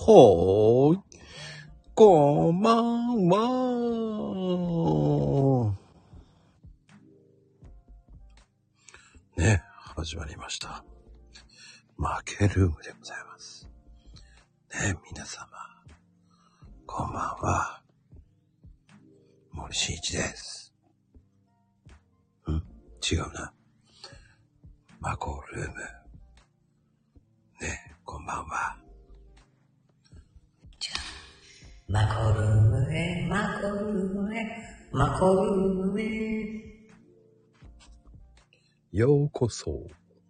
ほーい。こんばんは。ね、始まりました。負けルームでございます。ね、皆様、こんばんは。森進一です。違うな。マコルーム。ね、こんばんは。 マコルームへ、マコルームへ、マコルームへ。 ようこそ。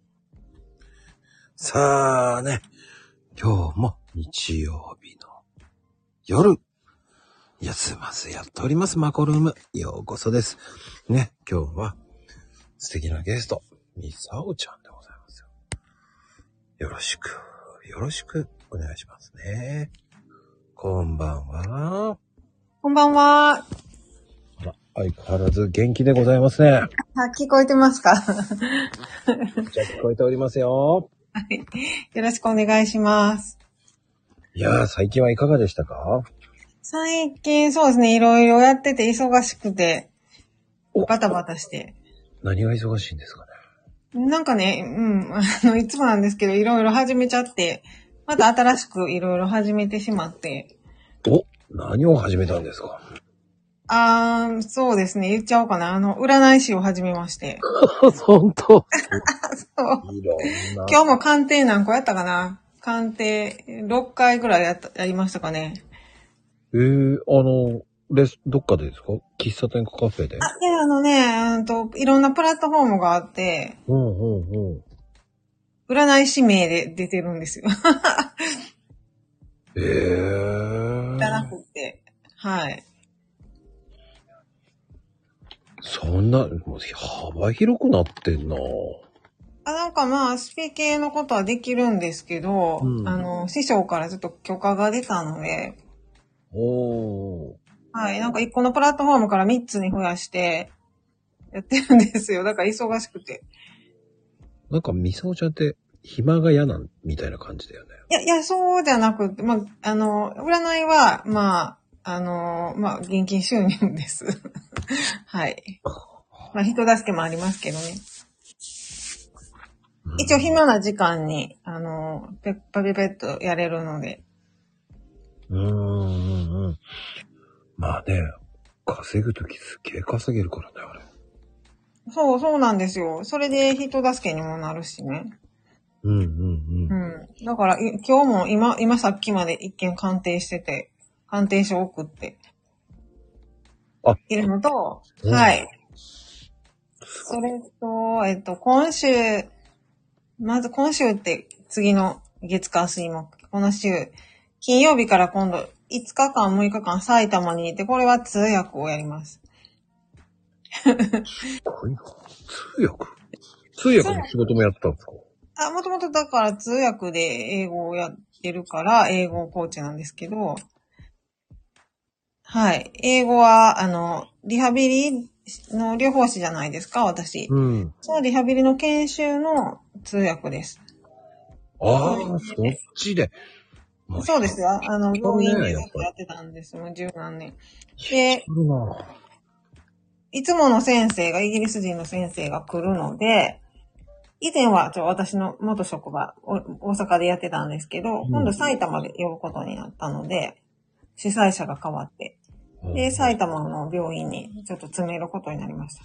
さあね、今日も日曜日の夜、休まずやっておりますマコルーム。ようこそです。ね、今日は素敵なゲスト、ミサオちゃんでございますよ。よろしくお願いしますね。こんばんは。 こんばんは。 相変わらず元気でございますね。 聞こえてますか？ じゃあ聞こえておりますよ。 はい。よろしくお願いします。 いやー、最近はいかがでしたか？ 最近そうですね、いろいろやってて忙しくて、バタバタして。 何が忙しいんですかね？ なんかね、いつもなんですけど、いろいろ始めちゃって、また新しくいろいろ始めてしまって。 何を始めたんですか？ そうですね、言っちゃおうかな。占い師を始めまして。 本当？ そう。 いろんな。 今日も鑑定何個やったかな？鑑定6回ぐらいやりましたかね。 どっかでですか？喫茶店かカフェで？ いろんなプラットフォームがあって、占い師名で出てるんですよ。じゃなくて、はい。 そんな、もう幅広くなってんな。 スピ系のことはできるんですけど、師匠からちょっと許可が出たので、はい、1個のプラットフォームから3つに増やして、やってるんですよ。だから忙しくて。 ミサオちゃんって暇が嫌なんみたいな感じだよね。 いや、そうじゃなくて、占いは、現金収入です。はい。人助けもありますけどね。一応暇な時間に、ペッとやれるので。 まあね、稼ぐときすげえ稼げるからね、あれ。 そうなんですよ。それで人助けにもなるしね。だから、今日も今さっきまで一見鑑定してて、鑑定書送って、いるのと、はい。それと、今週って次の月火水木、この週、金曜日から今度5日間6日間埼玉にいて、これは通訳をやります。通訳の仕事もやったんですか？ もともとだから通訳で英語をやってるから、英語コーチなんですけど、はい。英語は、リハビリの療法士じゃないですか、私。そのリハビリの研修の通訳です。 そっちで。 そうですよ。病院でずっとやってたんですもう十何年。で、いつもの先生が、イギリス人の先生が来るので、以前は私の元職場、大阪でやってたんですけど、今度埼玉で呼ぶことになったので、主催者が変わって、で、埼玉の病院にちょっと詰めることになりました。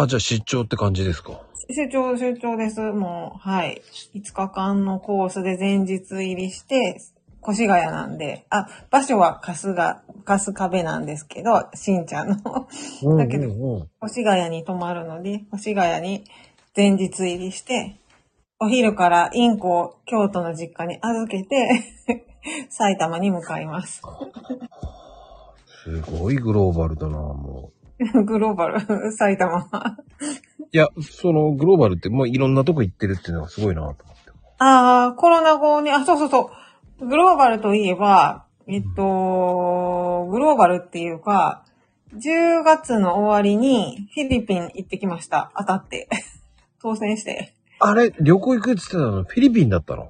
じゃあ出張って感じですか？ 出張です。もう、はい。5日間のコースで前日入りして、越谷なんで、場所は春日部なんですけど、しんちゃんの。だけど、越谷に泊まるので、越谷に前日入りして、お昼からインコを京都の実家に預けて、埼玉に向かいます。 すごいグローバルだな、もう。グローバル、埼玉。 いや、そのグローバルってもういろんなとこ行ってるっていうのがすごいなと思って。 コロナ後に、そう。グローバルといえば、グローバルっていうか、10月の終わりにフィリピン行ってきました。当たって。当選して。 あれ、旅行行くって言ってたのフィリピンだったの？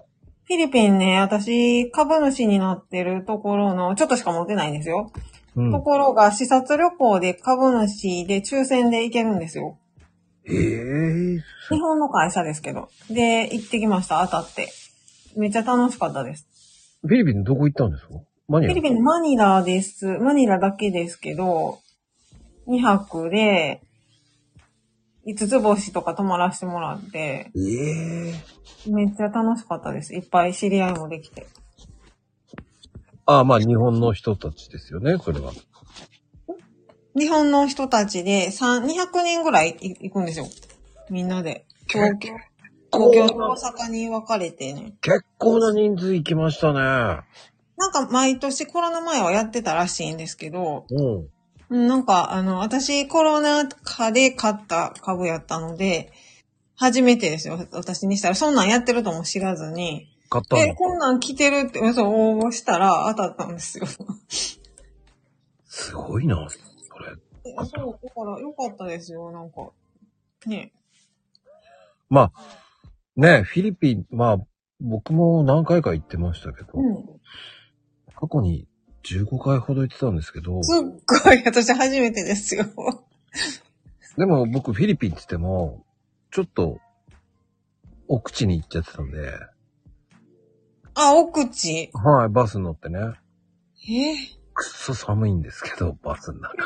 フィリピンね、私、株主になってるところの、ちょっとしか持ってないんですよ。 うん。 ところが、視察旅行で株主で抽選で行けるんですよ。日本の会社ですけど。で、行ってきました、当たって。めっちゃ楽しかったです。 フィリピンどこ行ったんですか？マニラ？ フィリピンのマニラです。マニラだけですけど、2泊で、5つ星とか泊まらせてもらって、めっちゃ楽しかったです。いっぱい知り合いもできて。 ああ、まあ日本の人たちですよね、それは。 日本の人たちで200人ぐらい行くんですよ。みんなで。東京と大阪に分かれてね。 結構な人数行きましたね。 なんか毎年コロナ前はやってたらしいんですけど、 うん。 なんか私コロナ禍で買った株やったので、初めてですよ。私にしたら、そんなんやってるとも知らずに。 買ったんだ。 こんなん来てるって嘘応募したら当たったんですよ。 すごいな、それ。 そう、だから良かったですよ、なんか。ね。 まあ、ね、フィリピン、まあ、僕も何回か行ってましたけど、過去に15回ほど行ってたんですけど、 すっごい、私初めてですよ。 でも僕フィリピンって言っても、ちょっと、奥地に行っちゃってたんで、 あ、奥地。 はい、バスに乗ってね、 えくっそ寒いんですけど、バスの中。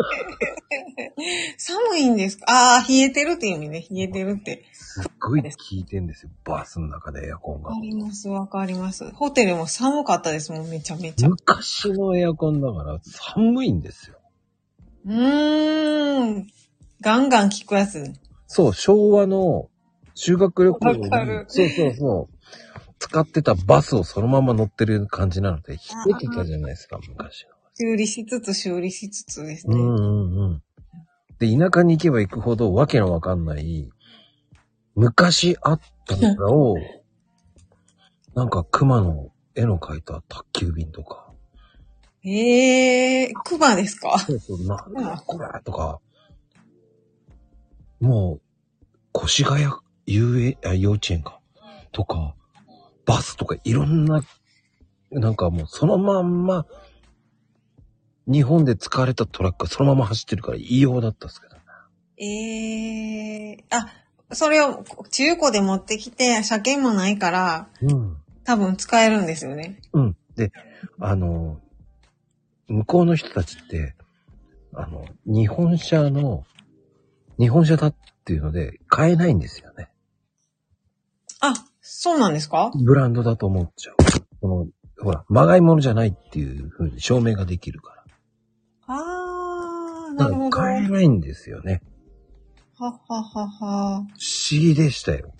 寒いんですか？ああ、冷えてるっていう意味ね。冷えてるって。 すっごい効いてんですよ、バスの中でエアコンが。 わかります、わかります。ホテルも寒かったですもん、めちゃめちゃ。 昔のエアコンだから寒いんですよ。 ガンガン効くやつ。 そう、昭和の修学旅行に、 わかる。 そう。使ってたバスをそのまま乗ってる感じなので、冷えてたじゃないですか、昔の。 修理しつつですね。 で、田舎に行けば行くほどわけのわかんない、昔あったのを、なんか熊の絵の描いた宅急便とか。 熊ですか？ そう、なんだこれとか、もう、越谷幼稚園か。とか、バスとかいろんな、なんかもうそのまんま、日本で使われたトラックがそのまま走ってるから異様だったんですけどね。 それを中古で持ってきて、車検もないから、多分使えるんですよね。 で、向こうの人たちって、日本車だっていうので買えないんですよね。 あ、そうなんですか？ ブランドだと思っちゃう。ほら、まがいものじゃないっていう風に証明ができるから。 なるほど。 買えないんですよね。 は。 不思議でしたよ。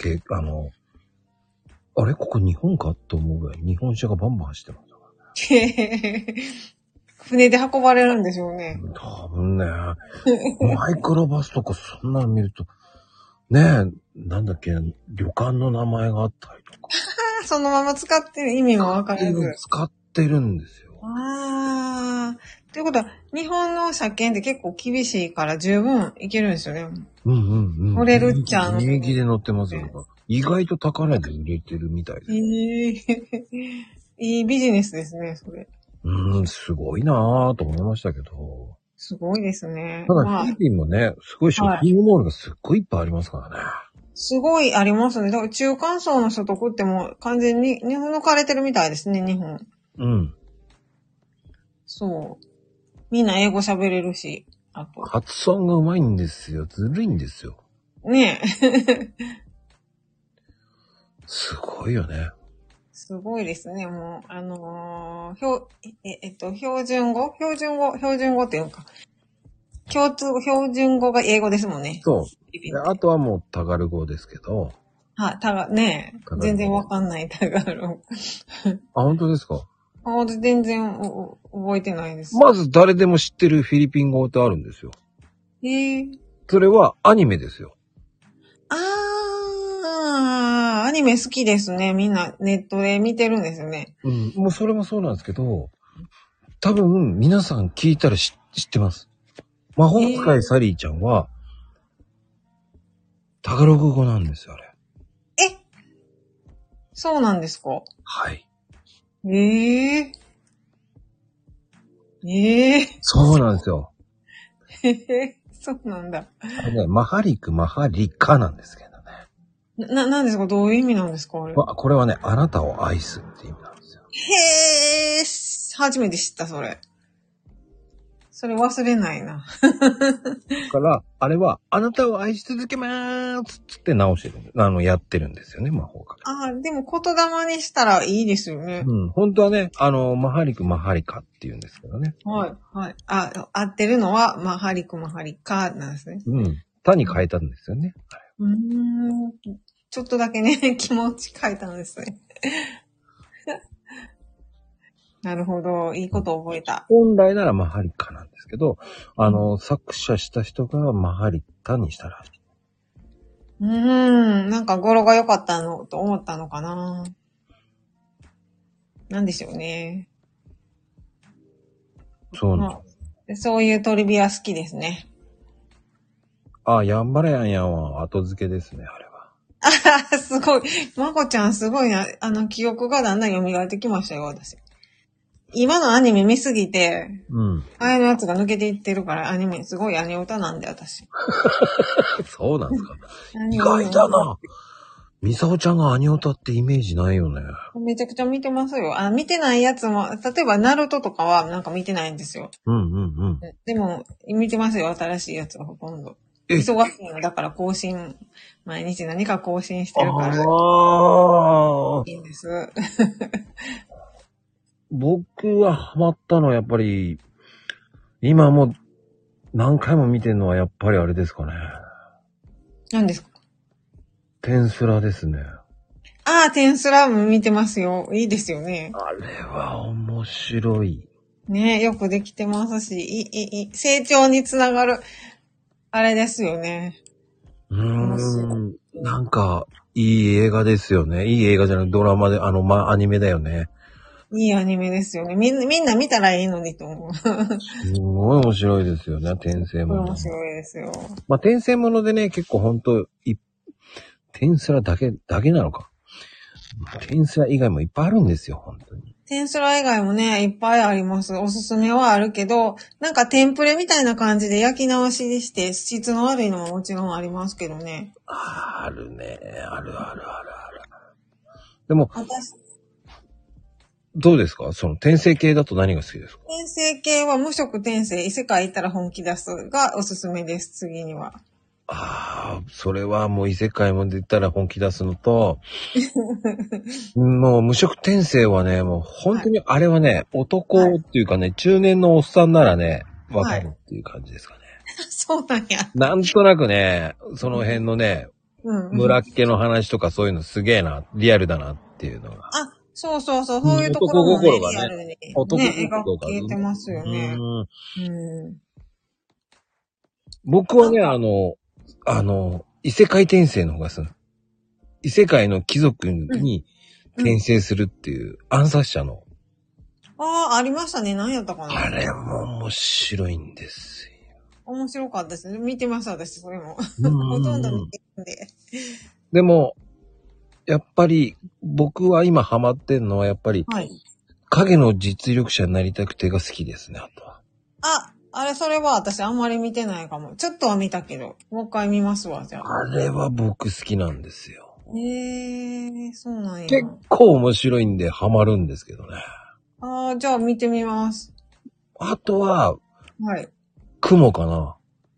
あれここ日本かと思うぐらい日本車がバンバン走ってましたから。 船で運ばれるんでしょうね。 多分ね、マイクロバスとかそんなの見ると、ねえ、なんだっけ、旅館の名前があったりとか。 そのまま使ってる意味もわからず。 使ってるんですよ。 ということは、日本の車検って結構厳しいから十分いけるんですよね。乗れるっちゃ現役で乗ってますよ。意外と高値で売れてるみたいです。 いいビジネスですね、それ。 すごいなぁと思いましたけど。 すごいですね。 ただフィリピンもね、すごいショッピングモールがすっごいいっぱいありますからね。 すごいありますね。だから中間層の所得ってもう完全に抜かれてるみたいですね、日本。そう。みんな英語喋れるし、あと。 発音がうまいんですよ。ずるいんですよ。 ねえ。 すごいよね。 すごいですね。もう、標準語っていうか、標準語が英語ですもんね。 そう。あとはもうタガル語ですけど。 ねえ。全然わかんないタガル語。 本当ですか？ 全然覚えてないです。 まず誰でも知ってるフィリピン語ってあるんですよ。それはアニメですよ。 アニメ好きですね。みんなネットで見てるんですよね。 もうそれもそうなんですけど、多分皆さん聞いたら知ってます。魔法使いサリーちゃんは、タガログ語なんですよ、あれ。 そうなんですか？ はい。そうなんですよ。 そうなんだ。 あれね、マハリク、マハリカなんですけどね。 なんですか？どういう意味なんですか？あれ。 これはね、あなたを愛すって意味なんですよ。 へー、初めて知った、それ。それ忘れないな。 だから、あれは、あなたを愛し続けまーすつって直してる。やってるんですよね、魔法かけ。 ああ、でも言霊にしたらいいですよね。 うん、本当はね、マハリク、マハリカって言うんですけどね。 はい、はい。合ってるのは、マハリク、マハリカなんですね。 うん。他に変えたんですよね。 ちょっとだけね、気持ち変えたんですね。なるほど。いいこと覚えた。 本来ならマハリカなんですけど、作者した人がマハリカにしたらしい。 なんか語呂が良かったのと思ったのかな。なんでしょうね。 そうなんです。そういうトリビア好きですね。 やんばらやんやんは後付けですね、あれは。 すごい。まこちゃんすごいな。記憶がだんだん蘇ってきましたよ、私。今のアニメ見すぎて、ああいうやつが抜けていってるから、アニメ、すごいアニオタなんで、私。 そうなんですか。意外だな。ミサオちゃんがアニオタってイメージないよね。 めちゃくちゃ見てますよ。見てないやつも、例えば、ナルトとかはなんか見てないんですよ。でも、見てますよ、新しいやつがほとんど。忙しいの、だから更新、毎日何か更新してるから。いいんです。 僕はハマったのはやっぱり、今もう何回も見てるのはやっぱりあれですかね。 何ですか？ テンスラですね。 テンスラも見てますよ。いいですよね。 あれは面白い。 ね、よくできてますし、成長につながる、あれですよね。 なんか、いい映画ですよね。いい映画じゃなくドラマで、アニメだよね。 いいアニメですよね。みんな見たらいいのにと思う。すごい面白いですよね、転生もの。 面白いですよ。 まあ、転生ものでね、結構ほんと、転スラだけなのか。転スラ以外もいっぱいあるんですよ、本当に。 テンスラ以外もね、いっぱいあります。おすすめはあるけど、なんかテンプレみたいな感じで焼き直しにして、質の悪いのももちろんありますけどね。 あるね。ある。でも、どうですか？その転生系だと何が好きですか？ 転生系は無色転生、異世界行ったら本気出すがおすすめです、次には。 それはもう異世界も出たら本気出すのと、もう無色転生はね、もう本当にあれはね、男っていうかね、中年のおっさんならね、わかるっていう感じですかね。 そうなんや。 なんとなくね、その辺のね、村っ気の話とかそういうのすげえな、リアルだなっていうのが。 そう、そういうところもね、リアルにね、 描けてますよね。 僕はね、異世界転生の方が異世界の貴族に転生するっていう暗殺者の。 ありましたね。何やったかな。 あれも面白いんですよ。 面白かったですね。見てます、私、それも。ほとんど見てるんで。 でも、やっぱり、僕は今ハマってんのは、やっぱり、影の実力者になりたくてが好きですね、あとは。 それは私あんまり見てないかも。ちょっとは見たけど、もう一回見ますわ、じゃあ。 あれは僕好きなんですよ。 そうなんや。 結構面白いんでハマるんですけどね。 じゃあ見てみます。 あとは、雲かな。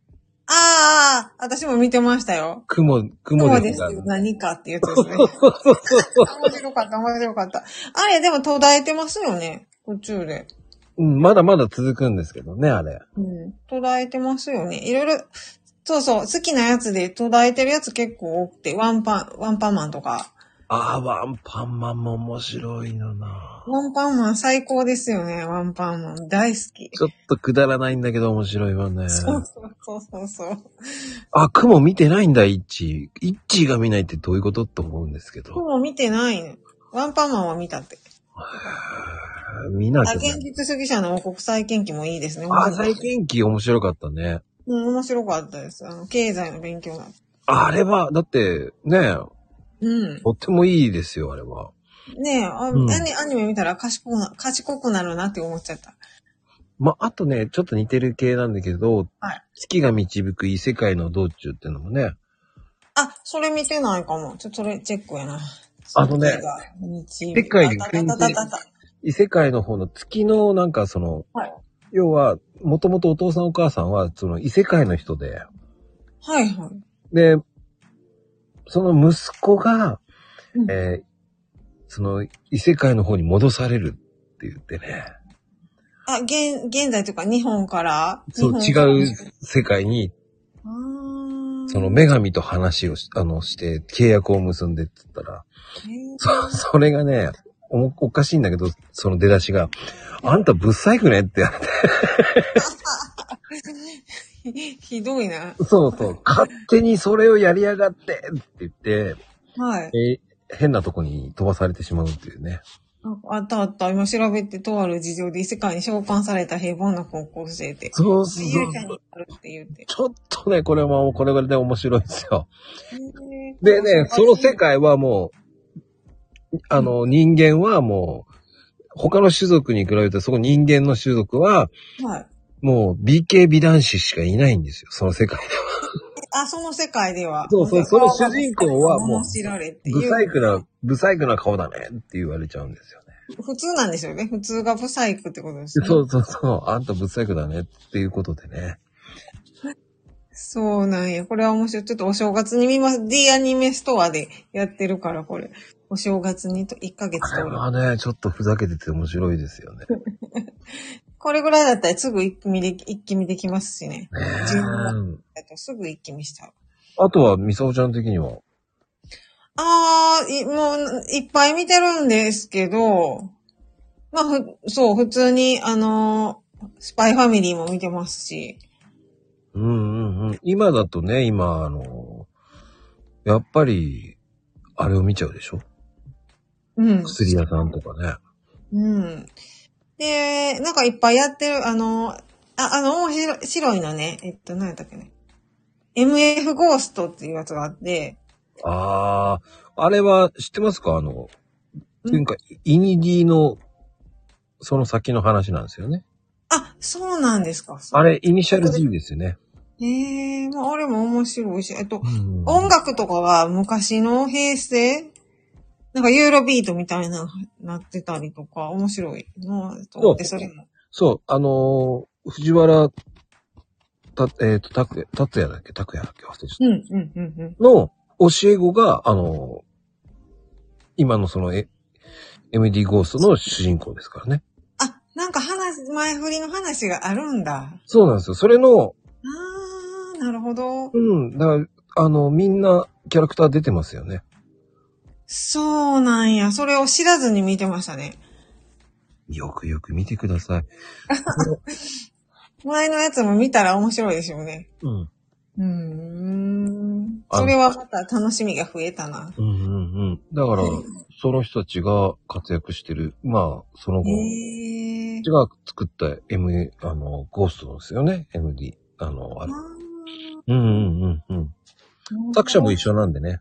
私も見てましたよ。 雲ですけど何かっていうやつですね。面白かった。あれ、でも途絶えてますよね、途中で。 まだまだ続くんですけどね、あれ。 途絶えてますよね。いろいろ、そう、好きなやつで途絶えてるやつ結構多くて、ワンパンマンとか。 ワンパンマンも面白いのな。 ワンパンマン最高ですよね、ワンパンマン。大好き。 ちょっとくだらないんだけど面白いわね。 そう。 雲見てないんだ、イッチーが見ないってどういうことって思うんですけど。 雲見てないね。ワンパンマンは見たって。 見なきゃ。 現実主義者の国際研究もいいですね。 再研究面白かったね。 面白かったです。経済の勉強なんです。 あれは、だって、ね、 うん。 とってもいいですよ、あれは。 ねえ、 うん、 アニメ見たら賢くなるなって思っちゃった。 あとね、ちょっと似てる系なんだけど、 はい。 月が導く異世界の道中っていうのもね、 あ、それ見てないかも。それチェックやな。 あのね、 月が導世界にあたたたたたた。 異世界の方の月のなんかはい。 要は、もともとお父さんお母さんはその異世界の人で、 はいはい。 で、その息子が、 うん、 その異世界の方に戻されるって言ってね、 あ、現在というか日本からそう、違日本からう世界に、 あーその女神と話をして契約を結んでって言ったら、それがね、おかしいんだけど、その出だしが、あんたぶっ細工ねって言われて。 ひどいな。 そうそう、勝手にそれをやりやがってって言って、 はい。 変なとこに飛ばされてしまうっていうね。 あったあった。今調べてとある事情で異世界に召喚された平凡な高校生で。 そうそう勇者そう。 になるって言って。 ちょっとね、これはこれぐらいで面白いですよ。 ででね、その世界はもう、人間はもう、他の種族に比べてそこ人間の種族は、 はい。 もう美形美男子しかいないんですよ、その世界では。 あ、その世界では。 そうそう、その主人公はもう、 知られってブいう。 サイクな顔だねって言われちゃうんですよね。 普通なんですよね。普通がブサイクってことですね。 そうそうそう、あんたブサイクだねっていうことでね。 そうなんや。これは面白い。ちょっとお正月に見ます。D アニメストアでやってるから、これ。お正月にと1ヶ月あれはね、ちょっとふざけてて面白いですよね。 これぐらいだったらすぐ一気見できますしね。 ね 12話だとすぐ一気見しちゃう。 あとは、みさおちゃん的にはもういっぱい見てるんですけど、まあ、そう、普通に、スパイファミリーも見てますし。 うんうんうん。今だとね、やっぱり、あれを見ちゃうでしょ？ うん。 薬屋さんとかね。 うん。で、なんかいっぱいやってる、面白いのね。何やったっけね。MF ゴーストっていうやつがあって、 ああ、あれは知ってますか？っていうか、イニディの、その先の話なんですよね。 あ、そうなんですか。 あれ、イニシャル D ですよね。 まあ、あれも面白いし、 うん音楽とかは昔の平成なんかユーロビートみたいなってたりとか、面白いなと思って、それも。 そう、藤原、達也だっけ忘れちゃった。の教え子が、今のその、MD ゴーストの主人公ですからね。 あ、なんか前振りの話があるんだ。 そうなんですよ。それの、 なるほど。 うん、だから、みんなキャラクター出てますよね。 そうなんや。それを知らずに見てましたね。 よくよく見てください。 前のやつも見たら面白いでしょうね。 うん。 それはまた楽しみが増えたな。 うんうんうん。だから、その人たちが活躍してる。まあ、その後、人が作った ゴーストですよね。MD。ある。うんうんうんうん。作者も一緒なんでね。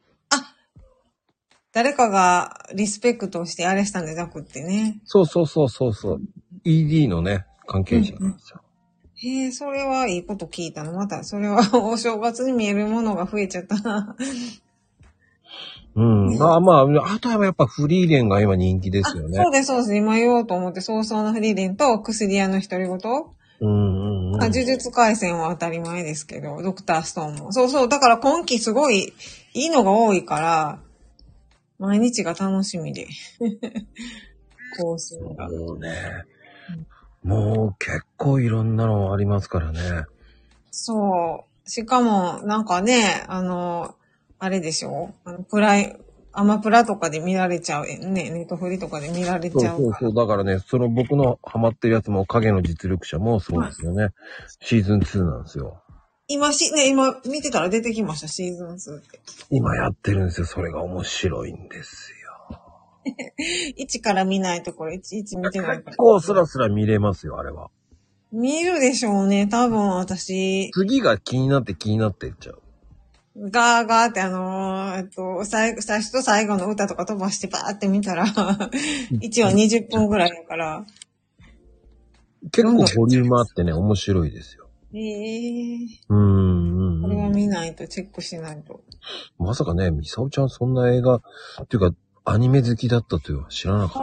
誰かがリスペクトしてあれしたんじゃなくってね。 そう。ED のね、関係者なんですよ。 それはいいこと聞いたの。また、それはお正月に見えるものが増えちゃったな。 うん。まあ、あとはやっぱフリーレンが今人気ですよね。 そうです。今言おうと思って、早々のフリーレンと薬屋の独り言。呪術廻戦は当たり前ですけど、ドクターストーンも。そう。だから今期すごいいいのが多いから、毎日が楽しみで。更新が。 もうね。もう結構いろんなのありますからね。 そう。しかも、なんかね、あれでしょ？アマプラとかで見られちゃう。ね、ネットフリとかで見られちゃうから。 そう。だからね、その僕のハマってるやつも影の実力者もそうですよね。シーズン2なんですよ。 今見てたら出てきました、シーズン2って。 今やってるんですよ。それが面白いんですよ。 1から見ないとこれ、1見てないから。 結構スラスラ見れますよ、あれは。 見るでしょうね、多分私。 次が気になっていっちゃう。 ガーガーって最初と最後の歌とか飛ばしてバーって見たら、1話20分ぐらいだから。 結構ボリュームあってね、面白いですよ。 これは見ないと、チェックしないと。 まさかね、ミサオちゃんそんな映画、っていうか、アニメ好きだったとは知らなかった。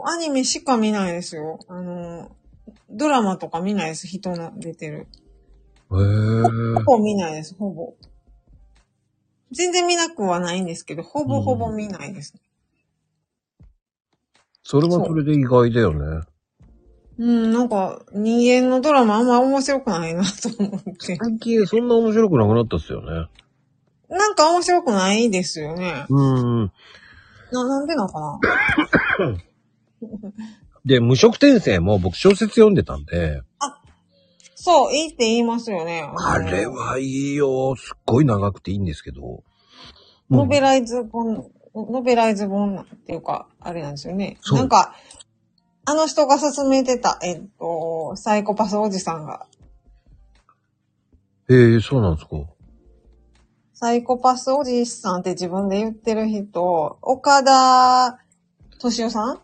アニメしか見ないですよ。ドラマとか見ないです、人の出てる。ほぼ見ないです、ほぼ。全然見なくはないんですけど、ほぼ見ないです。 それもそれで意外だよね。 なんか、人間のドラマあんま面白くないなと思って。 最近そんな面白くなくなったっすよね。 なんか面白くないですよね。なんでなのかなで、無職転生も僕小説読んでたんで。 そう、いいって言いますよね。 あれはいいよ。すっごい長くていいんですけど。 ノベライズ本っていうか、あれなんですよね。なんか、あの人が勧めてた、サイコパスおじさんが。 そうなんですか。 サイコパスおじさんって自分で言ってる人、岡田敏夫さん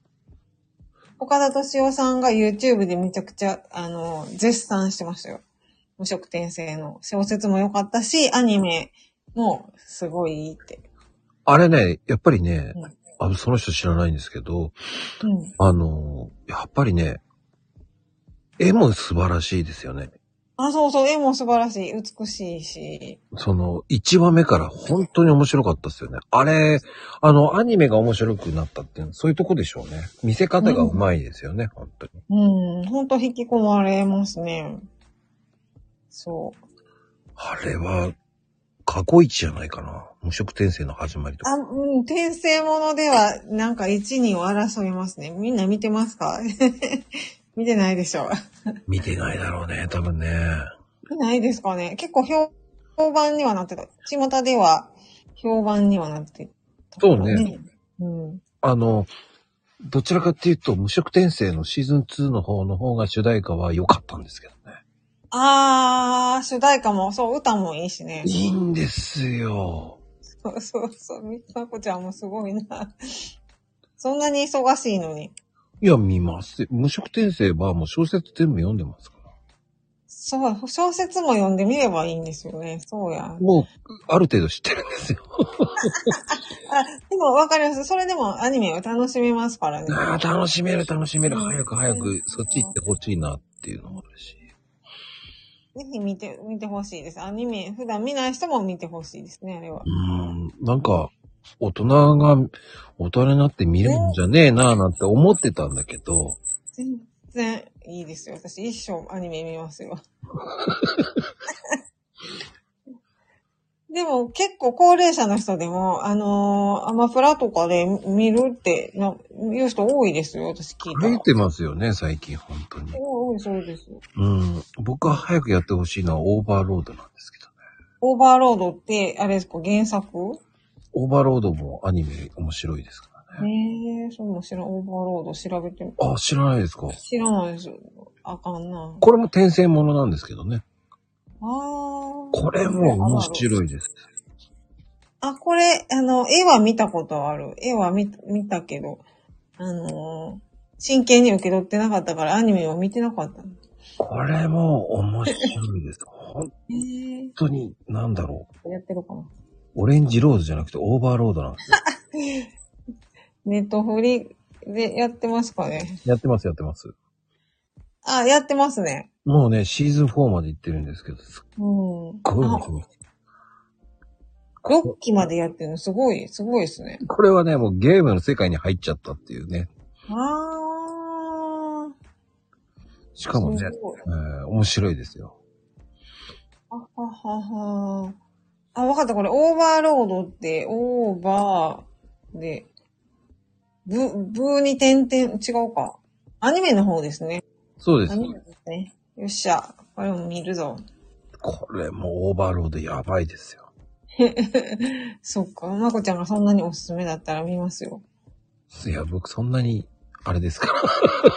が YouTube でめちゃくちゃ、絶賛してましたよ。無職転生の小説も良かったし、アニメもすごいいいって。 あれね、やっぱりね、その人知らないんですけど、やっぱりね、絵も素晴らしいですよね。 そうそう、絵も素晴らしい、美しいし。 1話目から本当に面白かったですよね。あれ、アニメが面白くなったっていうのはそういうとこでしょうね。見せ方がうまいですよね、本当に。 本当引き込まれますね。そう。 あれは、過去一じゃないかな。無職転生の始まりとか。 転生ものでは、なんか1、2を争いますね。みんな見てますか見てないでしょ。 見てないだろうね、多分ね。 見ないですかね。結構評判にはなってた。巷では評判にはなってた。 そうね。どちらかっていうと、無職転生のシーズン2の方が主題歌は良かったんですけどね。 主題歌も、そう、歌もいいしね。 いいんですよ。 そう。まこちゃんもすごいな。そんなに忙しいのに。 いや、見ます。無職転生はもう小説全部読んでますから。 そう、小説も読んでみればいいんですよね。そうや。 もう、ある程度知ってるんですよ。 でもわかります。それでもアニメを楽しめますからね。 楽しめる。早く、そっち行ってほしいなっていうのもあるし。 ぜひ見てほしいです。アニメ、普段見ない人も見てほしいですね、あれは。 なんか、大人になって見るんじゃねえなぁなんて思ってたんだけど。 全然いいですよ。私一生アニメ見ますよ。でも結構高齢者の人でも、アマプラとかで見るって言う人多いですよ、私聞いたら。 増えてますよね、最近、本当に。 そうです。 僕は早くやってほしいのはオーバーロードなんですけどね。 オーバーロードって、あれですか、原作？ オーバーロードもアニメ面白いですからね。 そうも知らん。オーバーロード調べてみる。 知らないですか？ 知らないです。あかんな。 これも転生ものなんですけどね。 これも面白いです。 これ、絵は見たことある。絵は見たけど、真剣に受け取ってなかったからアニメは見てなかった。 これも面白いです。本当に、なんだろう。やってるかな。 オレンジロードじゃなくてオーバーロードなんですよ。 ネットフリでやってますかね？ やってます。 やってますね。 もうね、シーズン4まで行ってるんですけど、すっごい面白い。 6期までやってるのすごいですね。 これはね、もうゲームの世界に入っちゃったっていうね。しかもね、面白いですよ。 わかった。これ、オーバーロードって、オーバーで、ブーに点々、違うか。アニメの方ですね。 そうです。 アニメですね。よっしゃ。これも見るぞ。 これもオーバーロードやばいですよ。 そっか。まこちゃんがそんなにおすすめだったら見ますよ。 いや、僕そんなに、あれですから。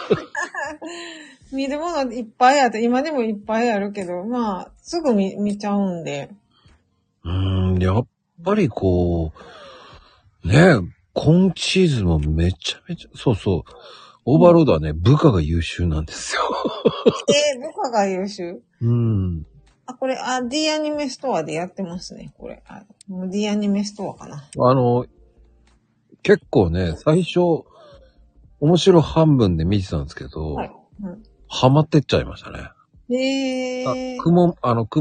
見るものいっぱいあって、今でもいっぱいあるけど、まあ、すぐ見ちゃうんで。 やっぱりこう、ね、今シーズンもめちゃめちゃ、そうそう、オーバーロードはね、部下が優秀なんですよ。 部下が優秀？あ、これ、D アニメストアでやってますね、これ。D アニメストアかな。 結構ね、最初、面白半分で見てたんですけど、はい。ハマってっちゃいましたね。雲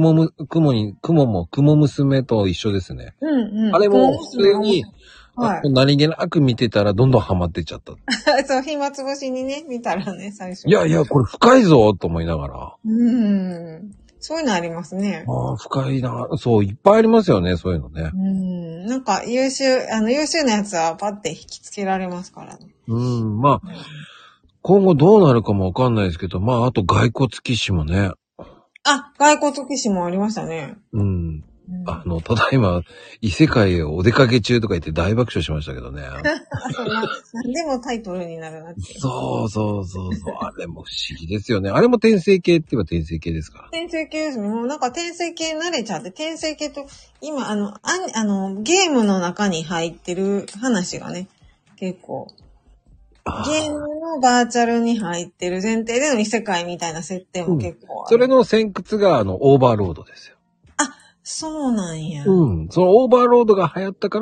娘と一緒ですね。あれも普通に、何気なく見てたらどんどんハマってっちゃった。 そう、暇つぶしにね、見たらね、最初。 いやいや、これ深いぞと思いながら。 そういうのありますね。 深いな。そう、いっぱいありますよね、そういうのね。 なんか優秀なやつはパッて引きつけられますからね。 まあ、今後どうなるかもわかんないですけど、まあ、あと骸骨騎士もね。 骸骨騎士もありましたね。 ただいま、異世界へお出かけ中とか言って大爆笑しましたけどね。 何でもタイトルになるなって。 そう。あれも不思議ですよね。あれも転生系って言えば転生系ですから。 転生系ですね。もうなんか転生系慣れちゃって、転生系と、今、ゲームの中に入ってる話がね、結構、ゲームのバーチャルに入ってる前提での異世界みたいな設定も結構ある。 それの先駆がオーバーロードですよ。 そうなんや。 そのオーバーロードが流行ったから、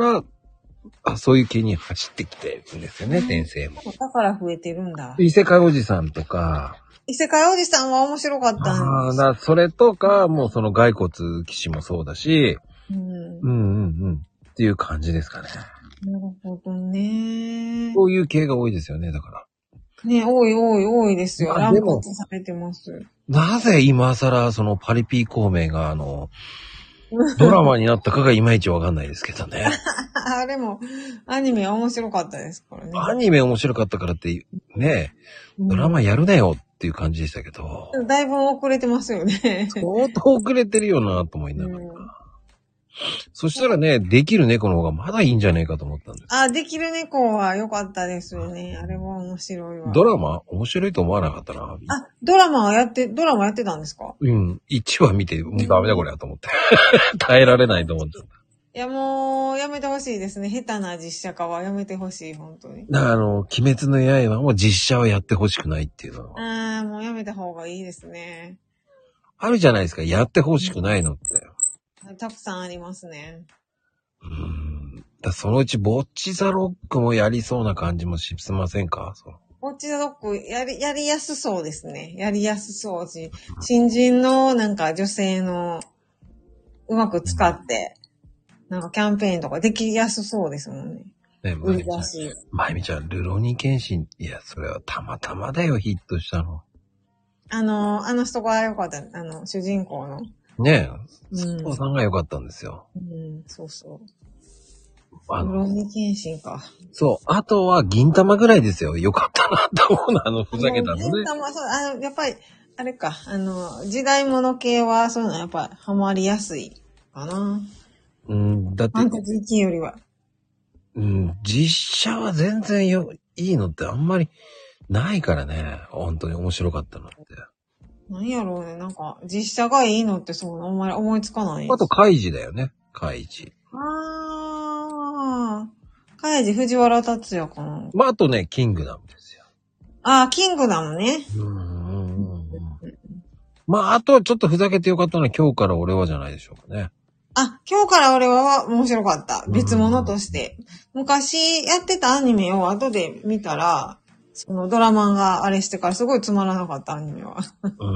そういう系に走ってきてるんですよね、転生も。 だから増えてるんだ。 異世界おじさんとか。 異世界おじさんは面白かったんです。 それとか、もうその骸骨騎士もそうだし、っていう感じですかね。 なるほどね。 そういう系が多いですよね、だから。 ね、多いですよ。乱発されてます。 なぜ今更そのパリピ孔明がドラマになったかがいまいちわかんないですけどね。 でも、アニメは面白かったですからね。 アニメ面白かったからって、ね、ドラマやるなよっていう感じでしたけど。 だいぶ遅れてますよね。 相当遅れてるよなと思いながら。そしたらね、できる猫の方がまだいいんじゃねえかと思ったんです。 できる猫は良かったですよね。あれは面白いわ。 ドラマ面白いと思わなかったな。 ドラマやってたんですか ？1話見て、もうダメだこれやと思って。耐えられないと思っちゃった。 いやもう、やめてほしいですね。下手な実写化はやめてほしい、本当に。 だから鬼滅の刃も実写はやってほしくないっていうのは。もうやめた方がいいですね。 あるじゃないですか、やってほしくないのって。 たくさんありますね。 そのうちボッチザロックもやりそうな感じもしませんか？ ボッチザロックやりやすそうですね。やりやすそうし、新人のなんか女性のうまく使って、なんかキャンペーンとかできやすそうですもんね。 まゆみちゃん、ルロニケンシン、いや、それはたまたまだよ、ヒットしたの。 あの人が良かった、主人公の。 ねえ、佐藤さんが良かったんですよ。 そうそう。ルロニケンシンか。 そう。あとは銀玉ぐらいですよ。良かったなと思うの、ふざけたのね。 銀玉、そう、やっぱり、あれか、時代物系は、そういうのやっぱハマりやすいかな。 だって。 ファンタジー系よりは。 実写は全然いいのってあんまりないからね。本当に面白かったのって。 何やろうね。なんか、実写がいいのってそうな、あんまり思いつかない。 あと、カイジだよね。カイジ。 カイジ藤原竜也かな。 まあ、あとね、キングダムですよ。 キングダムね。 まあ、あとはちょっとふざけてよかったのは今日から俺はじゃないでしょうかね。 今日から俺は面白かった。別物として。昔やってたアニメを後で見たら、そのドラマがあれしてからすごいつまらなかったアニメは。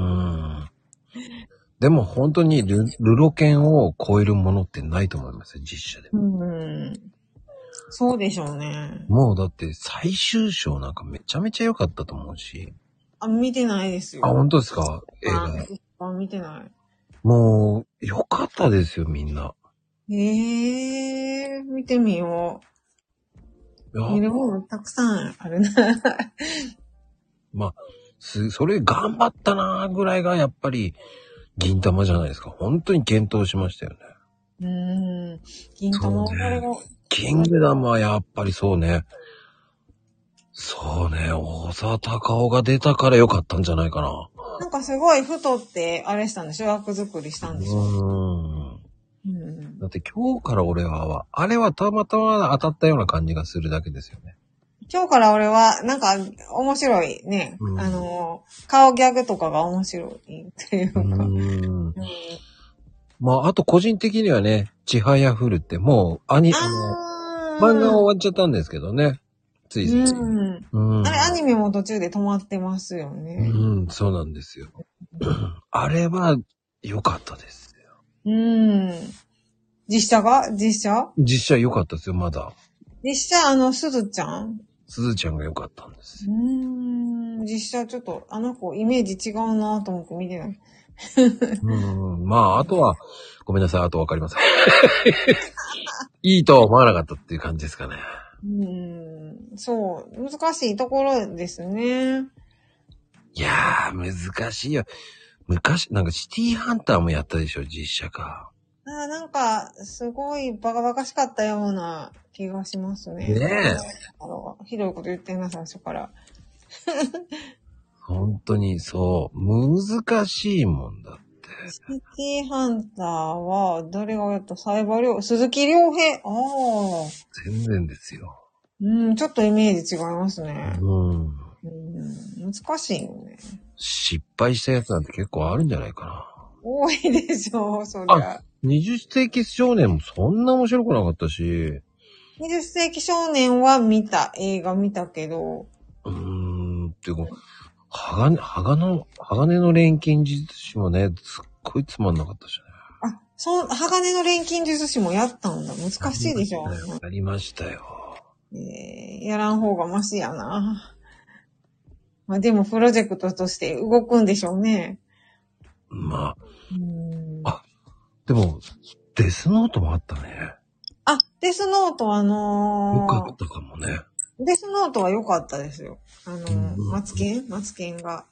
でも本当にルロケンを超えるものってないと思いますよ、実写で。 そうでしょうね。 もうだって最終章なんかめちゃめちゃ良かったと思うし。 見てないですよ。 本当ですか？映画。見てない。 もう、良かったですよ、みんな。 見てみよう。見るものたくさんあるな。 まあ、それ頑張ったなーぐらいがやっぱり、銀玉じゃないですか。本当に検討しましたよね。 銀玉はね。 キングダムはやっぱりそうね。そうね、大沢たかおが出たから良かったんじゃないかな。 なんかすごい太って、あれしたんでしょ？役作りしたんでしょ？ だって今日から俺は、あれはたまたま当たったような感じがするだけですよね。 今日から俺は、なんか、面白いね。 うん、 顔ギャグとかが面白いっていうか。 まあ、あと個人的にはね、ちはやふるってもう、漫画は終わっちゃったんですけどね。ついつい。 あれ、アニメも途中で止まってますよね。 そうなんですよ。あれは、良かったですよ。 実写実写良かったですよ、まだ。 実写、すずちゃんが良かったんですよ。 実写ちょっと、あの子イメージ違うなと思って見てない。 まあ、あとは、ごめんなさい、あとわかりません。いいとは思わなかったっていう感じですかね。 そう、難しいところですね。 いやー、難しいよ。昔、なんかシティーハンターもやったでしょ、実写化。 なんか、すごいバカバカしかったような気がしますね。 ねえ。 ひどいこと言ってんな、最初から。 本当にそう、難しいもんだって。 シティーハンターは、誰がやった鈴木亮平。 全然ですよ。 ちょっとイメージ違いますね。難しいよね。 失敗したやつなんて結構あるんじゃないかな。 多いでしょ、そりゃ。 20世紀少年もそんな面白くなかったし。 20世紀少年は映画見たけど。 っていうか、鋼の錬金術師もね、すっごいつまんなかったしね。 鋼の錬金術師もやったんだ。難しいでしょ。 やりましたよ。 やらん方がマシやな。まあでもプロジェクトとして動くんでしょうね。 まあ。でも、デスノートもあったね。 デスノートよかったかもね。 デスノートは良かったですよ。マツケンが。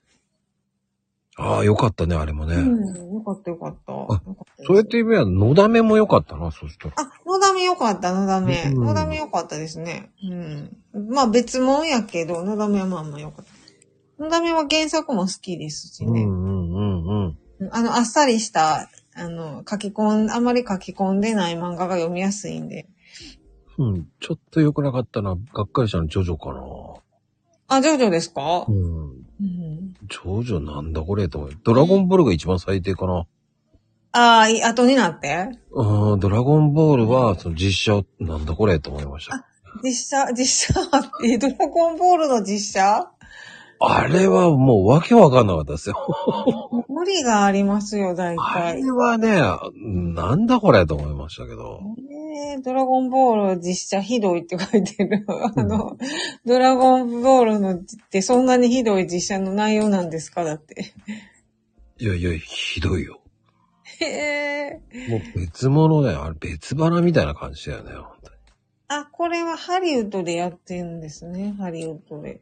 よかったね、あれもね。 よかった。 そうやって言えば、のだめも良かったな、そしたら。 のだめ良かった、のだめ。のだめ良かったですね。まあ別物やけど、のだめはまあまあ良かった。のだめは原作も好きですしね。あっさりした、あまり書き込んでない漫画が読みやすいんで。 ちょっと良くなかったな。がっかりしたのジョジョかな。 ジョジョですか？ ジョジョなんだこれと思う。ドラゴンボールが一番最低かな。 後になってドラゴンボールは、その実写、なんだこれと思いました。 実写ドラゴンボールの実写？ あれはもうわけわかんなかったですよ。 無理がありますよ、大体。 あれはね、なんだこれと思いましたけど。 ドラゴンボール実写ひどいって書いてる。ドラゴンボールのってそんなにひどい実写の内容なんですか？だって。 いや、ひどいよ。 へー。もう別物だよ。あれ別腹みたいな感じだよね、本当に。 これはハリウッドでやってるんですね。ハリウッドで。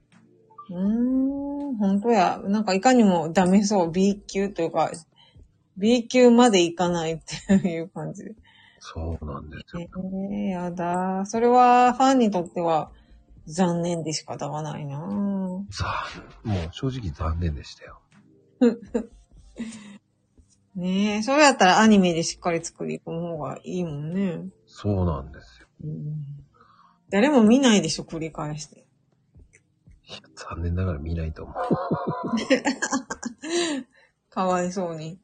本当や。なんかいかにもダメそう。B 級というか、B 級までいかないっていう感じで。 そうなんですよ。 やだ。それはファンにとっては残念で仕方がないな。もう正直残念でしたよ。 ねえ、それやったらアニメでしっかり作り込む方がいいもんね。 そうなんですよ。 誰も見ないでしょ、繰り返して。 残念ながら見ないと思う。 かわいそうに。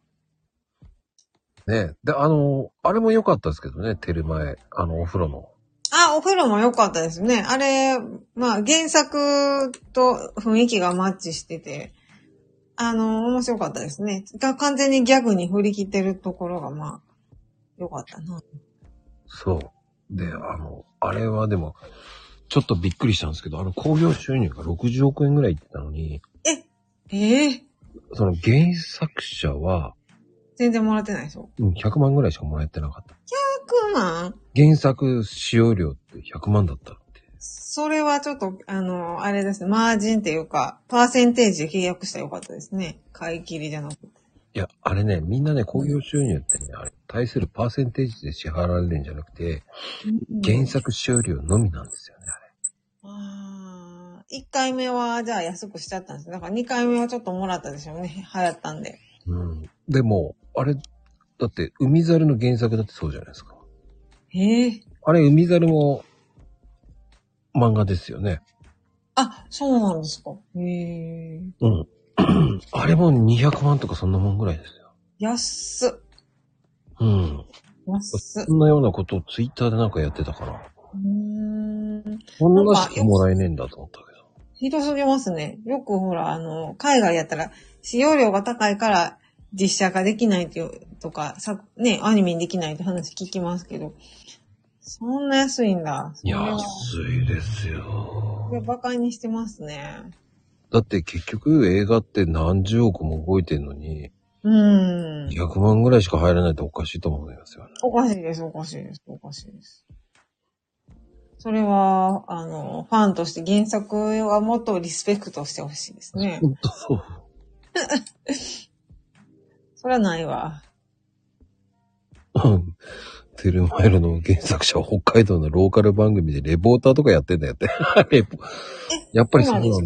ねで、あれも良かったですけどね、テルマエ、お風呂の。 お風呂も良かったですね。あれ、まあ、原作と雰囲気がマッチしてて、面白かったですね。完全にギャグに振り切ってるところが、まあ、良かったな。そう。 で、あれはでも、ちょっとびっくりしたんですけど、興行収入が60億円ぐらいいってたのに、その原作者は、 全然もらってないでしょ。 100万ぐらいしかもらえてなかった。 100万？ 原作使用料って100万だったって。 それはちょっと、あれですね、マージンっていうか、パーセンテージで契約したらよかったですね。買い切りじゃなくて。 いや、あれね、みんなね、興行収入ってね、あれ、対するパーセンテージで支払われるんじゃなくて、原作使用料のみなんですよね、あれ。1回目は、じゃあ安くしちゃったんです。だから2回目はちょっともらったでしょうね。流行ったんで。 でも、あれ、 だって海猿の原作だってそうじゃないですか。 へえ。 あれ海猿も漫画ですよね。 あ、そうなんですか。へえ。 うん。あれも200万とかそんなもんぐらいですよ。 安っ。 うん。 安っ。 そんなようなことをツイッターでなんかやってたから。 うーん。 こんなしかもらえねえんだと思ったけど。 ひどすぎますね。よくほら、海外やったら、使用量が高いから実写化できないとか、ね、アニメにできないって話聞きますけど、そんな安いんだ。それは安いですよ。 これバカにしてますね。 だって結局映画って何十億も動いてんのに、200万ぐらいしか入らないとおかしいと思いますよね。 おかしいです、おかしいです、おかしいです。それは、ファンとして原作はもっとリスペクトしてほしいですね。 ほんとそう。 それはないわ。 テルマイルの原作者は北海道のローカル番組でレポーターとかやってんだよって。やっぱりそうなんだ。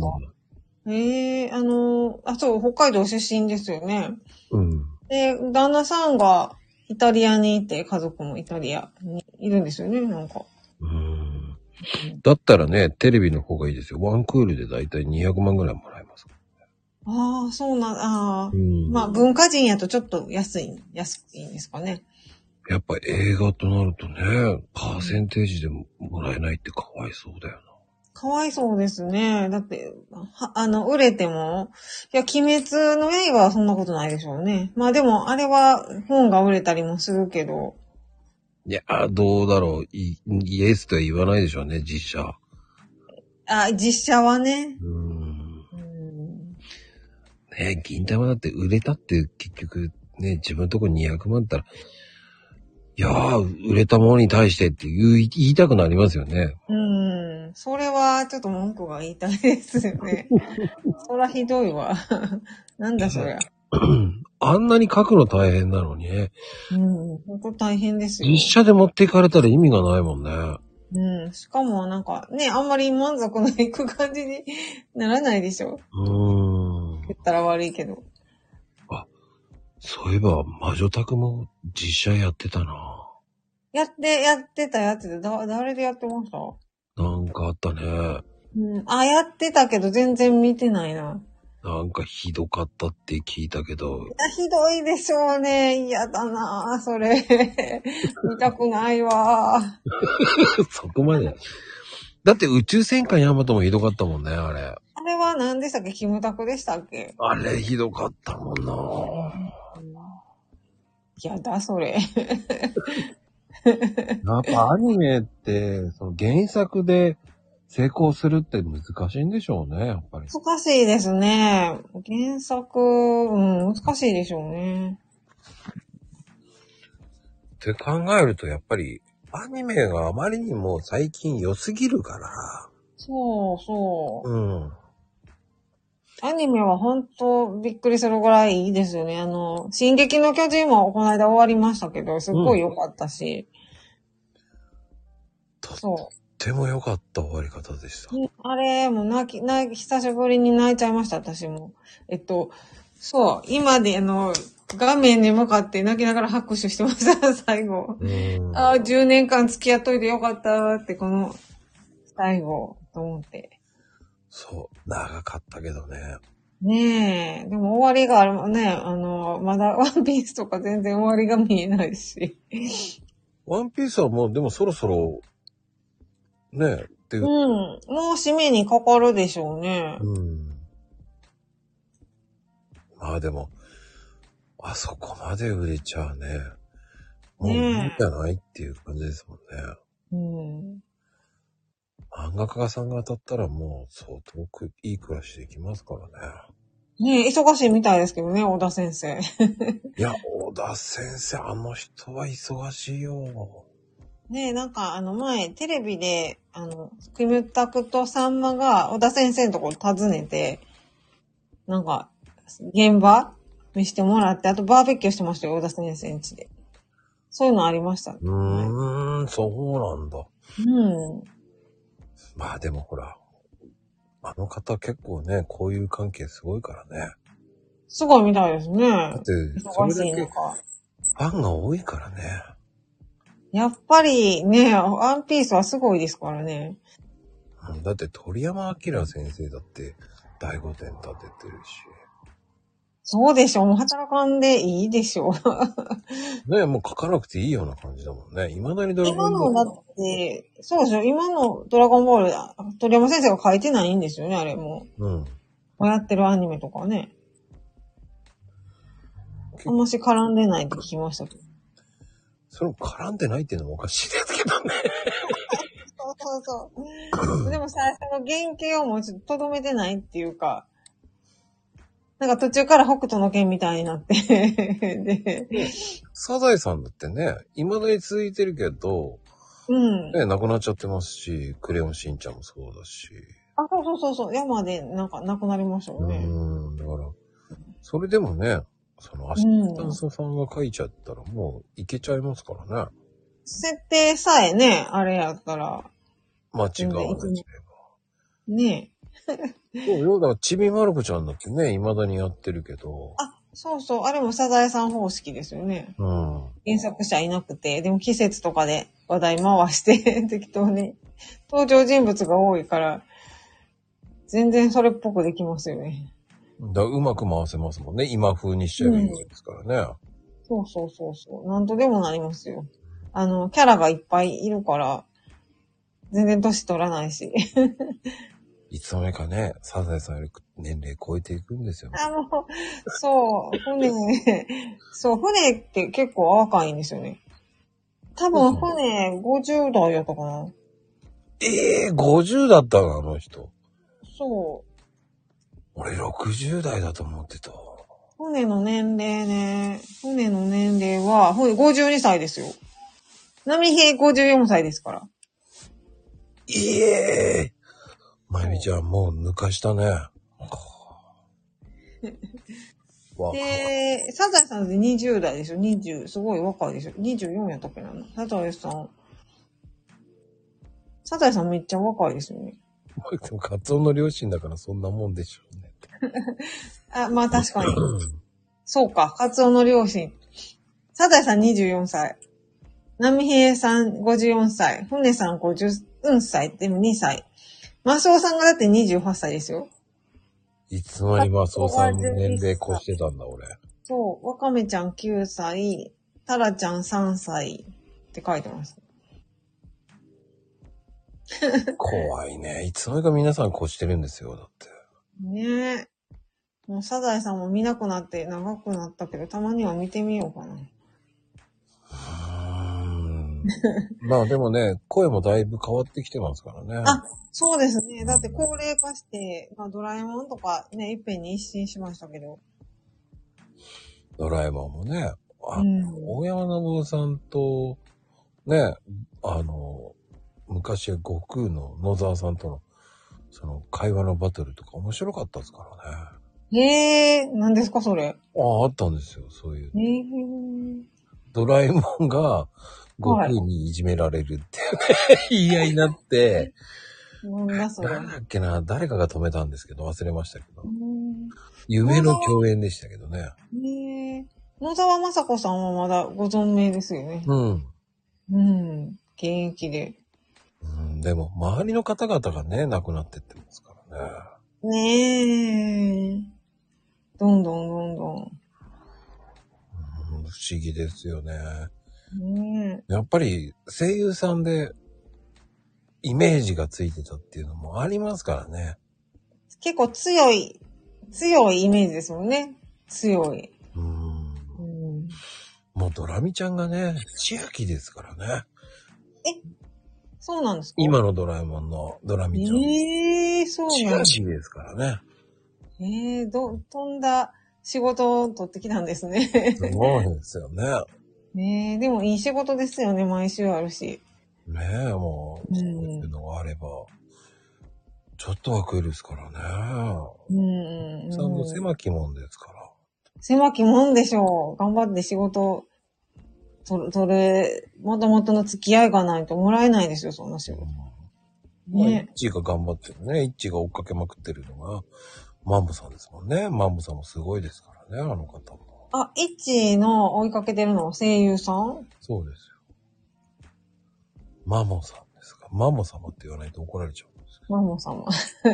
そう、北海道出身ですよね。 うん。 で、旦那さんがイタリアにいて、家族もイタリアにいるんですよね、なんか。 だったらね、テレビの方がいいですよ。ワンクールでだいたい200万ぐらいもらえます。 ああ、そうまあ、文化人やとちょっと安いんですかね。 やっぱ映画となるとね、パーセンテージでもらえないってかわいそうだよな。 かわいそうですね。だって、売れても、いや、鬼滅の刃はそんなことないでしょうね。まあでも、あれは本が売れたりもするけど。 いや、どうだろう。イエスとは言わないでしょうね、実写。 実写はね。 ね、銀玉だって売れたって結局ね、自分のとこ200万ったら、いやー、売れたものに対してって言いたくなりますよね。 それはちょっと文句が言いたいですよね。そらひどいわ。なんだそりゃ。 あんなに書くの大変なのにね。 本当大変ですよ。 実写で持っていかれたら意味がないもんね。 しかもなんかね、あんまり満足のいく感じにならないでしょ。言ったら悪いけど。 あ、そういえば魔女宅も実写やってたな。 やってたやつで、誰でやってました？ なんかあったね。 やってたけど全然見てないな。 なんかひどかったって聞いたけど。 ひどいでしょうね。嫌だなそれ。見たくないわ。 そこまで。だって宇宙戦艦ヤマトもひどかったもんね、あれ。 あれは何でしたっけ？キムタクでしたっけ？ あれひどかったもんな。 やだ、それ。 やっぱアニメって、その原作で成功するって難しいんでしょうね、やっぱり。 難しいですね。原作、難しいでしょうね。 って考えると、やっぱり、アニメがあまりにも最近良すぎるから。 そう。アニメは本当びっくりするぐらいいいですよね。進撃の巨人もこの間終わりましたけど、すっごい良かったし。 とっても良かった終わり方でした。 あれ、もう久しぶりに泣いちゃいました、私も。今で画面に向かって泣きながら拍手してました、最後。10年間付き合っといてよかったって、この、最後、と思って。 そう、長かったけどね。 ねえ、でも終わりがあるもんね。まだワンピースとか全然終わりが見えないし。 ワンピースはもう、でもそろそろ、ねえ、っていう。 もう締めにかかるでしょうね。 まあでも、あそこまで売れちゃうね。もういいんじゃないっていう感じですもんね。漫画家さんが当たったらもう相当いい暮らしできますからね。ねえ、忙しいみたいですけどね、小田先生。 いや、小田先生、あの人は忙しいよ。 ねえ、なんか前、テレビで、キムタクとさんまが小田先生のところ訪ねて、なんか、現場見してもらって、あとバーベキューしてましたよ、小田先生ん家で。そういうのありましたね。 そうなんだ。まあでもほら、あの方結構ね、こういう関係すごいからね。 すごいみたいですね。 だって、それだけ、 ファンが多いからね。 やっぱりね、ワンピースはすごいですからね。 だって鳥山明先生だって大御殿立ててるし。 そうでしょ。もう働かんでいいでしょ。 ね、もう書かなくていいような感じだもんね。未だにドラゴ今ンボール。 のだって、そうでしょ。今のドラゴンボール、鳥山先生が書いてないんですよね、あれもう。 うん。 やってるアニメとかね。あんまし絡んでないって聞きましたけど。 それも絡んでないっていうのもおかしいですけどね。 そうそう。でも最初の原型をもうちょっと留めてないっていうか、なんか途中から北斗の拳みたいになって。で、 サザエさんだってね、未だに続いてるけど、 うん。 ね、亡くなっちゃってますし、クレヨンしんちゃんもそうだし。 あ、そう。山でなんか亡くなりましたよね。 だから、それでもね、そのアシスタントさんが書いちゃったらもういけちゃいますからね。 設定さえね、あれやったら。 間違わなければ。 ねそうよ、だからちびまる子ちゃんだってね、未だにやってるけど。 あ、そう。あれもサザエさん方式ですよね。 うん。 原作者いなくて、でも季節とかで話題回して適当に登場人物が多いから、全然それっぽくできますよね。 だからうまく回せますもんね。今風にしちゃえばいいんですからね。 そう。なんとでもなりますよ。キャラがいっぱいいるから、全然年取らないし。 いつの間にかね、サザエさんより年齢超えていくんですよ。船って結構若いんですよね。多分船50代やったかな。 50だったのあの人。 そう。 俺60代だと思ってた。 船の年齢は、52歳ですよ。波平54歳ですから。 まゆみちゃんもう抜かしたね。 で、サザエさんで20代ですよ。20、すごい若いですよ。24やったっけな。サザエさんめっちゃ若いですよね。 でもカツオの両親だからそんなもんでしょうね。 あ、まあ確かに。そうか、カツオの両親。サザエさん24歳。波平さん54歳。船さん50歳。でも2歳。マスオさんがだって28歳ですよ。 いつの間にマスオさんに年齢越してたんだ、俺。 そう、ワカメちゃん9歳。タラちゃん3歳って書いてます。 怖いね。いつの間にか皆さん越してるんですよ、だって。 ねえ。もうサザエさんも見なくなって長くなったけど、たまには見てみようかな。 まあでもね、声もだいぶ変わってきてますからね。 あ、そうですね。だって高齢化して、まあドラえもんとかね、いっぺんに一新しましたけど。 ドラえもんもね、大山信夫さんと、ね、昔は悟空の野沢さんとの、その会話のバトルとか面白かったですからね。 へえ、何ですかそれ。 あったんですよ、そういう。ドラえもんが悟空にいじめられるっていうね、言い合いになって、 なんだそれ。 なんだっけな、誰かが止めたんですけど、忘れましたけど。夢の共演でしたけどね。 野沢雅子さんはまだご存命ですよね。現役で。 でも、周りの方々がね、亡くなってってますからね。 ねえ。どんどん。 不思議ですよね。やっぱり声優さんでイメージがついてたっていうのもありますからね。 結構強いイメージですもんね。強い。 もうドラミちゃんがね、千秋ですからね。 そうなんですか？ 今のドラえもんのドラミちゃん。 そうなんです。 千秋ですからね。 飛んだ仕事を取ってきたんですね。 すごいですよね。 でもいい仕事ですよね、毎週あるし。 ねえ、もう、そういうのがあれば、ちょっとは食えるですからね。さんの狭きもんですから。 狭きもんでしょう。頑張って仕事、もともとの付き合いがないともらえないですよ、そんな仕事。 まあ、イッチーが頑張ってるね。イッチーが追っかけまくってるのが、マンボさんですもんね。マンボさんもすごいですからね、あの方も。 あ、イッチの追いかけてるのは声優さん？ そうですよ。マモさんですか。マモ様って言わないと怒られちゃうんですけど。 マモ様。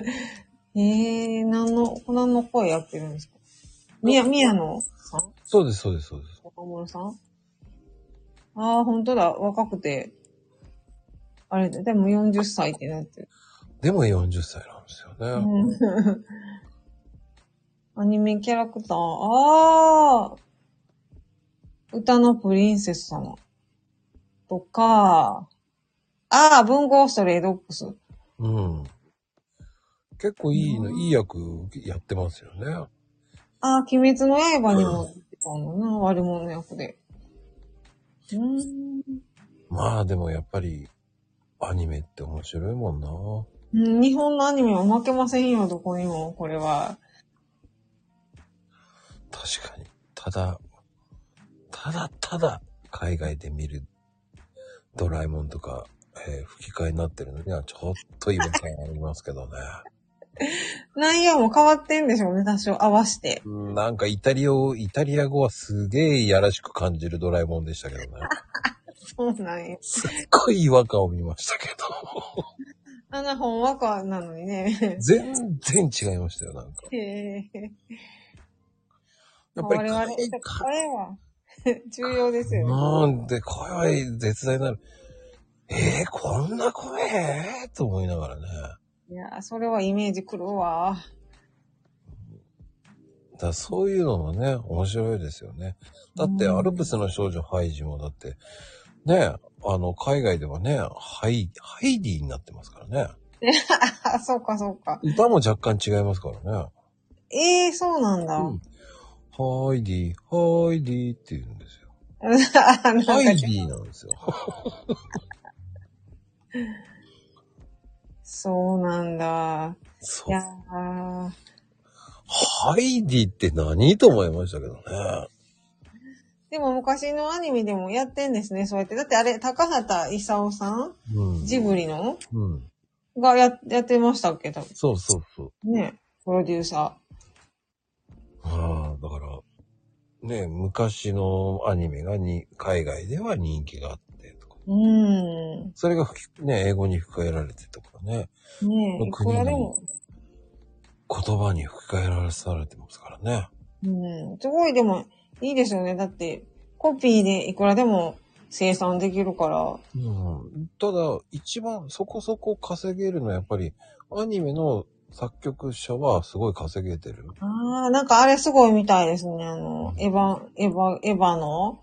何の声やってるんですか？宮野さん？ そうです、そうです、そうです。 岡村さん？ああ、ほんとだ。若くて。あれでも40歳ってなってる。 でも40歳なんですよね。 うん、アニメキャラクター。ああ、歌のプリンセス様。とか、ああ、文豪ストレイドッグス。 うん。結構いい役やってますよね。 ああ、鬼滅の刃にも出てたんだな、悪者役で。 まあでもやっぱりアニメって面白いもんな。 日本のアニメは負けませんよ、どこにも、これは。 確かに。ただ海外で見るドラえもんとか、吹き替えになってるのにはちょっと違和感ありますけどね。 内容も変わってんでしょうね、多少合わして。 なんかイタリア語はすげえいやらしく感じるドラえもんでしたけどね。 そうなんや。 すっごい違和感を見ましたけど。 ほんわかなのにね。 全然違いましたよ、なんか。 へえ。 やっぱり我々、声は重要ですよね。 なんで声は絶大なる。こんな声と思いながらね。 いや、それはイメージくるわ。 だからそういうのもね、面白いですよね。だって、アルプスの少女ハイジもだって、ね、海外ではね、ハイディになってますからね。 そうか、そうか。 歌も若干違いますからね。そうなんだ。 ハイディって言うんですよ。ハイディなんですよ。 そうなんだ。 そう。 いやハイディって何と思いましたけどね。 でも昔のアニメでもやってんですね、そうやって。だってあれ、高畑勲さん、ジブリの、がやってましたっけ、多分。 そうそうそう。 ね、プロデューサー。だから、ね、昔のアニメが海外では人気があってとか。それがね、英語に吹き替えられてとかね。 ねえ、いくらでも。 言葉に吹き替えらされてますからね。 すごいでもいいですよね。だって、コピーでいくらでも生産できるから。 ただ、一番そこそこ稼げるのはやっぱり、アニメの作曲者はすごい稼げてる。 なんかあれすごいみたいですね。エヴァの。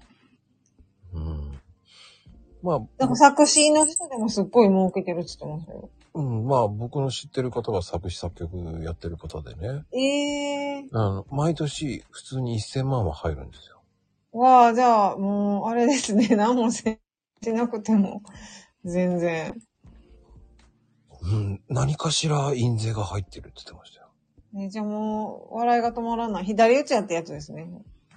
まあ。なんか作詞の人でもすっごい儲けてるって言ってましたよ。 まあ僕の知ってる方が作詞作曲やってる方でね。毎年普通に1000万は入るんですよ。 わあ、じゃあもうあれですね。何もしなくても全然。 何かしら印税が入ってるって言ってましたよ。 じゃあもう笑いが止まらない。左打ちやってやつですね。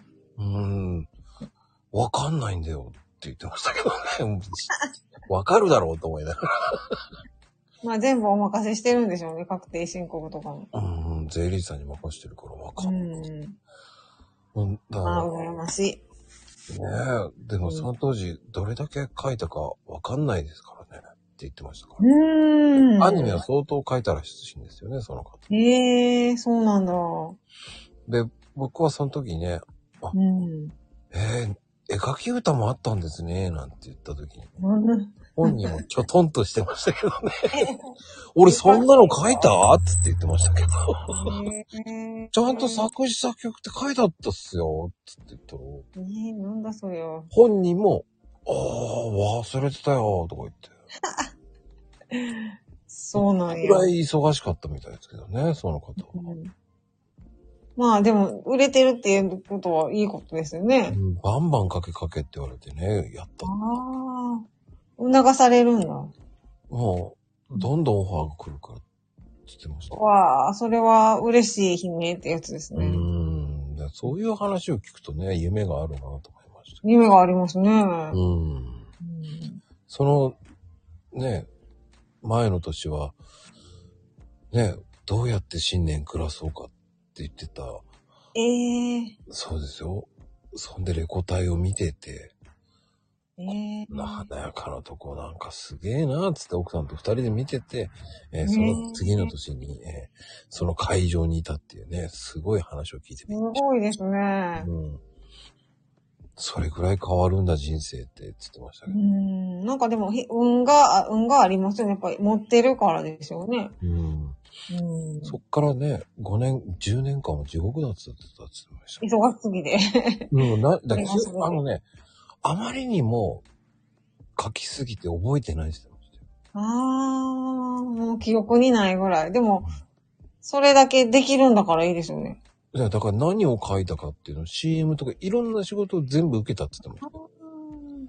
わかんないんだよって言ってましたけどね。わかるだろうと思いながら。まあ全部お任せしてるんでしょうね。確定申告とかも。 税理士さんに任してるからわかんない。 羨ましい。 ねえ。でもその当時どれだけ書いたかわかんないですからね。って言ってましたから。アニメは相当書いたらしいんですよね、その方。 そうなんだ。 で、僕はその時にね、絵描き歌もあったんですね、なんて言った時に。本人もちょとんとしてましたけどね。俺そんなの書いたって言ってましたけど。ちゃんと作詞作曲って書いてあったっすよって言ったら。 なんだそれは。 本人も、忘れてたよとか言って。 そうなんや。 ぐらい忙しかったみたいですけどね、その方は。 まあでも、売れてるっていうことはいいことですよね。 バンバン書けって言われてね、やった。 促されるんだ。 もう、どんどんオファーが来るからって言ってました。 わあ、それは嬉しい悲鳴ってやつですね。 そういう話を聞くとね、夢があるなと思いました。 夢がありますね。 その、ね、前の年は、ね、どうやって新年暮らそうかって言ってた。そうですよ。 そんでレコ大を見てて、 華華やかなとこなんかすげえなーっつって奥さんと二人で見てて、その次の年に、その会場にいたっていうね、すごい話を聞いてすごいですね。 それぐらい変わるんだ人生ってつってましたけど。 なんかでも運がありますよね。やっぱり持ってるからですよね。 そっからね、5年、10年間も地獄だって言ってました。 忙しすぎて。 あまりにも書きすぎて覚えてないって言ってましたよ。 もう記憶にないぐらい。でも、それだけできるんだからいいですよね。 だから何を書いたかっていうの、CM とかいろんな仕事を全部受けたって言ってました。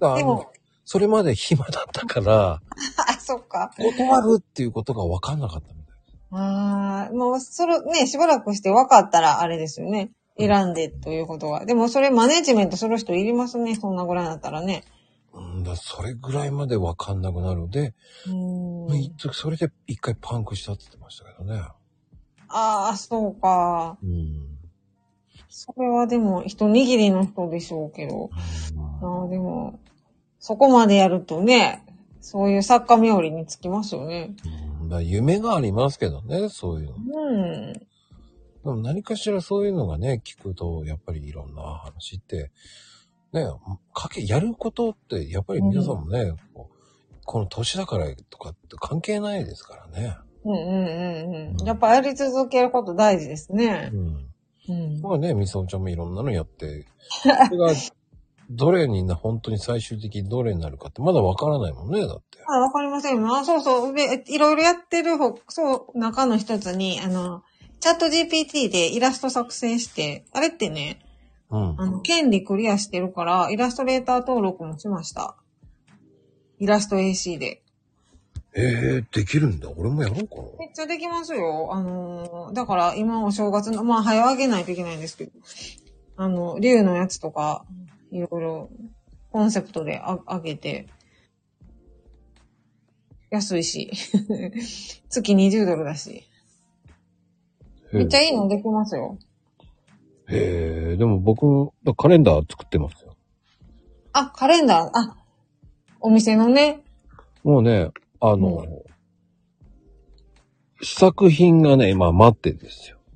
でも、それまで暇だったから、 そっか。 断るっていうことが分かんなかったみたい。 もう、しばらくして分かったらあれですよね。選んでということは。でもそれマネジメントする人いりますね。そんなぐらいだったらね。 それぐらいまで分かんなくなるので、それで一回パンクしたって言ってましたけどね。 そうか。それはでも一握りの人でしょうけど。でも、そこまでやるとね、そういう作家冥利につきますよね。 夢がありますけどね、そういうの。でも何かしらそういうのがね、聞くと、やっぱりいろんな話って、ね、やることって、やっぱり皆さんもね、この年だからとかって関係ないですからね。 やっぱやり続けること大事ですね。 まあね、みさおちゃんもいろんなのやって、それが、どれに本当に最終的にどれになるかってまだわからないもんね、だって。 わかりませんよ。そう。で、いろいろやってる中の一つに、チャット GPT でイラスト作成して、あれってね、権利クリアしてるから、イラストレーター登録もしました。イラスト AC で。 できるんだ。俺もやろうかな。 めっちゃできますよ。だから今お正月の、早あげないといけないんですけど、竜のやつとか、いろいろ、コンセプトであげて、安いし、月20ドルだし。めっちゃいいのできますよ。 でも僕、カレンダー作ってますよ。 カレンダー、お店のね。 もうね、試作品がね、今待ってるんですよ。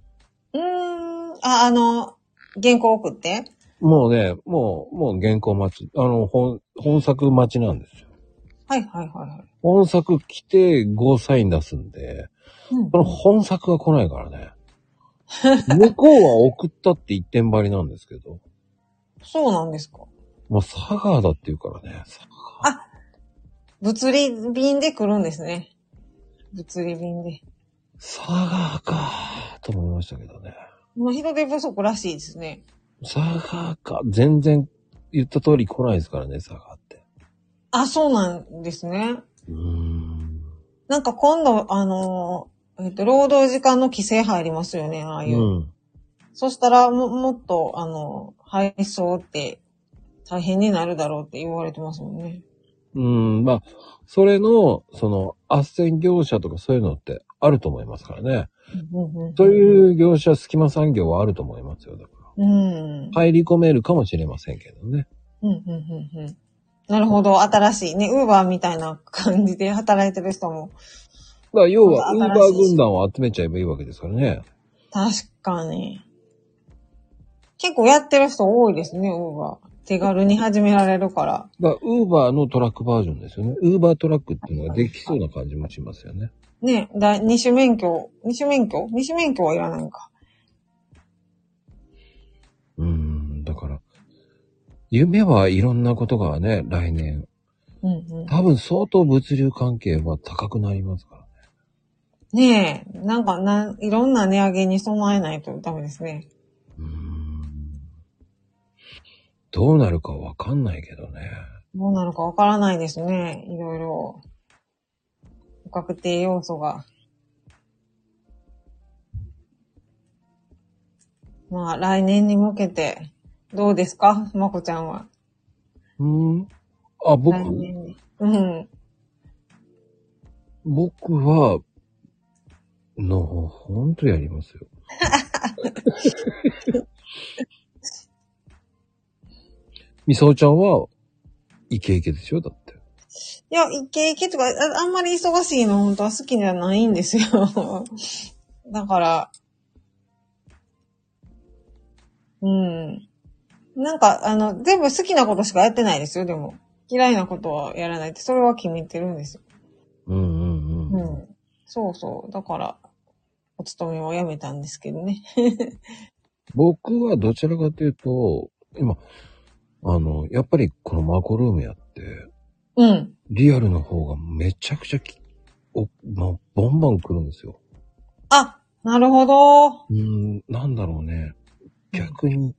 原稿送って？ もうね、もう原稿待ち、本作待ちなんですよ。 はい。 本作来てゴーサイン出すんで、この本作が来ないからね。向こうは送ったって一点張りなんですけど。 そうなんですか。 もう佐川だって言うからね。 物理便で来るんですね。物理便で。 佐川かと思いましたけどね。 人手不足らしいですね。 佐川か。全然言った通り来ないですからね、佐川って。 そうなんですね。なんか今度、労働時間の規制入りますよね、ああいう。そしたらもっと、配送って大変になるだろうって言われてますもんね。 それの、斡旋業者とかそういうのってあると思いますからね。そういう業者、隙間産業はあると思いますよ。だから。入り込めるかもしれませんけどね。 なるほど。新しいね。ウーバーみたいな感じで働いてる人も。 要は、ウーバー軍団を集めちゃえばいいわけですからね。 確かに。結構やってる人多いですね、ウーバー。手軽に始められるから。 ウーバーのトラックバージョンですよね。ウーバートラックっていうのができそうな感じもしますよね。 ね、二種免許はいらないのか。 だから、夢はいろんなことがね、来年。多分相当物流関係は高くなりますからね。ねえ、いろんな値上げに備えないとダメですね。 どうなるかわかんないけどね。 どうなるかわからないですね。いろいろ。不確定要素が。来年に向けて、どうですかまこちゃんは。 僕は、ほんとやりますよ。 みさおちゃんは、イケイケですよ、だって。 いや、イケイケとか、あんまり忙しいの本当は好きじゃないんですよ。だから、うん。なんか、全部好きなことしかやってないですよ、でも。嫌いなことはやらないって、それは決めてるんですよ。 うんうんうん。 うん。そうそう。だから、お勤めは辞めたんですけどね。 僕はどちらかというと、今、やっぱりこのマコルームやって、 うん。 リアルの方がめちゃくちゃまあ、バンバン来るんですよ。 あ、なるほど。 なんだろうね。逆に、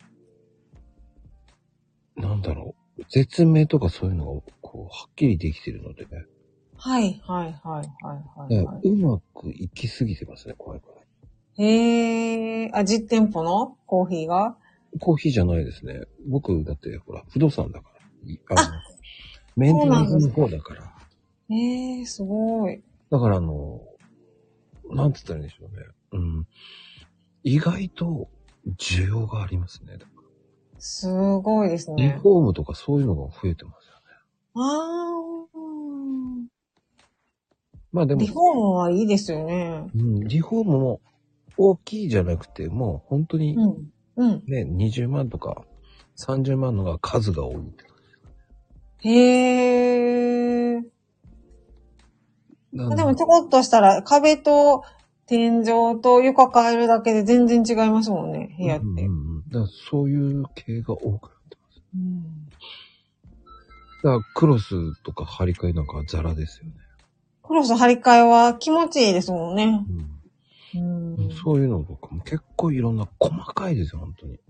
なんだろう。絶命とかそういうのが、こう、はっきりできてるのでね。 はい、はい、はい、はい、はい、はい。 うまくいきすぎてますね、怖い怖い。 へえ、あ、実店舗のコーヒーがコーヒーじゃないですね。僕、だって、ほら、不動産だから。 あ、 メンそうテナンスのなんですか。 方だから。 へえ、すごい。 だからなんつったらいいんでしょうね。意外と需要がありますね。 すごいですリね。 フォームとかそういうのが増えてますよね。 あー。 まあでも、 リフォームはいいですよね。 リフォームも大きいじゃなくて、もう本当にうん。うん。 ね、20万とか30万のが数が多い。 へえ。でもなんちょこっとしたら壁と天井と床変えるだけで全然違いますもんね、部屋って。 だからそういう系が多くなってます。 うん。 だからクロスとか張り替えなんかはザラですよね。 クロス張り替えは気持ちいいですもんね。うん。 そういうのとかも結構いろんな細かいですよ、本当に。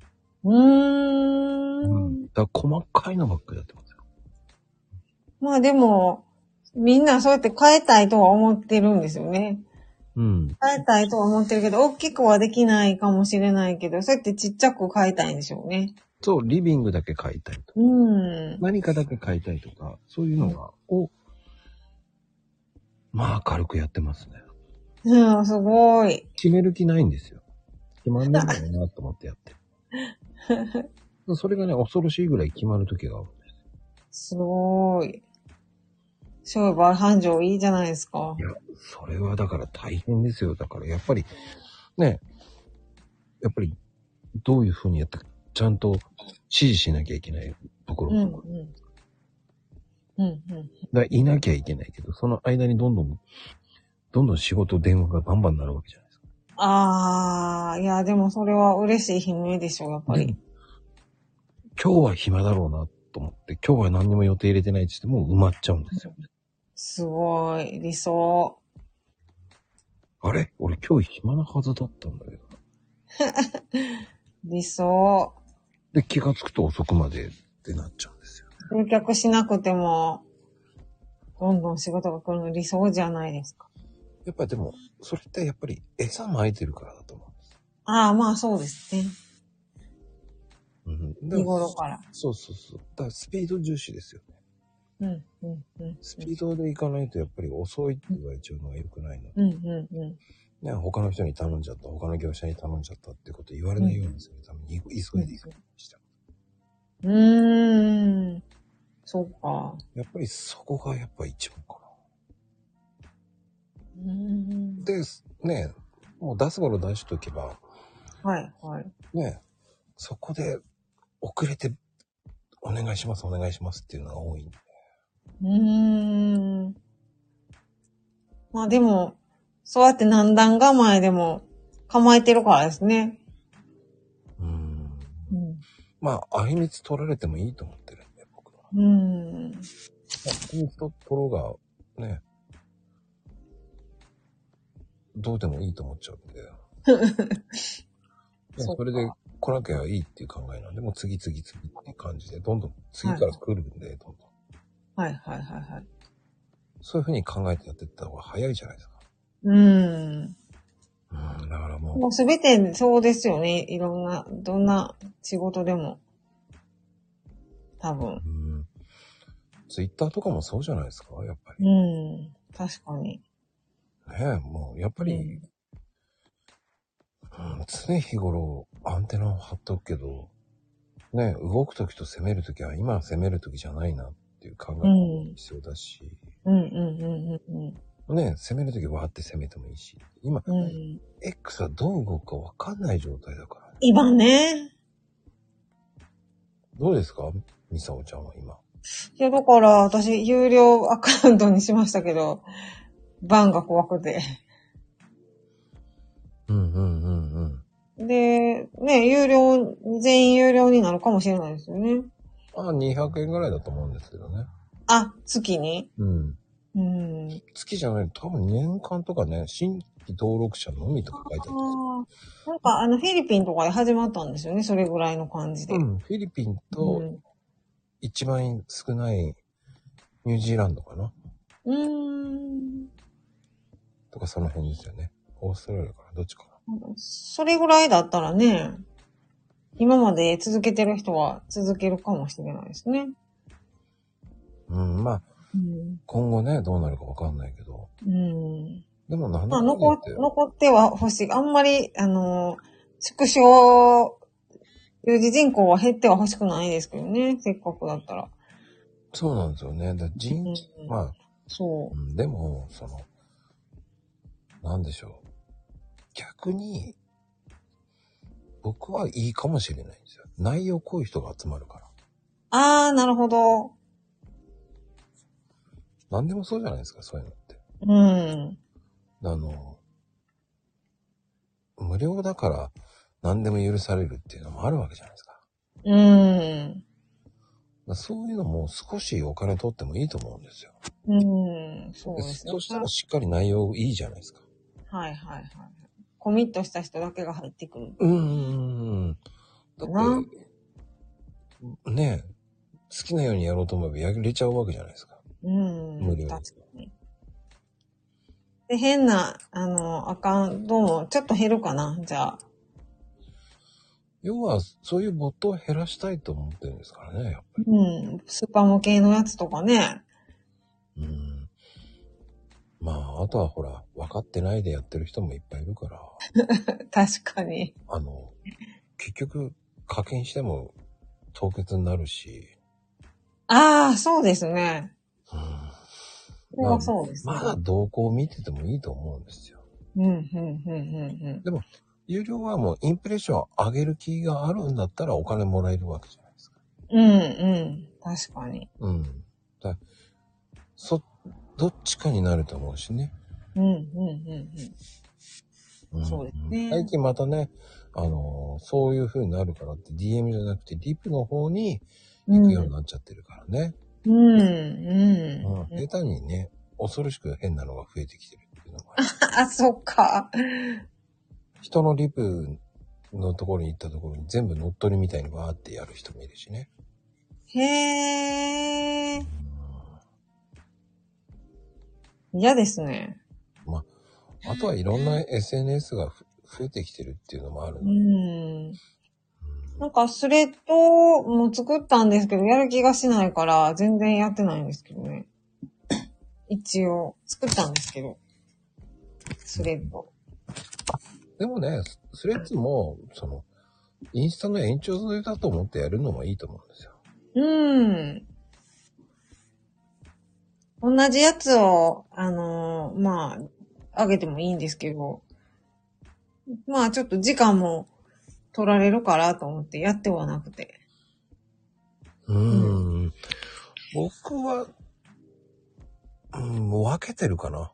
だから細かいのばっかりやってますよ。 まあでも、みんなそうやって変えたいとは思ってるんですよね。変えたいとは思ってるけど、大きくはできないかもしれないけど、そうやってちっちゃく変えたいんでしょうね。 そう、リビングだけ変えたいとか、何かだけ変えたいとか、そういうのまあ軽くやってますね。 うん、すごい。 決める気ないんですよ。決まんねえんだろうなと思ってやってる。それがね、恐ろしいぐらい決まる時があるんです。 すごい。商売繁盛いいじゃないですか。 いや、それはだから大変ですよ。だからやっぱり、ね、やっぱりどういう風にやってちゃんと指示しなきゃいけないところが、いなきゃいけないけど、その間にどんどん仕事、電話がバンバンなるわけじゃないですか。 ああ、いや、でもそれは嬉しい悲鳴でしょう、やっぱで、 り。 今日は暇だろうなと思って、今日は何にも予定入れてないって言っても埋まっちゃうんですよ。 すごい、理想。 あれ俺今日暇なはずだったんだけど。 理想。 で、気がつくと遅くまでってなっちゃうんですよ。 集客しなくても、どんどん仕事が来るの理想じゃないですか。 やっぱりでも、それってやっぱり餌撒いてるからだと思うんです。 ああ、まあそうですね。日頃から。 そうそうそう。だからスピード重視ですよね。スピードで行かないとやっぱり遅いって言われちゃうのが良くないので。ね、他の人に頼んじゃった、他の業者に頼んじゃったってこと言われないようにするために急いで行くようにしてます。 そうか。 やっぱりそこがやっぱ一番かな。で、ね、もう出すもの出しとけば、 はいはい。 ね、そこで遅れてお願いします、お願いしますっていうのが多いんで。 まあでも、そうやって何段構えでも構えてるからですね。 まあ、あいみつ取られてもいいと思ってるんで、僕は。あいみつ取ろうが、ね、どうでもいいと思っちゃうんで。それで来なきゃいいっていう考えなんで、もう次っていう感じで、どんどん次から来るんで、どんどん。 はいはいはいはい。 そういうふうに考えてやっていった方が早いじゃないですか。だからもうすべてそうですよね。いろんな、どんな仕事でも。多分。 ツイッターとかもそうじゃないですか、やっぱり。 確かに。 ねえ、もう、やっぱり、常日頃アンテナを張っとくけど、 ね、動くときと攻めるときは今攻めるときじゃないなっていう考えも必要だし、ね、攻めるときわーって攻めてもいいし、今、X はどう動くかわかんない状態だからね。 今ね。 どうですかみさおちゃんは今。 いや、だから私、有料アカウントにしましたけど、バンが怖くて。で、ね、全員有料になるかもしれないですよね。 200円ぐらいだと思うんですけどね。 月に？ 月じゃない、多分年間とかね、新規登録者のみとか書いてある。 なんかフィリピンとかで始まったんですよね、それぐらいの感じで。 フィリピンと、一番少ないニュージーランドかな。とかその辺ですよね。オーストラリアかな、どっちかな。 それぐらいだったらね、今まで続けてる人は続けるかもしれないですね。 今後ね、どうなるかわかんないけど。でもなんだろう残っては欲しい。あんまり、縮小、有事人口は減っては欲しくないですけどね、せっかくだったら。 そうなんですよね。そう。でも、なんでしょう。逆に、僕はいいかもしれないんですよ。内容濃い人が集まるから。 なるほど。 何でもそうじゃないですか、そういうのって。無料だから何でも許されるっていうのもあるわけじゃないですか。そういうのも少しお金取ってもいいと思うんですよ。 そうですね。 そしたらしっかり内容いいじゃないですか。 はいはいはい。コミットした人だけが入ってくる。 だってね、好きなようにやろうと思えばやれちゃうわけじゃないですか。無料です。 で、変な、アカウントもちょっと減るかな、じゃあ。 要は、そういうボットを減らしたいと思ってるんですからね、やっぱり。 スパム系のやつとかね。 あとはほら、分かってないでやってる人もいっぱいいるから。 確かに。 結局、課金しても凍結になるし。 そうですね。そうですね。 まだ動向を見ててもいいと思うんですよ。でも、有料はもうインプレッションを上げる気があるんだったらお金もらえるわけじゃないですか。 確かに。 どっちかになると思うしね。 そうですね。 最近またね、そういう風になるからって DM じゃなくてリプの方に行くようになっちゃってるからね。下手にね、恐ろしく変なのが増えてきてるっていうのがそっか。 人のリプのところに行ったところに全部乗っ取りみたいにわーってやる人もいるしね。 へー。嫌ですね。 あとはいろんな SNS が増えてきてるっていうのもあるの。 なんかスレッドも作ったんですけど、やる気がしないから全然やってないんですけどね。一応作ったんですけど、スレッド。 でもね、スレッズもインスタの延長沿いだと思ってやるのもいいと思うんですよ。 同じやつを上げてもいいんですけど、ちょっと時間も取られるからと思ってやってはなくて。 僕は、もう分けてるかな。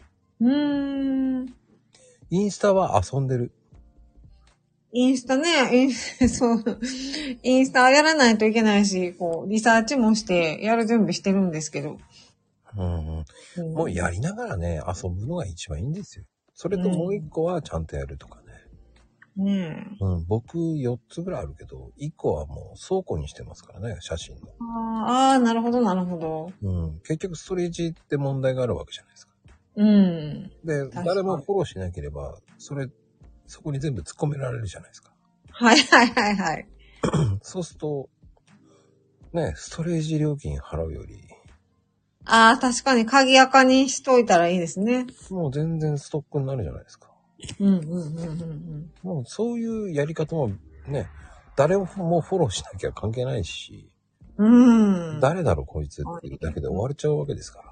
インスタは遊んでる。 インスタね、そう、インスタやらないといけないし、リサーチもしてやる準備してるんですけど。 もうやりながらね、遊ぶのが一番いいんですよ。それともう一個はちゃんとやるとかね。僕4つぐらいあるけど、1個はもう倉庫にしてますからね、写真の。 なるほど、なるほど。 結局ストレージって問題があるわけじゃないですか。で、誰もフォローしなければ、そこに全部突っ込められるじゃないですか。 はいはいはいはい。 そうすると、ね、ストレージ料金払うより。 確かに鍵垢にしといたらいいですね。 もう全然ストックになるじゃないですか。もうそういうやり方もね、 誰もフォローしなきゃ関係ないし、誰だろこいつっていうだけで終われちゃうわけですから。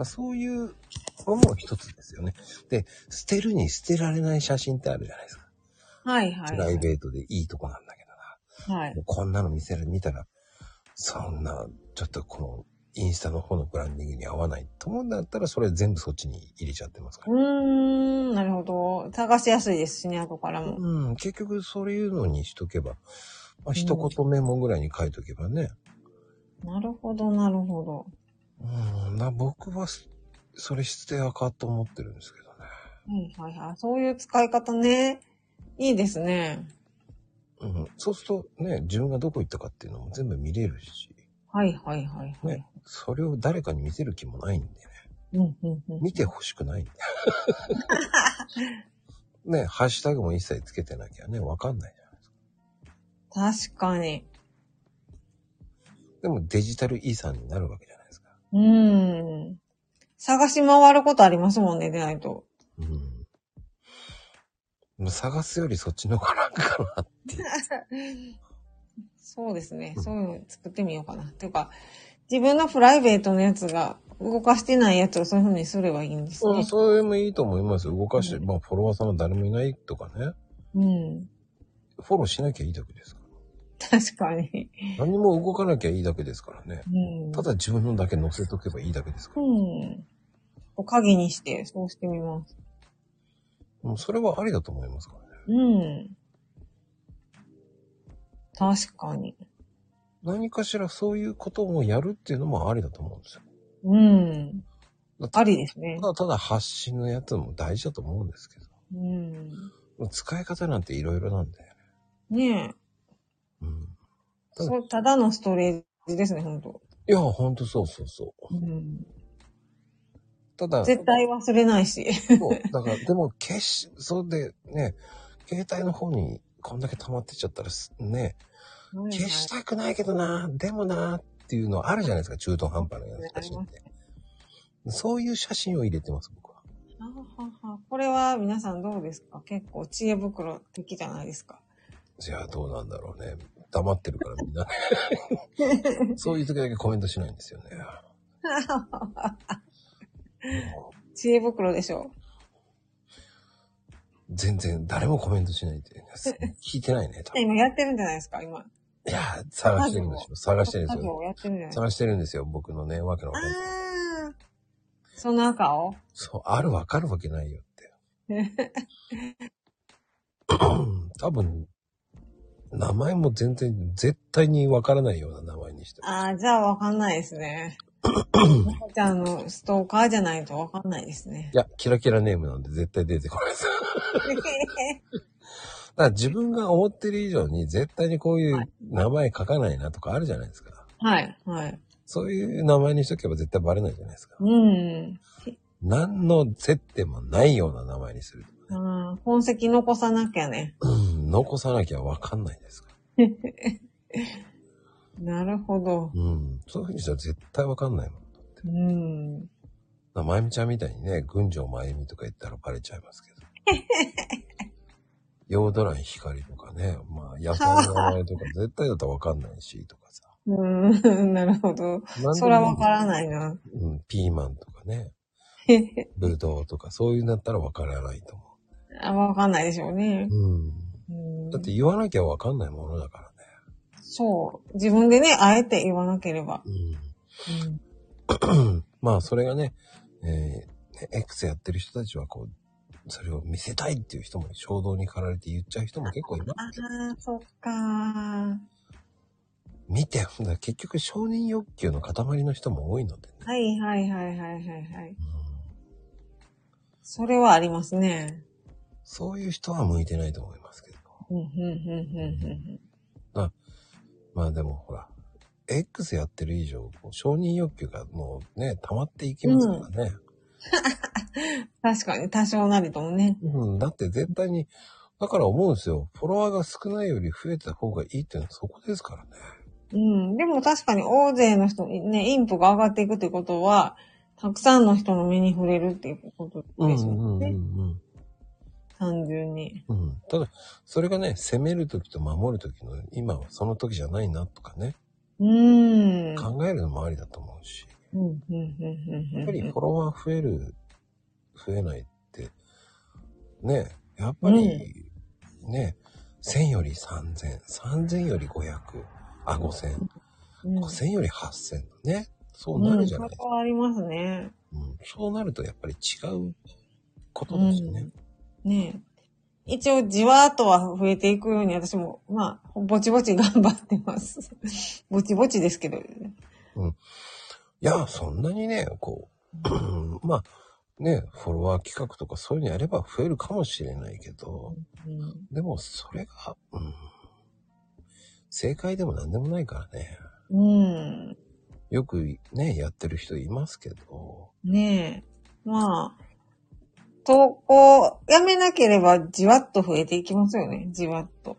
そういうのも一つですよね。で、捨てるに捨てられない写真ってあるじゃないですか。 はいはい。 プライベートでいいとこなんだけどな。 はい。 もうこんなの見たら、そんな、ちょっとこの、インスタの方のブランディングに合わないと思うんだったら、それ全部そっちに入れちゃってますから。 なるほど。探しやすいですしね、後からも。 結局そういうのにしとけば、まあ、一言メモぐらいに書いとけばね。 なるほど、なるほど。 僕は、それ必要かと思ってるんですけどね。 はいはいはい。そういう使い方ね。いいですね。 そうするとね、自分がどこ行ったかっていうのも全部見れるし。 はいはいはい、はい。 ね、それを誰かに見せる気もないんでね。見てほしくないんで。ね、ハッシュタグも一切つけてなきゃね、わかんないじゃないですか。 確かに。 でもデジタルイーサーになるわけじゃないですか。 探し回ることありますもんね、でないと。 探すよりそっちの方が楽かなっていう。 そうですね。そういうの作ってみようかな。っていうか、自分のプライベートのやつが動かしてないやつをそういう風にすればいいんですね。 それもいいと思いますよ。動かして、まあフォロワーさんが誰もいないとかね。フォローしなきゃいいだけですから。 確かに。 何も動かなきゃいいだけですからね。ただ自分のだけ載せとけばいいだけですから。 お鍵にして、そうしてみます。 それはありだと思いますからね。 確かに。 何かしらそういうことをやるっていうのもありだと思うんですよ。 ありですね。 ただ発信のやつも大事だと思うんですけど。使い方なんていろいろなんだよね。ねえ。ただのストレージですね、ほんと。 いや、ほんとそう。ただ。 絶対忘れないし。 そう。だから、でもそうでね、携帯の方にこんだけ溜まってっちゃったらね、消したくないけどな、でもなっていうのあるじゃないですか、中途半端な写真って。そういう写真を入れてます、僕は。 これは皆さんどうですか？結構知恵袋的じゃないですか。 じゃあどうなんだろうね。黙ってるからみんな。そういう時だけコメントしないんですよね。 知恵袋でしょ。 全然誰もコメントしないって聞いてないね。 今やってるんじゃないですか、今。 いや、探してるんですよ。探してるんですよ。 やってるんじゃない探してるんですよ、僕のね、わけのわかんない。 その赤をそう、わかるわけないよって。多分、名前も全然、絶対にわからないような名前にしてる。じゃあわかんないですね。ちゃんのストーカーじゃないとわかんないですね。 いや、キラキラネームなんで絶対出てこないです。だから自分が思ってる以上に絶対にこういう名前書かないなとかあるじゃないですか。 はい。 そういう名前にしとけば絶対バレないじゃないですか。何の接点もないような名前にするとかね。 痕跡残さなきゃね。 残さなきゃわかんないですから。 なるほど。 そういうふうにしたら絶対わかんないもん。まゆみちゃんみたいにね、群青まゆみとか言ったらバレちゃいますけど。ヨードラン光とかね、まあ、野菜の名前とか絶対だったらわかんないし、とかさ。 なるほど。それはわからないな。 ピーマンとかね。ブドウとか、そういうんだったらわからないと思う。わかんないでしょうね。 だって言わなきゃわかんないものだからね。 そう。自分でね、あえて言わなければ。 まあ、それがね、X やってる人たちはこう、それを見せたいっていう人も衝動に駆られて言っちゃう人も結構いますよ。 そっか。 見て、結局承認欲求の塊の人も多いのでね。 はい。それはありますね。 そういう人は向いてないと思いますけど。まあでもほら、X やってる以上、承認欲求がもうね、溜まっていきますからね。 確かに、多少なりともね。 だって絶対に、だから思うんですよ。フォロワーが少ないより増えた方がいいっていうのはそこですからね。 でも確かに大勢の人にね、インプが上がっていくってことは、たくさんの人の目に触れるっていうことですよね。 単純に。 うん。ただ、それがね、攻めるときと守るときの、今はその時じゃないなとかね。考えるのもありだと思うし。やっぱりフォロワー増える、増えないって、ね、やっぱり、ね、1000より3000、3000より500、5000、5000より8000ね。そうなるじゃないですか。 変わりますね。 そうなるとやっぱり違うことですよね。 ねえ。一応じわーっとは増えていくように私も、まあ、ぼちぼち頑張ってます。ぼちぼちですけど。 いや、そんなにね、まあ、ね、フォロワー企画とかそういうのやれば増えるかもしれないけど、でもそれが、正解でも何でもないからね。よくね、やってる人いますけど。 ねえ。まあ、投稿やめなければじわっと増えていきますよね。じわっと。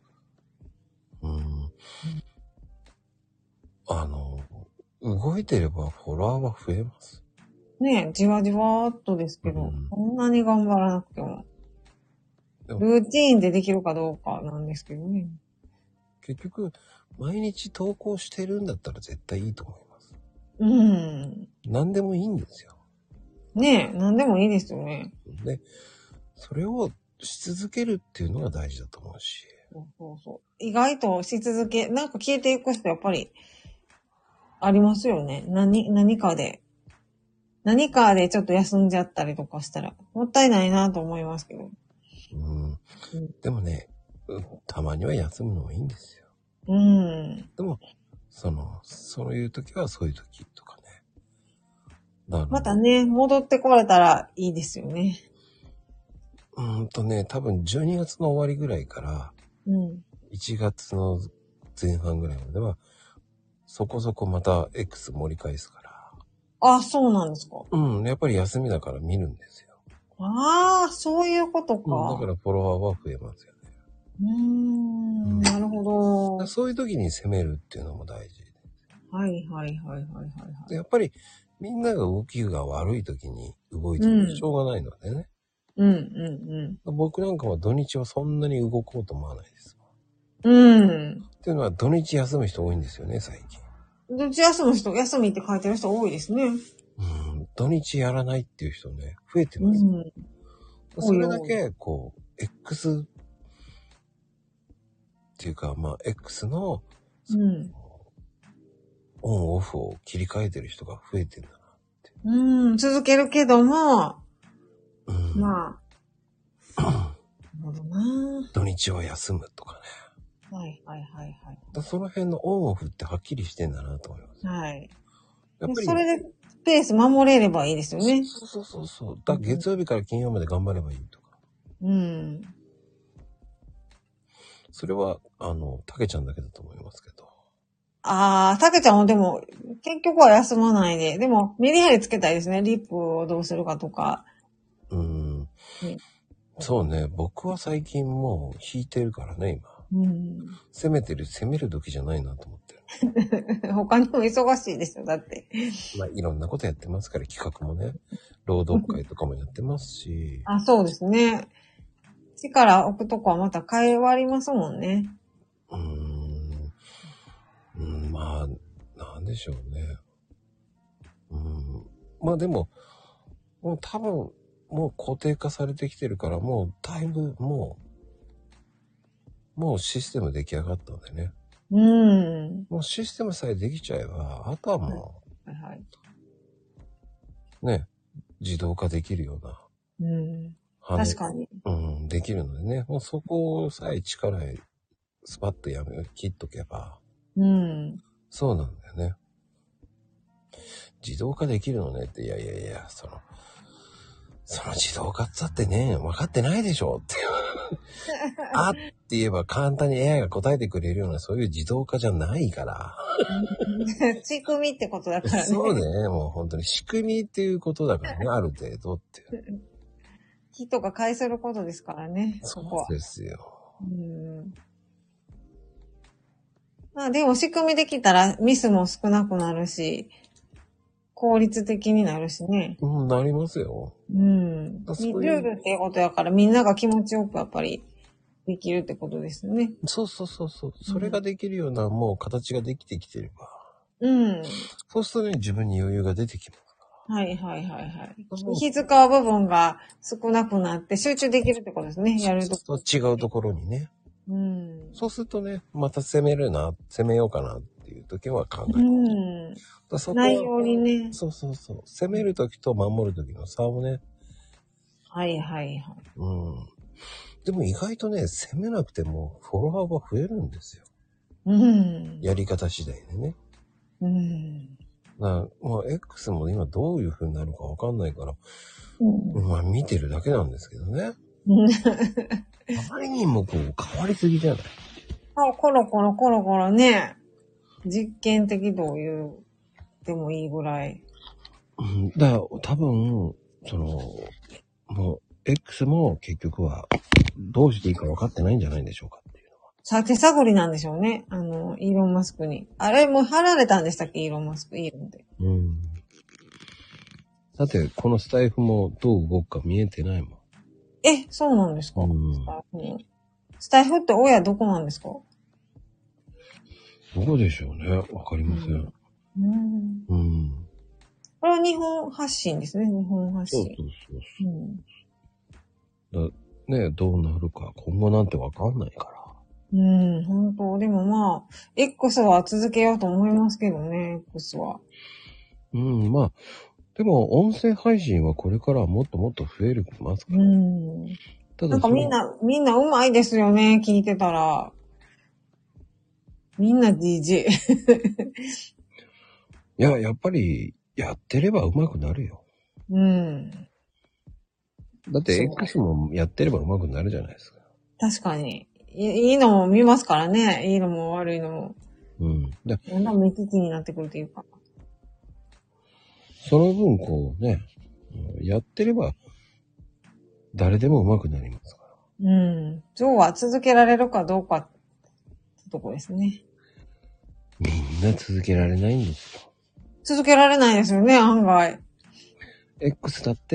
動いてればフォロワーは増えます。 ねえ、じわじわっとですけど、そんなに頑張らなくても。ルーティーンでできるかどうかなんですけどね。 結局、毎日投稿してるんだったら絶対いいと思います。何でもいいんですよ。 ねえ、何でもいいですよね。 で、それをし続けるっていうのが大事だと思うし。 そう。意外とし続け、なんか消えていく人やっぱりありますよね。何かでちょっと休んじゃったりとかしたら、もったいないなと思いますけど。 でもね、たまには休むのもいいんですよ。でも、そういう時はそういう時とかね。 またね、戻ってこれたらいいですよね。 多分12月の終わりぐらいから、1月の前半ぐらいまでは、そこそこまた X 盛り返すから。 あ、そうなんですか。 やっぱり休みだから見るんですよ。 ああ、そういうことか。 だからフォロワーは増えますよね。 なるほど。 そういう時に攻めるっていうのも大事。 はい。 やっぱりみんなが動きが悪い時に動いてもしょうがないのでね。僕なんかは土日はそんなに動こうと思わないです。っていうのは土日休む人多いんですよね、最近。 土日休む人、休みって書いてる人多いですね。 土日やらないっていう人ね、増えてます。それだけ、X っていうか、X の、オンオフを切り替えてる人が増えてるんだなって。 続けるけども、まあ。なるほどな。 土日は休むとかね。 はい。 その辺のオンオフってはっきりしてんだなと思います。 はい。 やっぱりそれでペース守れればいいですよね。 そう。だから月曜日から金曜まで頑張ればいいとか。それは、たけちゃんだけだと思いますけど。 たけちゃんもでも、結局は休まないで。でも、メリハリつけたいですね。リップをどうするかとか。 そうね。僕は最近もう引いてるからね、今。攻める時じゃないなと思ってる。他にも忙しいですよ、だって。 いろんなことやってますから、企画もね。朗読会とかもやってますし。 そうですね。力置くとこはまた変わりますもんね。 なんでしょうね。でも、もう多分、もう固定化されてきてるから、もうだいぶ、もうシステム出来上がったんでね。もうシステムさえできちゃえば、あとはもう、ね、自動化できるような。 確かに。 できるのでね、もうそこさえ力スパッと切っとけば。そうなんだよね。自動化できるのねって、いや、その自動化ってね、分かってないでしょって。あって言えば簡単に AI が答えてくれるようなそういう自動化じゃないから。 仕組みってことだからね。 そうね、もう本当に仕組みっていうことだからね、ある程度って。 人が介することですからね、そこは。 そうですよ。 でも仕組みできたらミスも少なくなるし、効率的になるしね。 なりますよ。 ルールっていうことやからみんなが気持ちよくやっぱりできるってことですよね。 そう。それができるようなもう形ができてきてれば。そうするとね、自分に余裕が出てきます。 はい。気遣う部分が少なくなって集中できるってことですね。やると。 違うところにね。そうするとね、また攻めようかなっていう時は考える。 内容にね。 そう。攻める時と守る時の差をね。 はい。 でも意外とね、攻めなくてもフォロワーは増えるんですよ。やり方次第でね。まあ、X も今どういう風になるかわかんないから、まあ見てるだけなんですけどね。あまりにもこう変わりすぎじゃない？ コロコロね、実験的どういうでもいいぐらい。 だから多分、もう X も結局はどうしていいか分かってないんじゃないんでしょうかっていうのは。 手探りなんでしょうね。イーロンマスクに。あれもう貼られたんでしたっけ、イーロンマスク、イーロンで。 だってこのスタイフもどう動くか見えてないもん。 そうなんですか、スタイフって親どこなんですか？ どこでしょうね。わかりません。 これは日本発信ですね。日本発信。 そう。ね、どうなるか今後なんてわかんないから。 本当。でもまあ、X は続けようと思いますけどね、X は。 まあ、でも音声配信はこれからはもっともっと増えるますから。 ただなんかみんな上手いですよね、聞いてたら。みんな DJ。 いや、やっぱりやってれば上手くなるよ。だって X もやってれば上手くなるじゃないですか。 確かに。いいのも見ますからね。いいのも悪いのも。だんだん目利きになってくるというか。 その分こうね、やってれば誰でも上手くなりますから。 ジョーは続けられるかどうかってとこですね。 みんな続けられないんですよ。 続けられないですよね、案外。 X だって、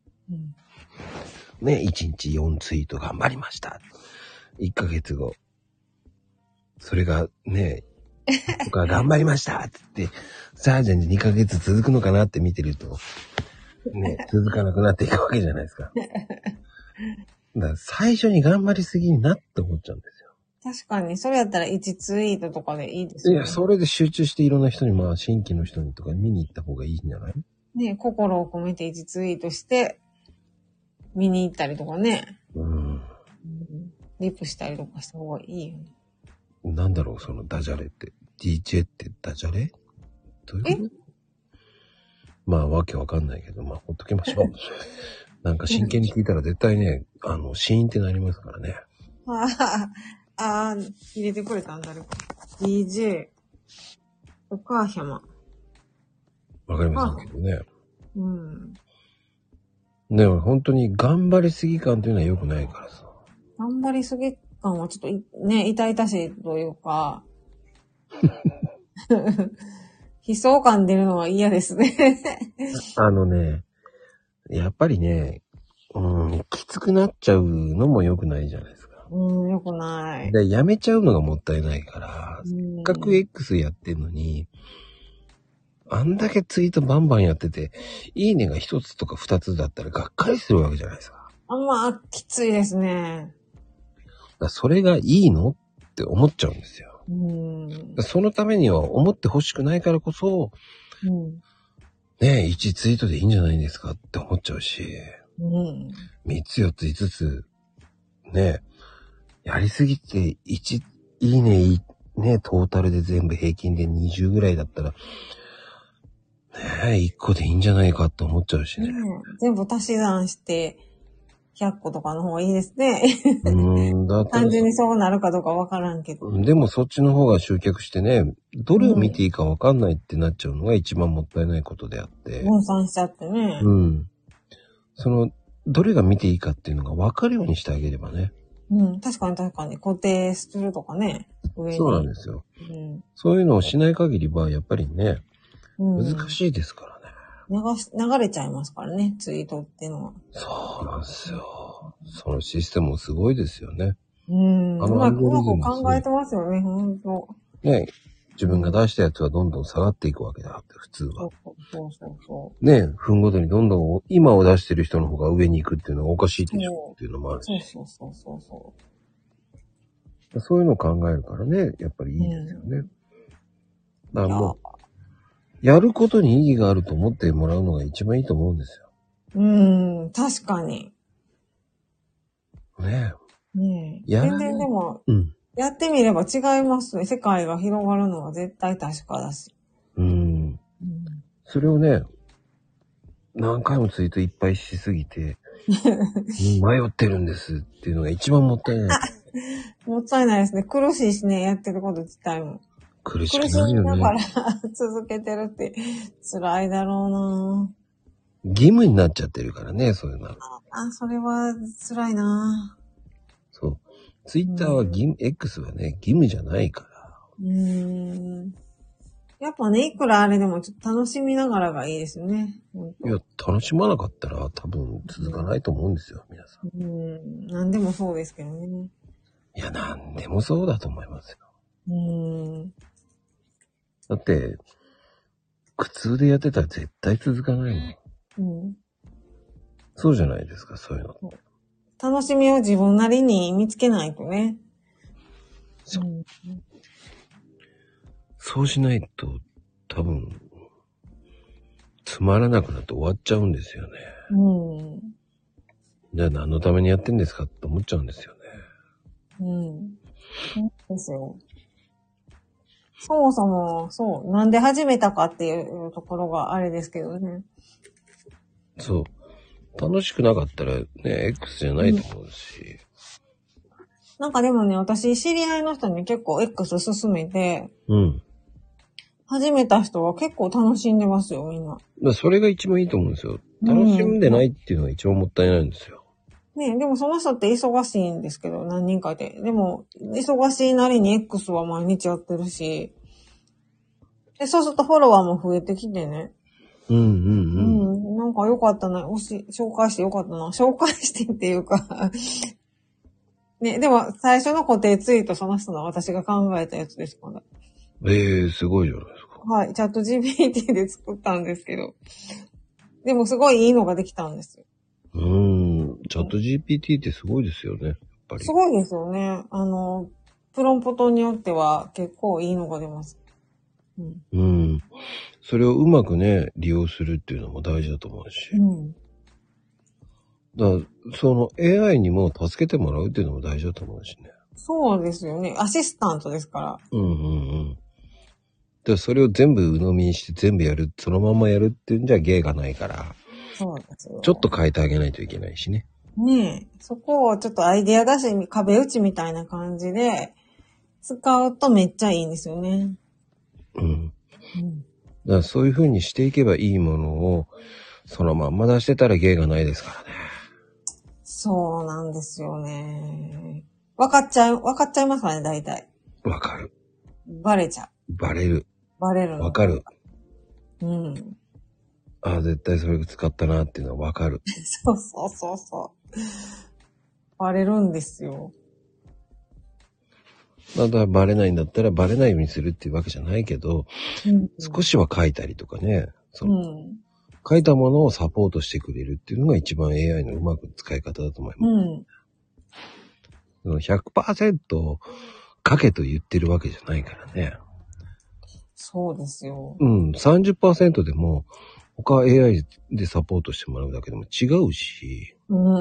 ね、1日4ツイート頑張りました。1ヶ月後。それがね、とか頑張りましたって言って、さあじゃあ2ヶ月続くのかなって見てると、ね、続かなくなっていくわけじゃないですか。だから最初に頑張りすぎになって思っちゃうんですよ。 確かに、それやったら1ツイートとかでいいですよね。 いや、それで集中していろんな人に、まあ、新規の人にとか見に行った方がいいんじゃない？ ね、心を込めて1ツイートして、見に行ったりとかね。リプしたりとかした方がいいよね。 なんだろう、そのダジャレって。DJ ってダジャレ？どういうこと？まあ、わけわかんないけど、まあ、ほっときましょう。なんか真剣に聞いたら絶対ね、シーンってなりますからね。 入れてくれたんだろう。DJ、お母様。 わかりませんけどね。でも本当に頑張りすぎ感というのは良くないからさ。 頑張りすぎ感はちょっとね、痛々しいというか、悲壮感出るのは嫌ですね。 やっぱりね、きつくなっちゃうのも良くないじゃないですか。 良くない。 で、やめちゃうのがもったいないから、せっかく X やってんのに、あんだけツイートバンバンやってて、いいねが1つとか2つだったらがっかりするわけじゃないですか。 まあ、きついですね。 それがいいのって思っちゃうんですよ。そのためには思ってほしくないからこそ、ねえ、1ツイートでいいんじゃないですかって思っちゃうし、3つ4つ5つ、ねえ、やりすぎて1いいね、ね、トータルで全部平均で20ぐらいだったら、ねえ、1個でいいんじゃないかって思っちゃうしね。 全部足し算して100個とかの方がいいですね。 だって単純にそうなるかどうかわからんけど。 でもそっちの方が集客してね、どれを見ていいかわかんないってなっちゃうのが一番もったいないことであって。 分散しちゃってね。 どれが見ていいかっていうのが分かるようにしてあげればね。 確かに固定するとかね。 上に。そうなんですよ。そういうのをしない限りはやっぱりね、難しいですからね。 流れちゃいますからね、ツイートっていうのは。 そうなんですよ。そのシステムもすごいですよね。 うまく考えてますよね、ほんと。 ね、自分が出したやつはどんどん下がっていくわけだって、普通は。 そう。 ね、分ごとにどんどん今を出してる人の方が上に行くっていうのはおかしいでしょっていうのもあるし。 そう。 そういうのを考えるからね、やっぱりいいですよね。だからもう、やることに意義があると思ってもらうのが一番いいと思うんですよ。 確かに。 ねえ。全然でも、やってみれば違いますね。世界が広がるのは絶対確かだし。 それをね、何回もツイートいっぱいしすぎて、迷ってるんですっていうのが一番もったいない。 もったいないですね。苦しいしね、やってること自体も。 苦しくないよね。 苦しみながら続けてるって辛いだろうな。 義務になっちゃってるからね、そういうの。 それは辛いな。 そう。ツイッターはX はね、義務じゃないから。 やっぱね、いくらあれでもちょっと楽しみながらがいいですよね。 いや、楽しまなかったら多分続かないと思うんですよ、皆さん。 何でもそうですけどね。 いや、何でもそうだと思いますよ。だって、苦痛でやってたら絶対続かないもん。そうじゃないですか、そういうの。 楽しみを自分なりに見つけないとね。 そうしないと、多分、つまらなくなって終わっちゃうんですよね。じゃあ何のためにやってんですかって思っちゃうんですよね。 そうですよ。そもそも、そう、なんで始めたかっていうところがあれですけどね。 そう。楽しくなかったらね、X じゃないと思うし。 なんかでもね、私、知り合いの人に結構 X 勧めて、始めた人は結構楽しんでますよ、みんな。 それが一番いいと思うんですよ。楽しんでないっていうのが一番もったいないんですよ。 ね、でもその人って忙しいんですけど、何人かで。でも、忙しいなりに X は毎日やってるし、で、そうするとフォロワーも増えてきてね。なんか良かったな。紹介して良かったな。紹介してっていうかね、でも最初の固定ツイートその人の私が考えたやつですから。 すごいじゃないですか。 はい、チャット GPT で作ったんですけど。でもすごいいいのができたんですよ。 チャット GPT ってすごいですよね。やっぱり。 すごいですよね。プロンプトによっては結構いいのが出ます。 それをうまくね、利用するっていうのも大事だと思うし。だからその AI にも助けてもらうっていうのも大事だと思うしね。 そうですよね。アシスタントですから。 で、それを全部鵜呑みにして全部やる、そのままやるっていうんじゃ芸がないから。 そうですよ。 ちょっと変えてあげないといけないしね。 ねえ。そこをちょっとアイデア出しに壁打ちみたいな感じで使うとめっちゃいいんですよね。 だからそういう風にしていけばいいものをそのまんま出してたら芸がないですからね。 そうなんですよね。分かっちゃいますかね、大体。 わかる。 バレちゃう。 バレる。 バレるの。 わかる。 ああ、絶対それ使ったなっていうのはわかる。 そう。バレるんですよ。 だからバレないんだったらバレないようにするっていうわけじゃないけど、少しは書いたりとかね、書いたものをサポートしてくれるっていうのが一番 AI のうまく使い方だと思います。100% 書けと言ってるわけじゃないからね。 そうですよ。 30% でも他 AI でサポートしてもらうだけでも違うし、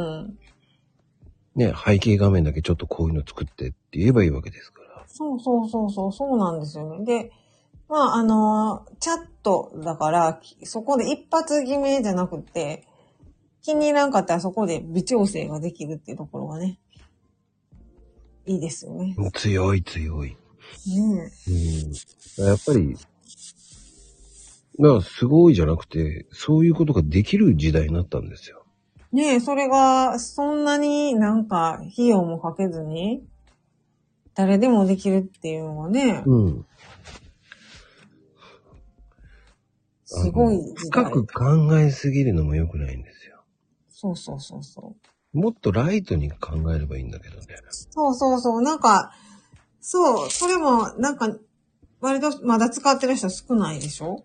ね、背景画面だけちょっとこういうの作ってって言えばいいわけですから。 そうなんですよね。で、チャットだから、そこで一発決めじゃなくて、気に入らんかったらそこで微調整ができるっていうところがね、いいですよね。 強い。やっぱり、すごいじゃなくて、そういうことができる時代になったんですよ。 ねえ、それが、そんなになんか費用もかけずに、誰でもできるっていうのがね。 すごい時代。 深く考えすぎるのも良くないんですよ。 そうそうそうそう。 もっとライトに考えればいいんだけどね。 そうそうそう。なんか、そう、それも、なんか、割とまだ使ってる人少ないでしょ？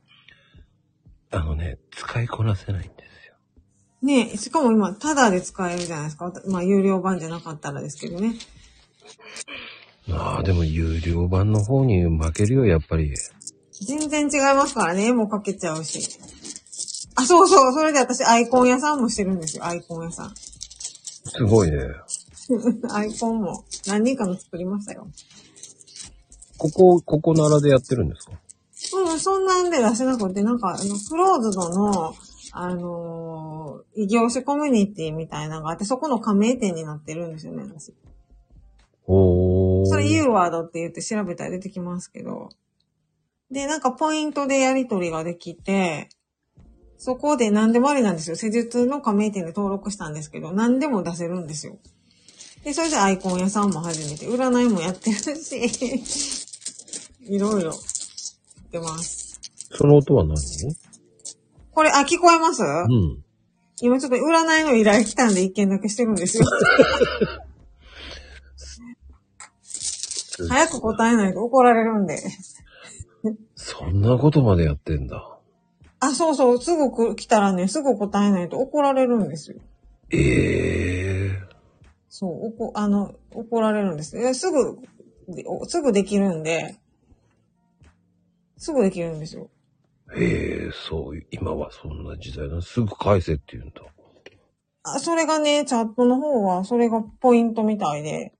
使いこなせないんですよ。 ねえ、しかも今、タダで使えるじゃないですか。まあ、有料版じゃなかったらですけどね。 ああ、でも有料版の方に負けるよ、やっぱり。 全然違いますからね。もうかけちゃうし。あ、そうそう。それで私、アイコン屋さんもしてるんですよ。アイコン屋さん。 すごいね。 アイコンも何人かの作りましたよ。 ここならでやってるんですか？ うん、そんなんで出せなくて、なんか、クローズドの、異業種コミュニティみたいなのがあって、そこの加盟店になってるんですよね、私。それ U ワードって言って調べたら出てきますけど。で、なんかポイントでやり取りができて、そこで何でもありなんですよ。施術の加盟店で登録したんですけど、何でも出せるんですよ。で、それでアイコン屋さんも始めて、占いもやってるし、いろいろやってます。 その音は何？ これ、聞こえます？ うん。 今ちょっと占いの依頼来たんで一件だけしてるんですよ。早く答えないと怒られるんで。 そんなことまでやってんだ。 あ、そうそう、すぐ来たらね、すぐ答えないと怒られるんですよ。そう、怒られるんです。すぐできるんで、すぐできるんですよ。 そう、今はそんな時代だ。すぐ返せって言うんだ。 それがね、チャットの方は、それがポイントみたいで。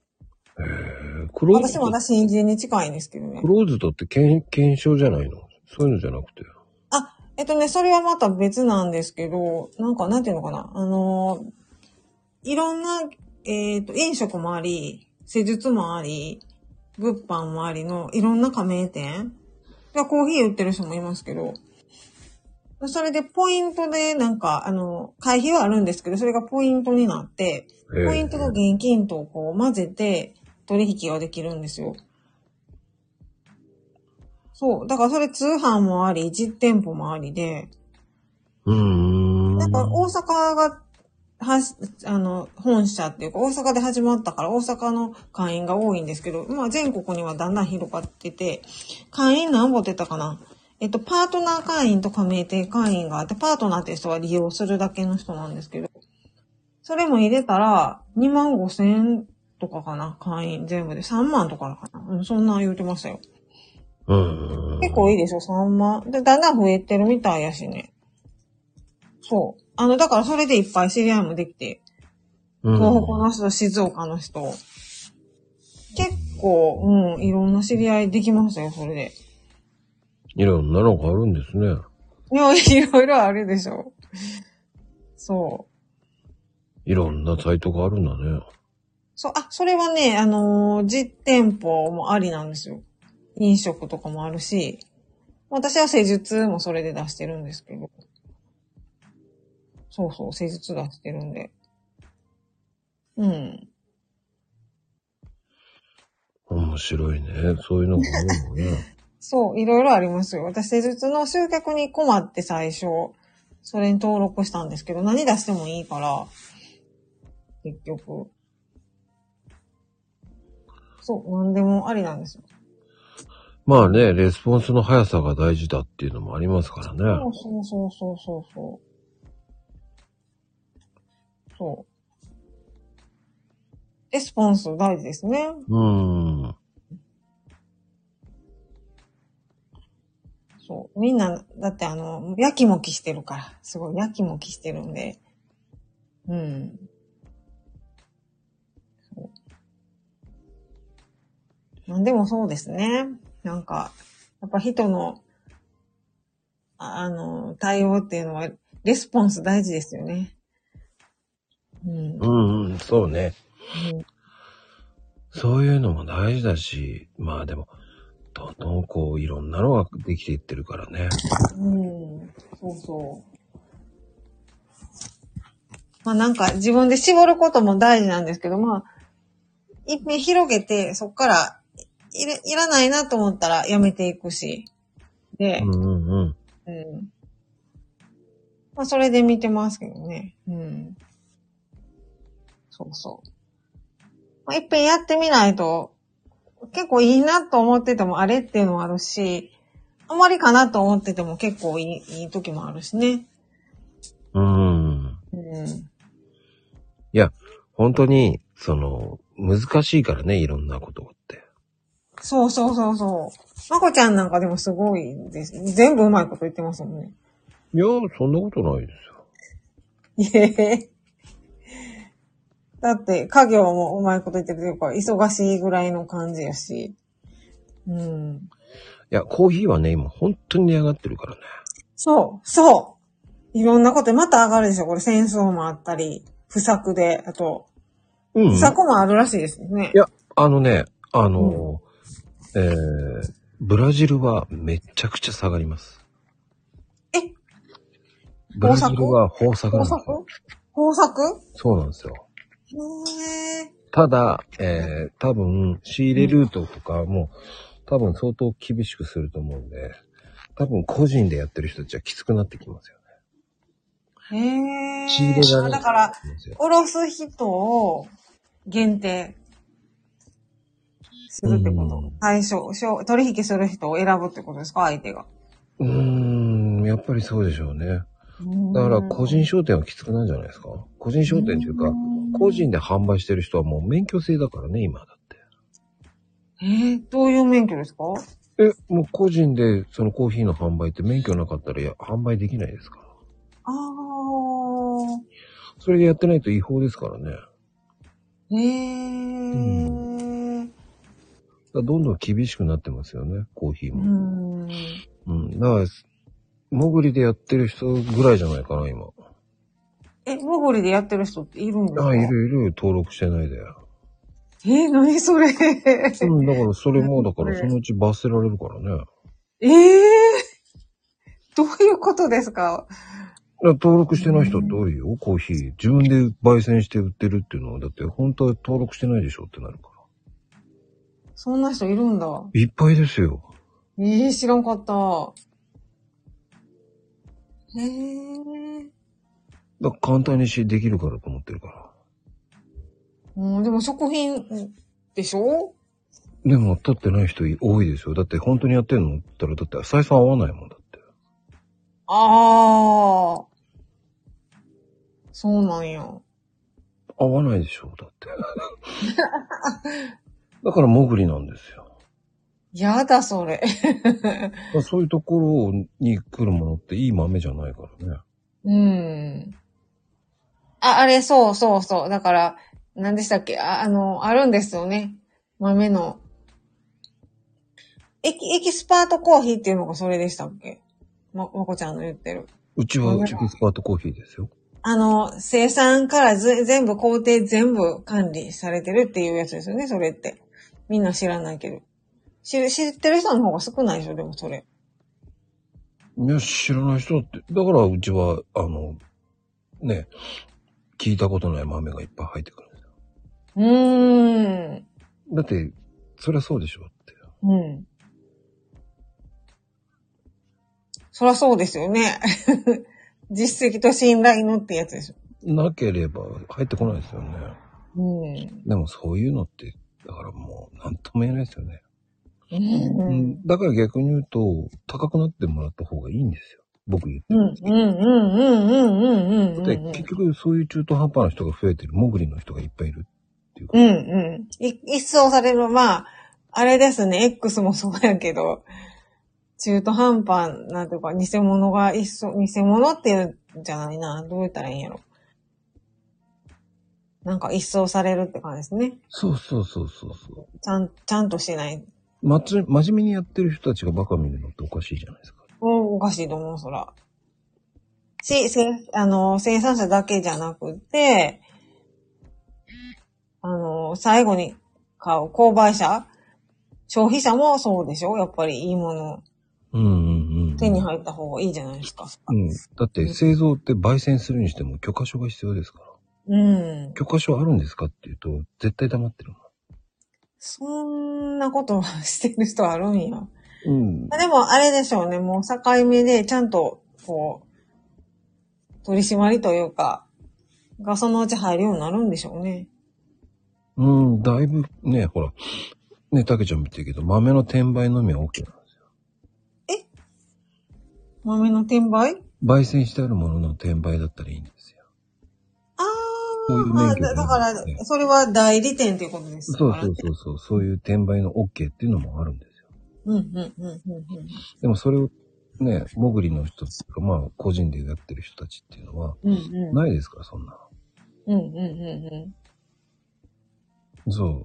私まだ新人に近いんですけどね。 クローズドって検証じゃないの？そういうのじゃなくて。 それはまた別なんですけど、なんていうのかな。いろんな、飲食もあり、施術もあり、物販もありのいろんな加盟店がコーヒー売ってる人もいますけど、それでポイントで会費はあるんですけど、それがポイントになって、ポイントと現金とこう混ぜて取引ができるんですよ。そう。だからそれ通販もあり、実店舗もありで。なんか大阪が、本社っていうか大阪で始まったから大阪の会員が多いんですけど、まあ全国にはだんだん広がってて、会員何ぼって言ったかな。パートナー会員と加盟店会員があって、パートナーっていう人は利用するだけの人なんですけど、それも入れたら25,000とかかな、会員全部で3万とかかな。そんな言うてましたよ。結構いいでしょ、3万。で、だんだん増えてるみたいやしね。そう。だからそれでいっぱい知り合いもできて、東北の人、静岡の人。結構、いろんな知り合いできましたよ、それで。 いろんなのがあるんですね。 いや、いろいろあるでしょ。そう。 いろんなサイトがあるんだね。 そう、それはね、実店舗もありなんですよ。飲食とかもあるし、私は施術もそれで出してるんですけど。そうそう、施術出してるんで。 面白いね。そういうのがあるのね。 そう、いろいろありますよ。私、施術の集客に困って最初、それに登録したんですけど、何出してもいいから、結局。そう、何でもありなんですよ。 まあね、レスポンスの速さが大事だっていうのもありますからね。 そう。そう。レスポンス大事ですね。そう。みんな、だってやきもきしてるから。すごいやきもきしてるんで。そう。なんでもそうですね。なんか、やっぱ人の、対応っていうのは、レスポンス大事ですよね。 そうね。そういうのも大事だし、まあでも、どんどんこういろんなのができていってるからね。 そう。まあなんか自分で絞ることも大事なんですけど、まあ、一遍広げて、そっからいらないなと思ったらやめていくし。で、 まあ、それで見てますけどね。うん。そうそう。まあ、いっぺんやってみないと、結構いいなと思っててもあれっていうのもあるし、あまりかなと思ってても結構いい時もあるしね。 うん。いや、本当に、難しいからね、いろんなことって。 そうそうそうそう。まこちゃんなんかでもすごいです。全部うまいこと言ってますもんね。 いや、そんなことないですいえ。だって、家業もうまいこと言ってるというか、忙しいぐらいの感じやし。うん。 いや、コーヒーはね、今本当に値上がってるからね。 そう、そう。いろんなことでまた上がるでしょ。これ戦争もあったり、不作で、あと、不作もあるらしいですね。 いや、ブラジルはめちゃくちゃ下がります。 え？ ブラジルは豊作なんですよ。 豊作？ そうなんですよ。 へー。 ただ、多分、仕入れルートとかも、多分相当厳しくすると思うんで、多分個人でやってる人たちはきつくなってきますよね。 へー。 仕入れられない。 だから、おろす人を限定するってこと。対象、取引する人を選ぶってことですか、相手が。 やっぱりそうでしょうね。だから個人商店はきつくないんじゃないですか。個人商店というか、個人で販売してる人はもう免許制だからね、今だって。 どういう免許ですか？ もう個人でそのコーヒーの販売って免許なかったら販売できないですから。 あー。 それでやってないと違法ですからね。だどんどん厳しくなってますよね、コーヒーも。だから、もぐりでやってる人ぐらいじゃないかな、今。 もぐりでやってる人っているんですか？ いる、登録してないで。 何それ。 だからそれも、そのうち罰せられるからね。 どういうことですか？ 登録してない人はどういうよ、コーヒー。自分で焙煎して売ってるっていうのは、だって本当は登録してないでしょってなるから。 そんな人いるんだ。 いっぱいですよ。 知らんかった。 だから簡単にできるからと思ってるから。 でも食品でしょ？ でも取ってない人多いですよ。だって本当にやってんのって言ったら、だって採算合わないもんだって。 ああ。そうなんや。 合わないでしょ、だって。だからもぐりなんですよ。 やだ、それ。 そういうところに来るものっていい豆じゃないからね。 あれ、そうそうそう。だから、何でしたっけ？あるんですよね。豆の。エキスパートコーヒーっていうのがそれでしたっけ？まこちゃんの言ってる。 うちはエキスパートコーヒーですよ。 生産から全部工程全部管理されてるっていうやつですよね、それって。みんな知らないけど。知ってる人の方が少ないでしょ、でもそれ。 いや、知らない人って。だからうちは、ね、聞いたことない豆がいっぱい入ってくるんですよ。だって、そりゃそうでしょって。 そりゃそうですよね。実績と信頼のってやつでしょ。 なければ入ってこないですよね。でもそういうのって、だからもう、なんとも言えないですよね。だから逆に言うと、高くなってもらった方がいいんですよ。僕言ってるんですけど。で、結局そういう中途半端な人が増えてる、もぐりの人がいっぱいいるっていうか。 一掃される、まあ、あれですね、X もそうやけど、中途半端なというか、偽物っていうんじゃないな。どう言ったらいいんやろ。なんか一掃されるって感じですね。 そう。 ちゃんとしてない。 真面目にやってる人たちがバカ見るのっておかしいじゃないですか。 おかしいと思う、そら。生産者だけじゃなくて、最後に買う購買者、消費者もそうでしょ？やっぱりいいもの。手に入った方がいいじゃないですか。 だって製造って焙煎するにしても許可書が必要ですから。許可書あるんですかって言うと、絶対黙ってるもん。 そんなことしてる人あるんや。でもあれでしょうね、もう境目でちゃんと、こう、 取り締まりというか、がそのうち入るようになるんでしょうね。 だいぶね、ほら、ね、たけちゃんも言ってるけど、豆の転売のみは OK なんですよ。 豆の転売？ 焙煎してあるものの転売だったらいいんですよ。そういう免許があるんでだから、それは代理店っていうことですからね。 そういう転売の OK っていうのもあるんですよ。 でもそれをね、もぐりの人とか、まあ、個人でやってる人たちっていうのは、ないですから、そんな。そう。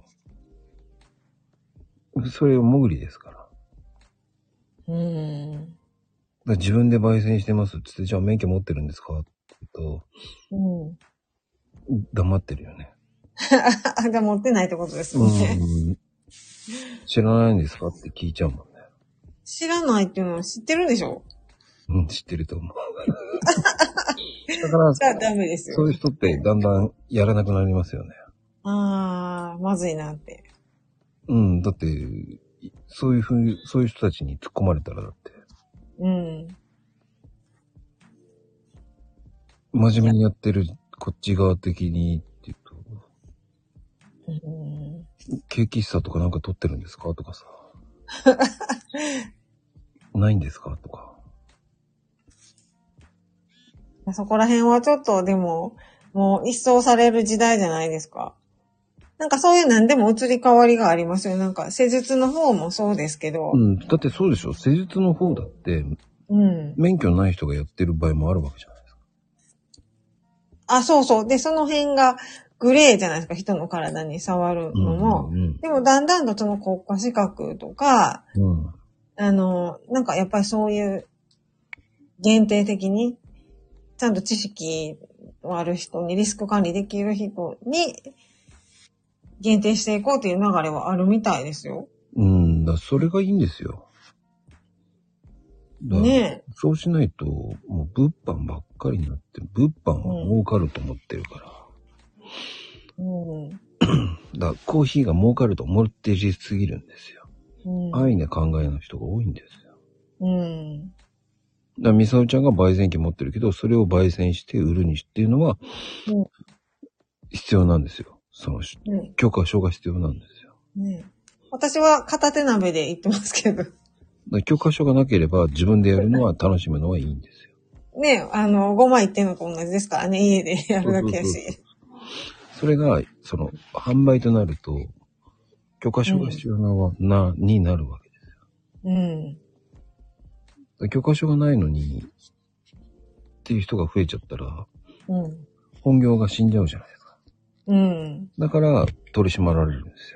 それをもぐりですから。だから自分で焙煎してますって言って、じゃあ免許持ってるんですかって言うと、黙ってるよね。 じゃあ持ってないってことですよね。 知らないんですかって聞いちゃうもんね。 知らないっていうのは知ってるでしょ？ 知ってると思う。だから、 じゃあダメですよ。 そういう人ってだんだんやらなくなりますよね。 まずいなって。 だって、そういう人たちに突っ込まれたらだって。真面目にやってるこっち側的にっていうと、ケーキ喫茶とかなんか撮ってるんですかとかさ。ないんですかとか。 そこら辺はちょっとでも、もう一掃される時代じゃないですか。なんかそういう何でも移り変わりがありますよ。なんか施術の方もそうですけど。 だってそうでしょ。施術の方だって、免許ない人がやってる場合もあるわけじゃないですか。 そうそう。で、その辺がグレーじゃないですか。人の体に触るのも。でもだんだんとその国家資格とか、なんかやっぱりそういう限定的に、ちゃんと知識のある人に、リスク管理できる人に限定していこうという流れはあるみたいですよ。 それがいいんですよ。 ねえ。 そうしないと、もう物販ばっかりになって、物販は儲かると思ってるから。だからコーヒーが儲かると思っていすぎるんですよ。安易な考えの人が多いんですよ。だからミサオちゃんが焙煎機持ってるけど、それを焙煎して売るにしていうのは、必要なんですよ。その、許可証が必要なんですよ。 私は片手鍋で言ってますけど。 許可証がなければ自分でやるのは楽しむのはいいんですよ。 ね、5枚っていうのと同じですからね、家でやるだけやし。 それが、その、販売となると、許可証が必要になるわけですよ。許可証がないのに、っていう人が増えちゃったら、本業が死んじゃうじゃないですか。だから、取り締まられるんですよ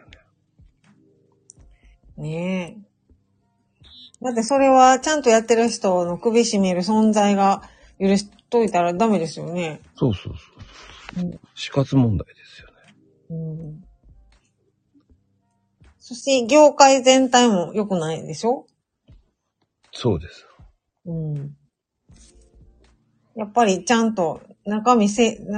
ね。 ねえ。だってそれはちゃんとやってる人の首絞める存在が許しといたらダメですよね。 そう。死活問題ですよね。 そして業界全体も良くないでしょ？ そうです。 やっぱりちゃんと中身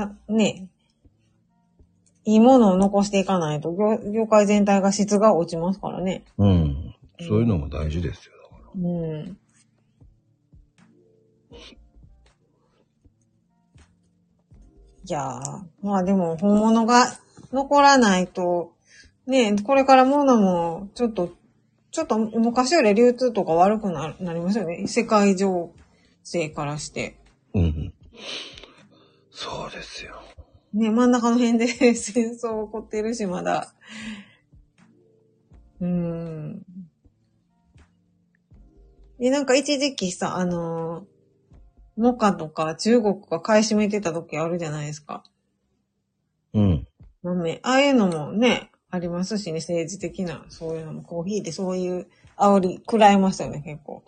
いいものを残していかないと業界全体が質が落ちますからね。 そういうのも大事ですよ。 いやー、まあでも本物が残らないと、ね、これから物もちょっと昔より流通とか悪くなりますよね。世界情勢からして。 そうですよ。 ね、真ん中の辺で戦争起こってるし、まだ。で、なんか一時期さ、モカとか中国が買い占めてた時あるじゃないですか。豆。ああいうのもね、ありますしね、政治的な、そういうのも、コーヒーでそういう煽り、食らいましたよね、結構。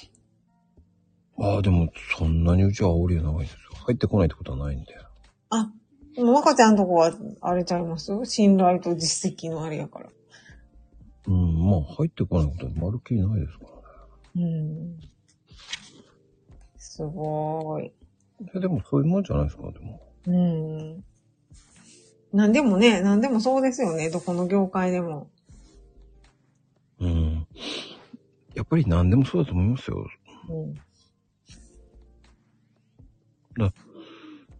でも、そんなにうちは煽りはないですよ。入ってこないってことはないんで。 でも、若ちゃんとこは、あれちゃいますよ。信頼と実績のあれやから。 まあ、入ってこないことはまるっきりないですからね。 すごーい。 でも、そういうもんじゃないですか、でも。 なんでもそうですよね。どこの業界でも。 やっぱり何でもそうだと思いますよ。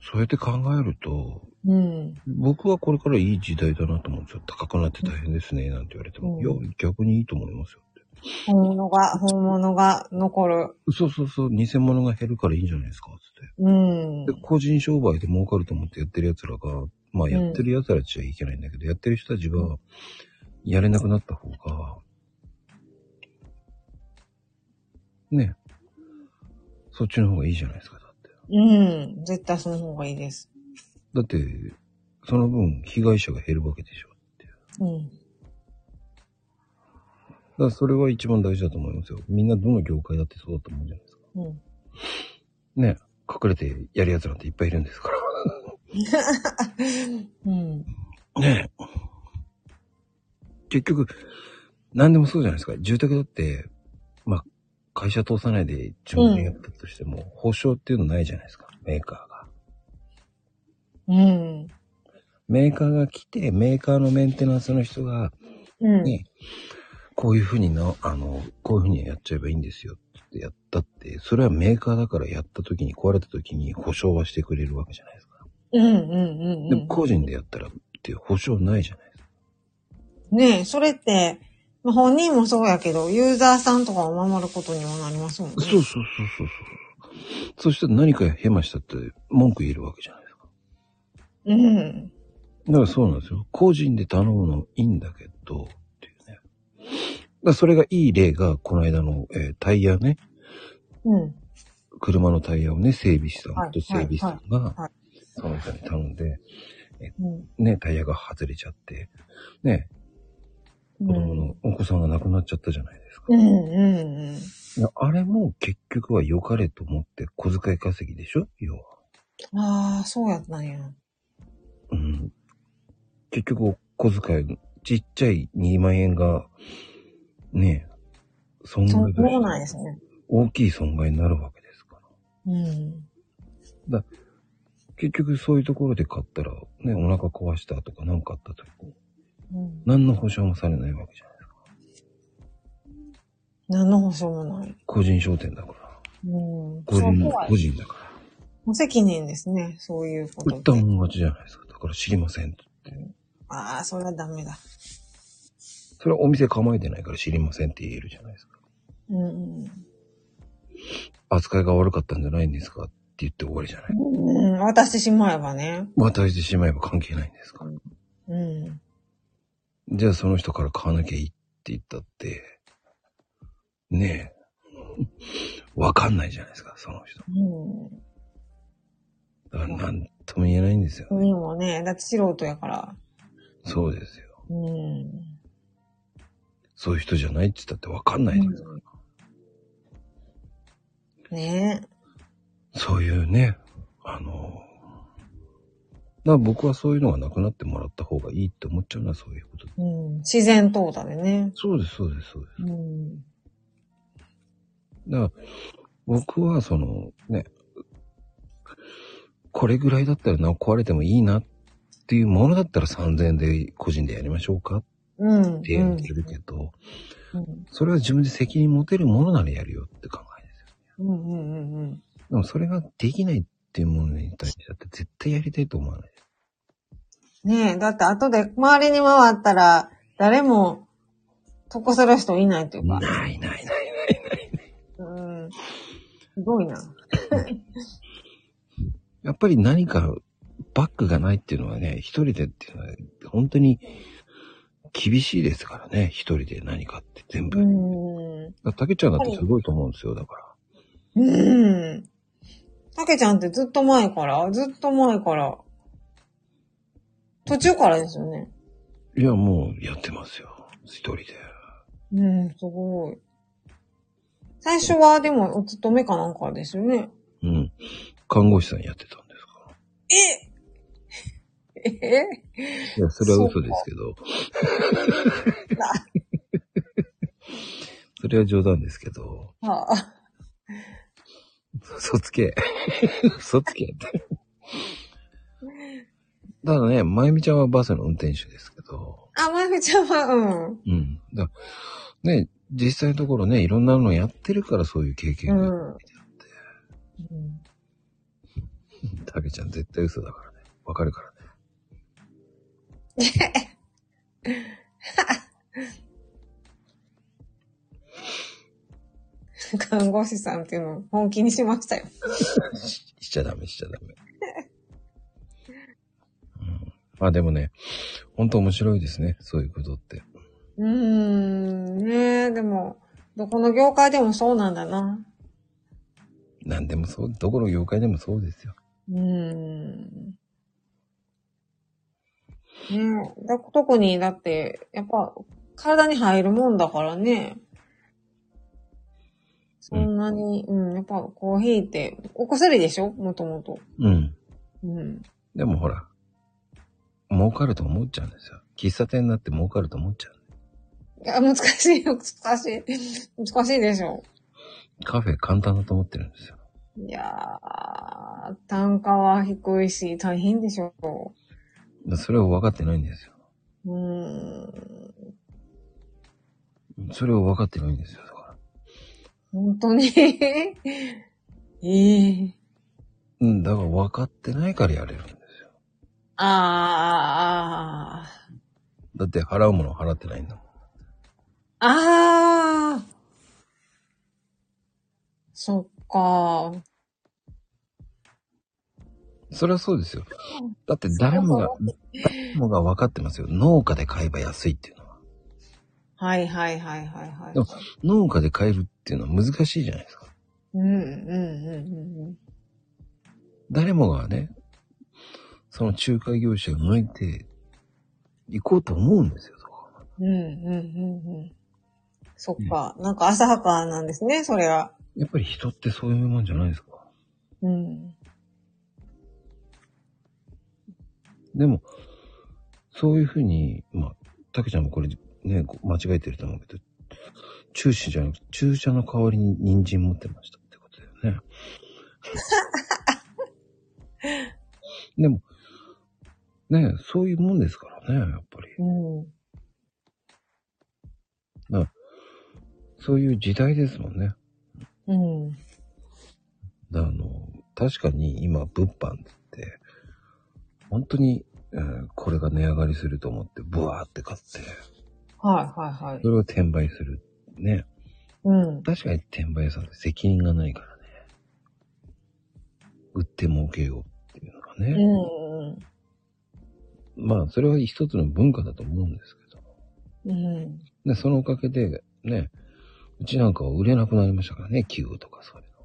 そうやって考えると、 うん。 僕はこれからいい時代だなと思うんですよ。高くなって大変ですね、なんて言われても。いや、逆にいいと思いますよって。 本物が残る。 そうそうそう、偽物が減るからいいんじゃないですか、つって。 うん。 で、個人商売で儲かると思ってやってる奴らが、まあやってる奴らっちゃいけないんだけど、やってる人たちがやれなくなった方が、ね、そっちの方がいいじゃないですか、だって。 うん。絶対その方がいいです。 だって、その分被害者が減るわけでしょっていう。 うん。 だからそれは一番大事だと思いますよ。みんなどの業界だってそうだと思うじゃないですか。 うん。 ね、隠れてやる奴なんていっぱいいるんですから。 うん。 ねえ。結局、何でもそうじゃないですか。住宅だって、まあ、会社通さないで自分でやったとしても、保証っていうのないじゃないですか。メーカーが。 うん。 メーカーが来て、メーカーのメンテナンスの人が、ね、こういうふうにこういうふうにやっちゃえばいいんですよってやったって、それはメーカーだからやった時に壊れた時に保証はしてくれるわけじゃないですか。でも個人でやったらっていう保証ないじゃないですか。 ねえ、それって、まあ、本人もそうやけど、ユーザーさんとかを守ることにもなりますもんね。 そう。そしたら何かヘマしたって文句言えるわけじゃないですか。 うん。 だからそうなんですよ。個人で頼むのいいんだけど、っていうね。だからそれがいい例が、この間の、タイヤね。 うん。 車のタイヤをね、整備士さんと整備士さんが、その人に頼んで、ね、タイヤが外れちゃって、ね、お子さんが亡くなっちゃったじゃないですか。いや、あれも結局は良かれと思って小遣い稼ぎでしょ、要は。 ああ、そうやったんや。 うん。結局お小遣い、ちっちゃい2万円が、ね、損害としてそうなんですね。 大きい損害になるわけですから。 うん。 だ結局そういうところで買ったら、ね、お腹壊したとか何かあった時に、何の保証もされないわけじゃないですか。 何の保証もない。 個人商店だから。個人だから。 無責任ですね、そういうこと売ったもん勝ちじゃないですか。だから知りませんって。 ああ、それはダメだ。 それはお店構えてないから知りませんって言えるじゃないですか。扱いが悪かったんじゃないんですかって言って終わりじゃない。 渡してしまえばね。 渡してしまえば関係ないんですか。じゃあその人から買わなきゃいいって言ったって、ねえ、わかんないじゃないですか、その人。だから何とも言えないんですよ、 ね。もね、だって素人やから。 そうですよ。そういう人じゃないって言ったってわかんないですから。 ねえ。 そういうね、だから僕はそういうのがなくなってもらった方がいいって思っちゃうのはそういうことで。 自然淘汰でね。 そうです。だから僕はね、これぐらいだったら壊れてもいいなっていうものだったら3000円で個人でやりましょうかって言ってるけど、それは自分で責任持てるものならやるよって考えですよね。でもそれができないっていうものに対してだって絶対やりたいと思わない。 ねえ、だって後で周りに回ったら誰も得する人いないというか。 ない。 すごいな。 やっぱり何かバックがないっていうのはね、一人でっていうのは本当に厳しいですからね、一人で何かって全部。たけちゃんだってすごいと思うんですよ、だから。 たけちゃんってずっと前から、途中からですよね。 いや、もうやってますよ、一人で。 すごい。最初はでもお勤めかなんかですよね。 看護師さんやってたんですか。いや、それは嘘ですけど。それは冗談ですけど。嘘つけ。嘘つけって。ただね、まゆみちゃんはバスの運転手ですけど。 まゆみちゃんは、 ね、実際のところね、いろんなのやってるからそういう経験があって。 たけちゃん絶対嘘だからね。わかるからね。 看護師さんっていうのを本気にしましたよ。 しちゃダメ。まあでもね、ほんと面白いですね。そういうことって。 ねえ、でも、どこの業界でもそうなんだな。 なんでもそう、どこの業界でもそうですよ。 ねえ、特にだって、やっぱ、体に入るもんだからね。そんなに、やっぱコーヒーって、お薬でしょもともと。 うん。でもほら、儲かると思っちゃうんですよ。喫茶店になって儲かると思っちゃう。 いや、難しいでしょ。 カフェ簡単だと思ってるんですよ。 いやー、単価は低いし、大変でしょ。 それを分かってないんですよ。それを分かってないんですよ。だから。 本当にええだから分かってないからやれるんですよ。 あだって払うもの払ってないんだもん。 そっか。 それはそうですよ。だって誰もが分かってますよ。農家で買えば安いっていうのは。 はい。 でも農家で買えるっていうのは難しいじゃないですか。誰もがね、その仲介業者を抜いて行こうと思うんですよ。 そっか。なんか浅はかなんですね、それは。 やっぱり人ってそういうもんじゃないですか。でも、そういうふうに、たけちゃんもこれね、間違えてると思うけど、注射じゃなくて、注射の代わりに人参持ってましたってことだよね。でも、ね、そういうもんですからね、やっぱり。だからそういう時代ですもんね。確かに今、物販って、本当に、これが値上がりすると思って、ブワーって買って、それを転売する。ね。確かに転売屋さんって責任がないからね。売って儲けようっていうのがね。それは一つの文化だと思うんですけど。で、そのおかげで、ね、うちなんかは売れなくなりましたからね、器具とかそういうの。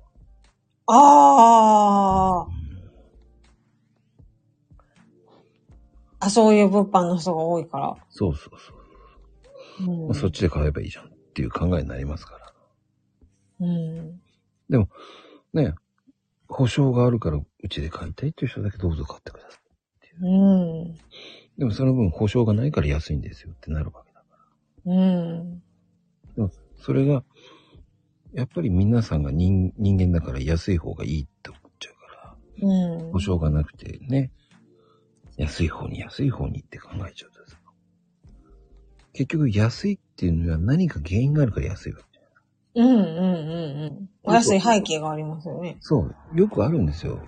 そういう物販の人が多いから。 そう。そっちで買えばいいじゃんっていう考えになりますから。でも、ね、保証があるからうちで買いたいっていう人だけどうぞ買ってくださいっていう。でもその分保証がないから安いんですよってなるわけだから。でもそれが、やっぱり皆さんが人間だから安い方がいいって思っちゃうから。保証がなくてね、安い方にって考えちゃうとさ。結局安いっていうのは何か原因があるから安いわけ。 安い背景がありますよね。 そう。よくあるんですよ。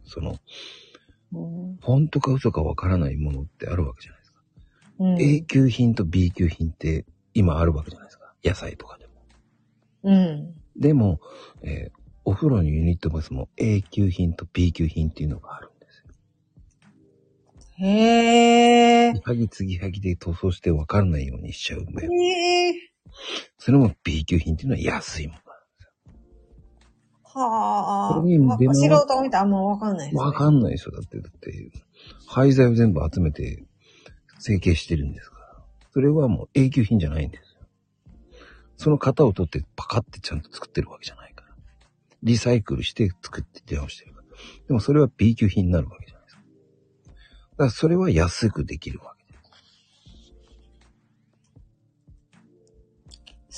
本当か嘘かわからないものってあるわけじゃないですか。A 級品と B 級品って今あるわけじゃないですか。野菜とかでも。でも、お風呂にユニットバスも A 級品と B 級品っていうのがあるんですよ。 へー。 継ぎはぎで塗装してわからないようにしちゃうんだよ。それも B 級品っていうのは安いものなんですよ。 はこれに素人が見たらあんまわかんないですね。 わかんないですよ。だって、廃材を全部集めて成形してるんですから。それはもう A 級品じゃないんですよ。その型を取ってパカってちゃんと作ってるわけじゃないから。リサイクルして作って出直してるから。でもそれは B 級品になるわけじゃないですか。だからそれは安くできるわけです。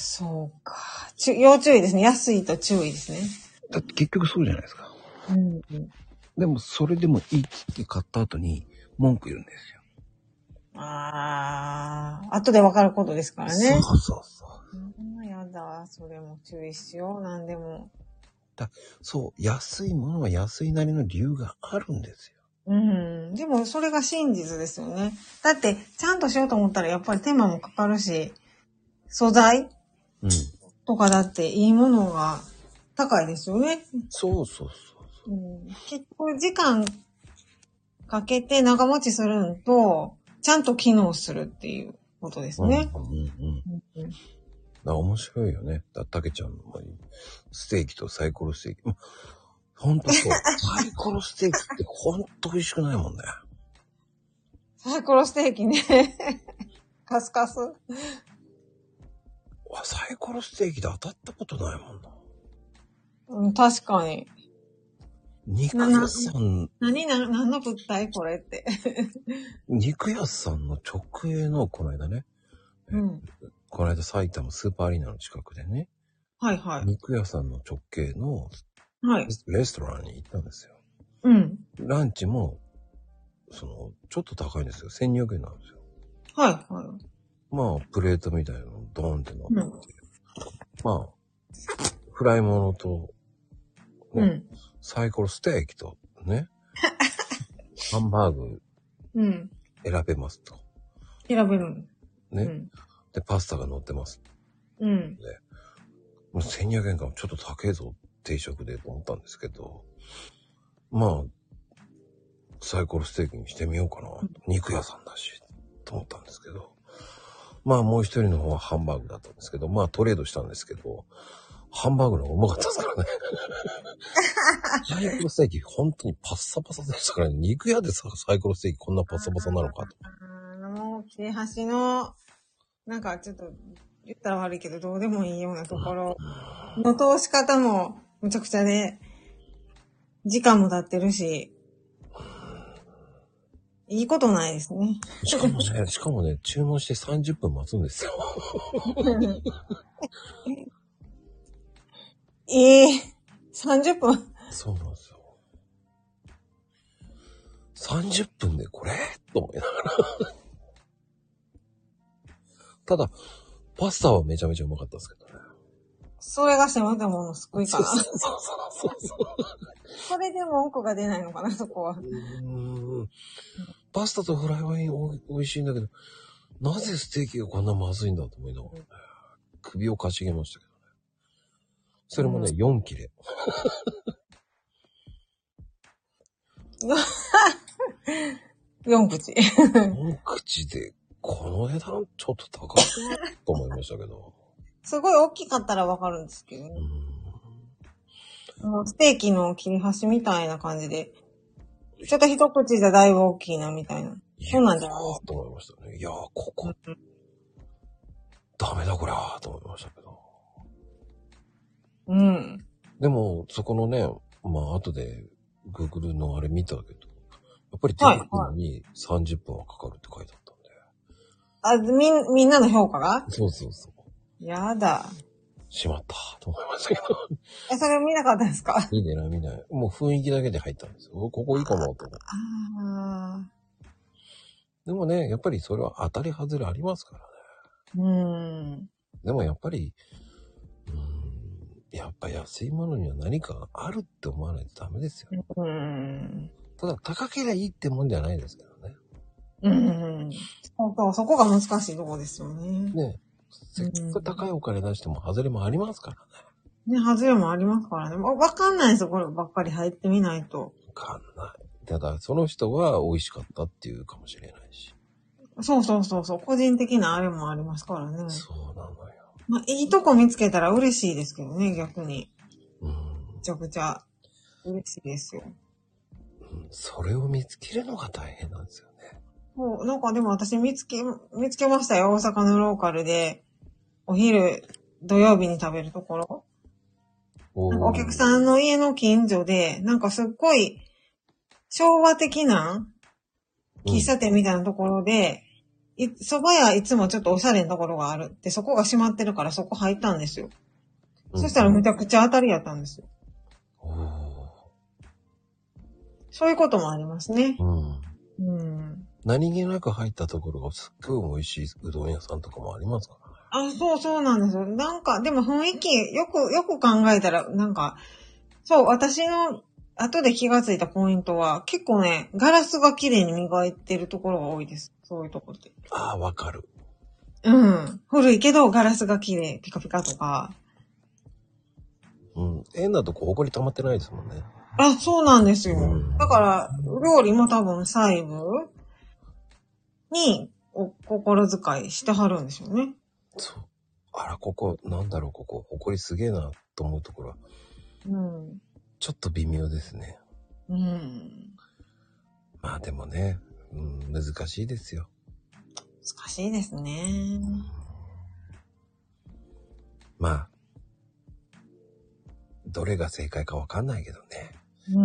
そうか。要注意ですね。安いと注意ですね。 だって結局そうじゃないですか。でもそれでもいいって買った後に文句言うんですよ。 後でわかることですからね。 そう。 やだ、それも注意しよう、なんでも。 そう、安いものは安いなりの理由があるんですよ。 でもそれが真実ですよね。だって、ちゃんとしようと思ったらやっぱり手間もかかるし、素材とかだっていいものが高いですよね。 そう。 結構時間かけて長持ちするんと、ちゃんと機能するっていうことですね。 面白いよね。たけちゃんのステーキとサイコロステーキ。ほんとそう。サイコロステーキってほんと美味しくないもんね。 サイコロステーキね。カスカス。 サイコロステーキで当たったことないもんな。 確かに。 肉屋さん。 何の物体これって。 肉屋さんの直営のこの間ね。この間埼玉スーパーアリーナの近くでね。 はいはい。 肉屋さんの直営のレストランに行ったんですよ。ランチも、ちょっと高いんですよ。1200円なんですよ。 はいはい。 まあ、プレートみたいなのドーンって乗ってて。まあ、フライものと、ね、サイコロステーキと、ね、ハンバーグ、選べますと。 選べるね、で、パスタが乗ってます。で、もう1200円からちょっと高いぞ、定食でと思ったんですけど、まあ、サイコロステーキにしてみようかな。肉屋さんだし、と思ったんですけど。まあもう一人の方はハンバーグだったんですけど、まあトレードしたんですけど、ハンバーグの方がうまかったですからね。サイコロステーキ本当にパッサパサでしたからね。肉屋でサイコロステーキこんなパッサパサなのかと。 もう切れ端の、なんかちょっと言ったら悪いけどどうでもいいようなところの通し方もむちゃくちゃで、時間も経ってるし、いいことないですね。 しかもね、注文して30分待つんですよ。 30分そうなんですよ。30分でこれと思いながら。ただ、パスタはめちゃめちゃうまかったですけどね。 それがせめてもの救いかな。 そう。 それでも文句が出ないのかな、そこは。 パスタとフライは美味しいんだけど、なぜステーキがこんなまずいんだと思いながらね。首をかしげましたけどね。それもね、4切れ。 4口。 4口で、この値段ちょっと高いと思いましたけど。 すごい大きかったらわかるんですけどね。ステーキの切り端みたいな感じで、ちょっと一口じゃだいぶ大きいなみたいな。そうなんじゃないですか。 と思いましたね。いやー、ここ、ダメだこりゃーと思いましたけど。でも、そこのね、まあ、後で、Google のあれ見たけど、やっぱり手作りに30分はかかるって書いてあったんで。 みんなの評価が？ そう。 やだ。 しまったと思いましたけど。 それ見なかったんですか？ 見ない。もう雰囲気だけで入ったんですよ。ここいいかなと思って。でもね、やっぱりそれは当たり外れありますからね。でもやっぱり、やっぱ安いものには何かあるって思わないとダメですよ。ただ高ければいいってもんじゃないですけどね。 そこが難しいとこですよね。 ね。せっかく高いお金出しても外れもありますからね。ね、外れもありますからね。わかんないですよ、こればっかり入ってみないと。 わかんない。ただ、その人は美味しかったっていうかもしれないし。 そう。個人的なあれもありますからね。 そうなのよ。 まあ、いいとこ見つけたら嬉しいですけどね、逆に。めちゃくちゃ嬉しいですよ。 それを見つけるのが大変なんですよね。 なんかでも私見つけましたよ。大阪のローカルで、お昼、土曜日に食べるところ。なんかお客さんの家の近所で、なんかすっごい昭和的な喫茶店みたいなところで、蕎麦屋いつもちょっとおしゃれなところがあるって、そこが閉まってるからそこ入ったんですよ。そしたらめちゃくちゃ当たりやったんですよ。そういうこともありますね。 何気なく入ったところがすっごい美味しいうどん屋さんとかもありますからね。 そうなんですよ。なんか、でも雰囲気、よく考えたら、なんか、 そう、私の後で気がついたポイントは、結構ね、ガラスが綺麗に磨いてるところが多いです。そういうところで。 ああ、わかる。 うん。古いけど、ガラスが綺麗、ピカピカとか。 うん。変なとこ埃溜まってないですもんね。 あ、そうなんですよ。 うんだから、料理も多分細部にお心遣いしてはるんでしょうね。 そう。あら、ここ、なんだろう、ここ、埃すげえな、と思うところは、 うん。 ちょっと微妙ですね。 うん。 まあでもね、うん、難しいですよ。 難しいですね。 まあ、どれが正解かわかんないけどね。 うん。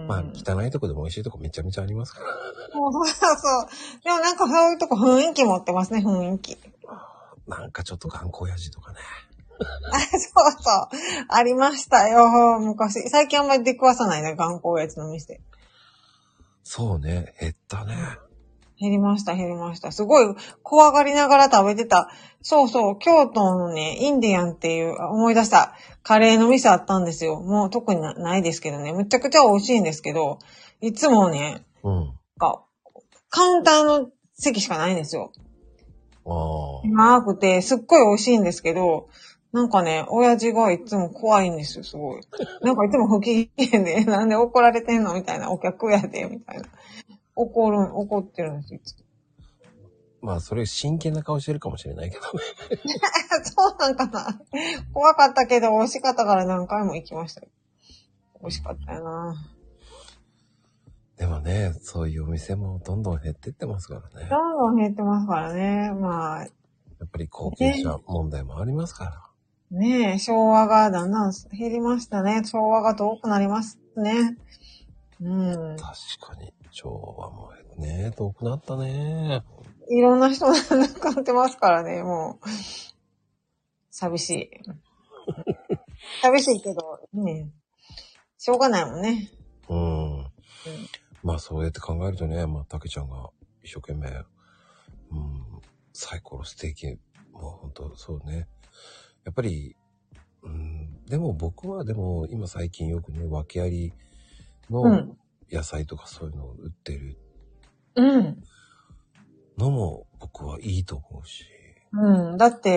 まあ、汚いとこでも美味しいとこめちゃめちゃありますから。 そうそう。でもなんかそういうとこ雰囲気持ってますね、雰囲気。 なんかちょっと頑固親父とかね。 あ、そうそう。ありましたよ、昔。最近あんまり出くわさないね、頑固おやつの店。 そうね、減ったね。 減りました、減りました。すごい怖がりながら食べてた。そうそう、京都のね、インディアンっていう、思い出した。カレーの店あったんですよ。もう特にないですけどね。むちゃくちゃ美味しいんですけど、いつもね、 うん。 カウンターの席しかないんですよ。 ああ。 狭くて、すっごい美味しいんですけど、なんかね、親父がいつも怖いんですよ、すごい。なんかいつも不機嫌で、なんで怒られてんのみたいな、お客やで、みたいな。怒ってるんですよ、いつも。 まあ、それ真剣な顔してるかもしれないけどね。 そうなんかな。怖かったけど、美味しかったから何回も行きましたよ。美味しかったよな。 でもね、そういうお店もどんどん減ってってますからね。 どんどん減ってますからね。まあ、 やっぱり後継者問題もありますから。 ねえ、昭和がだんだん減りましたね。昭和が遠くなりますね。うん。 確かに、昭和もね、遠くなったね。 いろんな人が亡くなってますからね、もう。寂しい。寂しいけど、ねしょうがないもんね。 うん。 うん、 まあ、そうやって考えるとね、まあ、たけちゃんが一生懸命、サイコロステーキ、もうほんと、そうね。やっぱり、でも僕はでも、今最近よくね、訳ありの野菜とかそういうのを売ってるうん。 のも僕はいいと思うし。 うん。だって、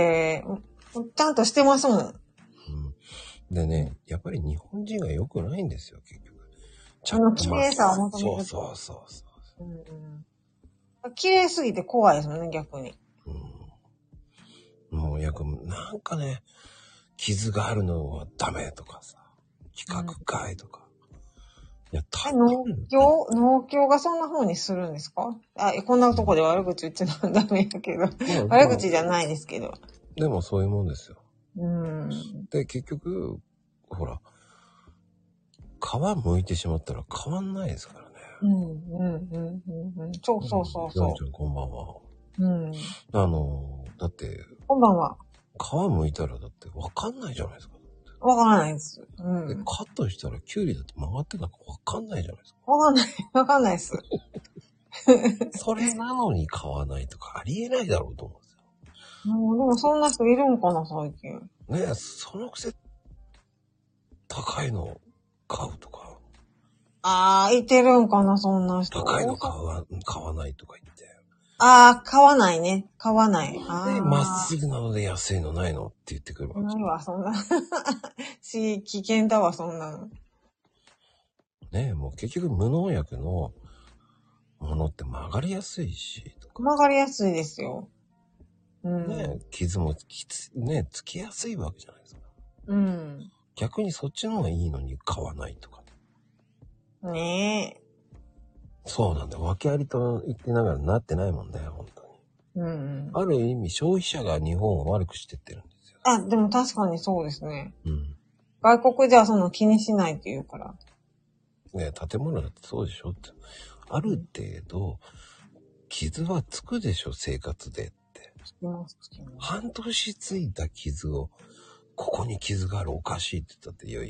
ちゃんとしてますもん。 でね、やっぱり日本人が良くないんですよ、結局。 綺麗さを求める。 そうそう。 うんうん、綺麗すぎて怖いですもんね、逆に。 もうなんかね、傷があるのはダメとかさ、規格外とか。いや、 農協がそんな風にするんですか？こんなとこで悪口言っちゃダメだけど。悪口じゃないですけど。 でもそういうもんですよ。 うん。 で、結局、ほら、皮剥いてしまったら変わんないですからね。 そう。 ヨンちゃんこんばんは。だって、 こんばんは。 皮剥いたらだってわかんないじゃないですか。 わからないです。 で、カットしたらキュウリだって曲がってなんかわかんないじゃないですか。 わかんないです。 それなのに買わないとかありえないだろうと思うんですよ。 でもそんな人いるんかな、最近。 ねえ、そのくせ、高いの買うとか。 いてるんかな、そんな人。 高いの買わないとか言って。 買わないね。買わない。 で、まっすぐなので安いのないのって言ってくるわけ。 ないわ、そんな。危険だわ、そんなの。 ねえ、もう結局無農薬のものって曲がりやすいし、とか。 曲がりやすいですよ。 ねえ、傷もつきやすいわけじゃないですか。逆にそっちの方がいいのに買わないとか。 ねえ。 そうなんだ。訳ありと言ってながらなってないもんね、本当に。ある意味消費者が日本を悪くしてってるんですよ。 でも確かにそうですね。外国じゃそんな気にしないって言うから。 ね、建物だってそうでしょって。ある程度、傷はつくでしょ、生活でって。 つきます。 半年ついた傷を、ここに傷があるおかしいって言ったって、いや。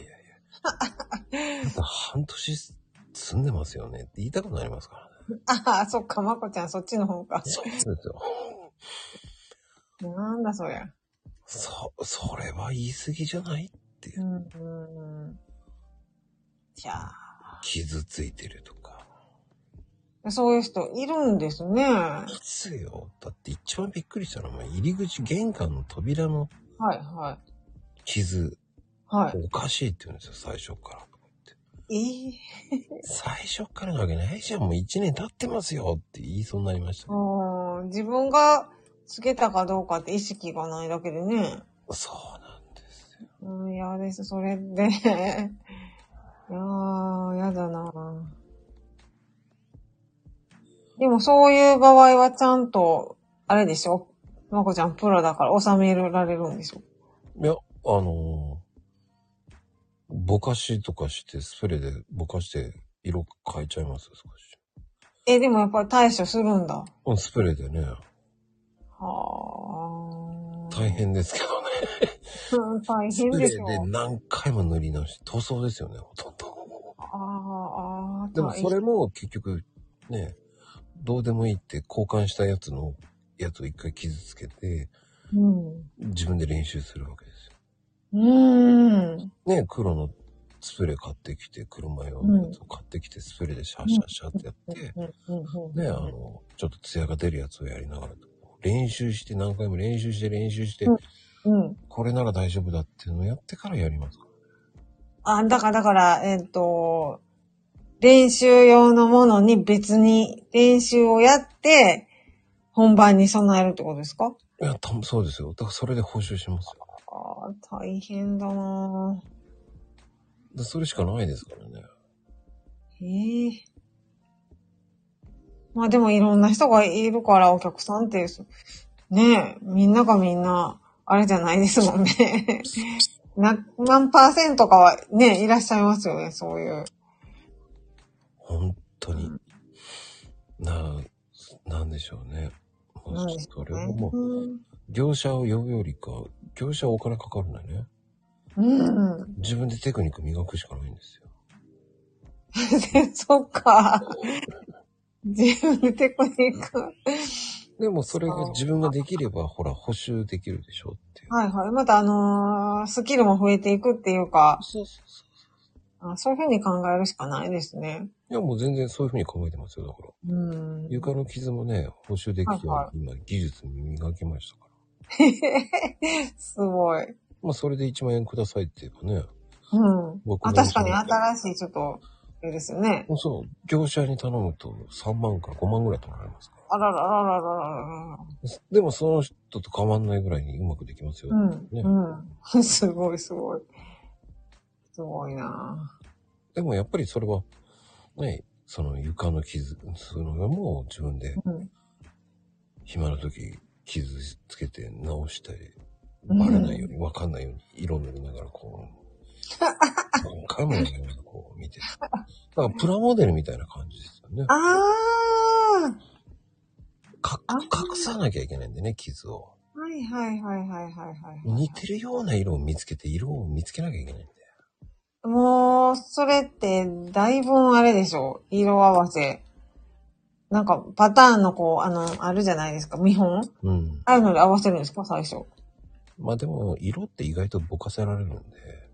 だって半年住んでますよねって言いたくなりますからね。 そっか、まこちゃんそっちの方か。 そうですよ。 なんだそりゃ。 それは言い過ぎじゃないっていう。 じゃあ。 傷ついてるとか。 そういう人いるんですね。 ですよ。だって一番びっくりしたのは、入り口、玄関の扉のはいはい。 傷、 はい。 おかしいって言うんですよ、最初から。最初からなわけないじゃん、もう1年経ってますよって言いそうになりましたね。 自分がつけたかどうかって意識がないだけでね。 そうなんですよ。 嫌です、それで。やだな。でもそういう場合はちゃんと、あれでしょ？まこちゃんプロだから収められるんでしょ？ いや、ぼかしとかして、スプレーでぼかして色変えちゃいますよ、少し。 でもやっぱり対処するんだ。 スプレーでね。 は大変ですけどね。 大スプレ変でしょ。 ーで何回も塗り直して、塗装ですよね、ほとんど。でもそれも結局、ね、どうでもいいって交換したやつを一回傷つけて、自分で練習するわけですよ。ね、黒のスプレー買ってきて、車用のやつを買ってきて、スプレーでシャッシャッシャッってやって、ね、ちょっとツヤが出るやつをやりながら、練習して何回も練習して、これなら大丈夫だっていうのをやってからやりますから。 だから、練習用のものに別に練習をやって、本番に備えるってことですか？ いや、そうですよ。だからそれで報酬しますよ。 大変だなぁ。 それしかないですからね。 まあでもいろんな人がいるからお客さんって、ねえ、みんながみんな、あれじゃないですもんね。何%かはね、いらっしゃいますよね、そういう。 本当に。なんでしょうね。それはもう、業者を呼ぶよりか、業者はお金かかるんだよね。自分でテクニック磨くしかないんですよ。 そっか。自分でテクニック。 でもそれが自分ができれば、ほら、補修できるでしょっていう。 はいはい。またスキルも増えていくっていうか。そういうふうに考えるしかないですね。 いや、もう全然そういうふうに考えてますよ、だから。床の傷もね、補修できるように今、技術に磨きましたから。 すごい。 まあ、それで1万円くださいって言えばね。 確かに新しいちょっと、あれですよね。 そう、業者に頼むと3万から5万ぐらい取られますから。 あらららららら。 でもその人と変わんないぐらいにうまくできますよ。 すごいすごい。すごいなでもやっぱりそれは、ね、その床の傷、そういうのも自分で、暇な時傷つけて直したり、バレないように、わかんないように色塗りながらこう、何回もやりながらこう見て。だからプラモデルみたいな感じですよね。隠さなきゃいけないんでね、傷を。似てるような色を見つけて、色を見つけなきゃいけないんで。 もう、それって、だいぶあれでしょ。色合わせ。なんか、パターンのあるじゃないですか、見本。ああいうので合わせるんですか、最初。 まあでも、色って意外とぼかせられるんで。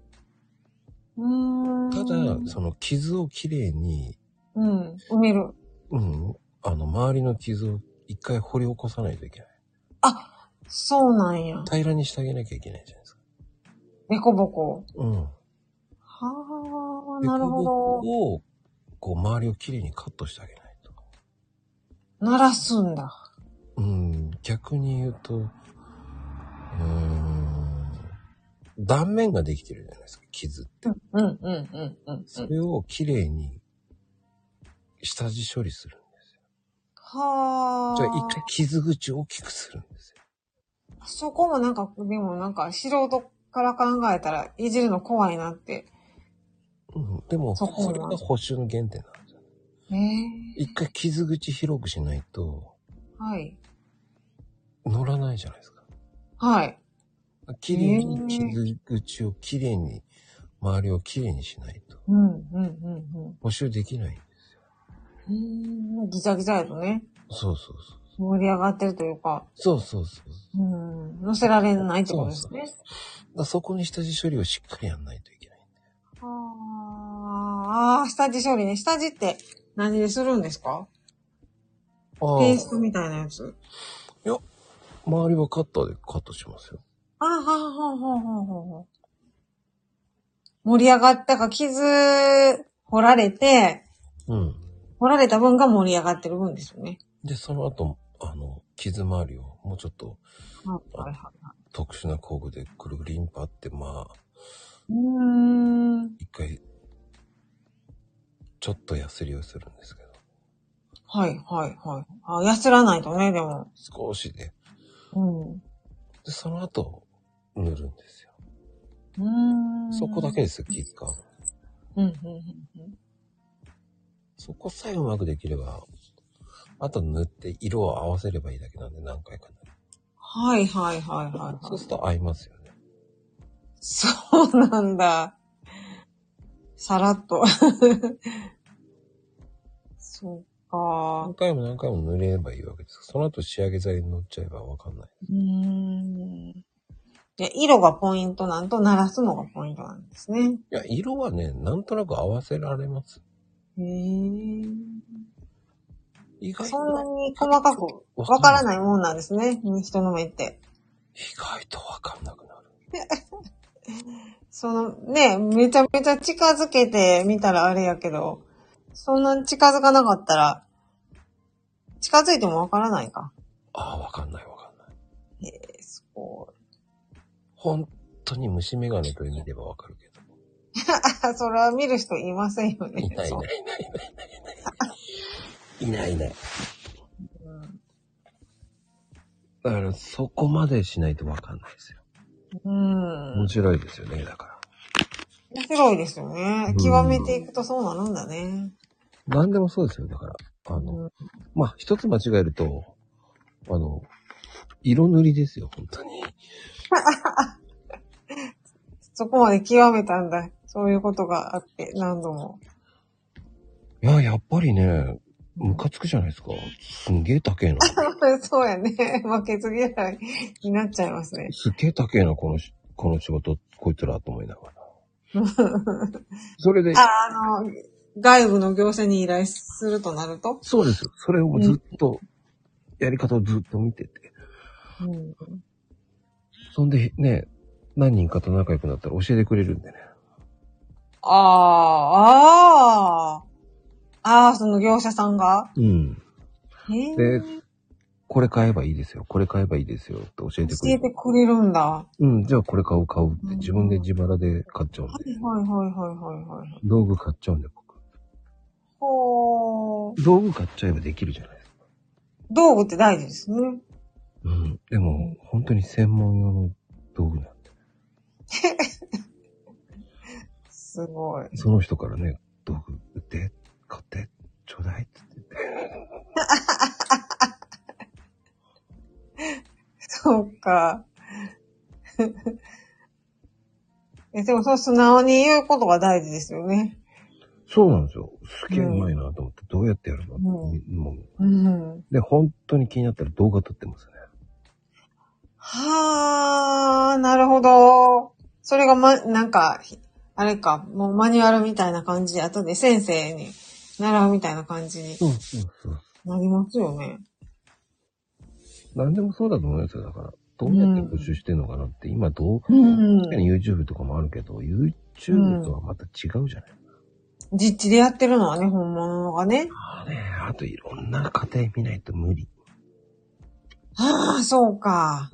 ただ、その傷をきれいに。 埋める。 周りの傷を一回掘り起こさないといけない。 そうなんや。 平らにしてあげなきゃいけないじゃないですか。 デコボコ。なるほど。 を、こう、周りをきれいにカットしてあげないと。 鳴らすんだ。 逆に言うと、断面ができてるじゃないですか、傷って。それをきれいに下地処理するんですよ。じゃあ一回傷口を大きくするんですよ。 そこもでも素人から考えたらいじるの怖いなって。 でも、それが補修の原点なんですよ。一回傷口広くしないと、乗らないじゃないですか。きれいに傷口をきれいに、周りをきれいにしないと。補修できないんですよ。ギザギザやとね。 そう。 盛り上がってるというか。 そう。 乗せられないってことですね。 そこに下地処理をしっかりやんないといけないんで。 ああ、下地処理ね。下地って何でするんですか？ペーストみたいなやつ。 いや、周りはカッターでカットしますよ。 ああ、はあ、はあ、はあ、はあ。盛り上がったか、傷掘られて、 うん。 掘られた分が盛り上がってる分ですよね。 で、その後、傷周りをもうちょっと、 はいはい。 特殊な工具でくるぐるリンパって、まあ、一回、ちょっとヤスリをするんですけど。 はいはいはい。あ、やすらないとね、でも。 少しで。 うん。 で、その後、塗るんですよ。そこだけですよ、気使うの。そこさえうまくできれば、あと塗って色を合わせればいいだけなんで何回か塗る。はいはいはいはい。そうすると合いますよね。そうなんだ。さらっと。そうか。何回も何回も塗ればいいわけです。その後仕上げ剤塗っちゃえばわかんない。で、色がポイントなんと、鳴らすのがポイントなんですね。いや、色はね、なんとなく合わせられます。意外と。そんなに細かくわからないもんなんですね。人の目って。意外とわかんなくなる。めちゃめちゃ近づけてみたらあれやけど、そんなに近づかなかったら、近づいてもわからないか。ああ、わかんないわかんない。すごい。本当に虫眼鏡と見ればわかるけど。それは見る人いませんよね。いない。だからそこまでしないとわかんないですよ。面白いですよね、だから。面白いですよね。極めていくとそうなるんだね。何でもそうですよ、だから。まあ、一つ間違えると、色塗りですよ、本当に。そこまで極めたんだ。そういうことがあって、何度も。いや、やっぱりね、ムカつくじゃないですか。すんげえ高えな。そうやね。負けず嫌いになっちゃいますね。すっげえ高えな、この仕事、こいつらと思いながら。それで。外部の業者に依頼するとなると？そうです。それをずっと、やり方をずっと見てて。そんでね、何人かと仲良くなったら教えてくれるんでね。その業者さんが？で、これ買えばいいですよ。これ買えばいいですよって教えてくれる。教えてくれるんだ。じゃあこれ買うって自分で自腹で買っちゃうんで。はい。道具買っちゃうんで僕。道具買っちゃえばできるじゃないですか。道具って大事ですね。でも本当に専門用の道具なんで。すごい。その人からね、道具売って、買って、ちょうだいって言って。そうか。でもそう素直に言うことが大事ですよね。そうなんですよ。すげえうまいなと思って、どうやってやるの、で、本当に気になったら動画撮ってますね。はー、なるほど。それがなんか、あれか、もうマニュアルみたいな感じで、後で先生に習うみたいな感じになりますよね。何でもそうだと思いますよ。だから、どうやって募集してんのかなって、今確かに YouTube とかもあるけど、YouTube とはまた違うじゃない。実地でやってるのはね、本物のがね。あといろんな家庭見ないと無理。そうか。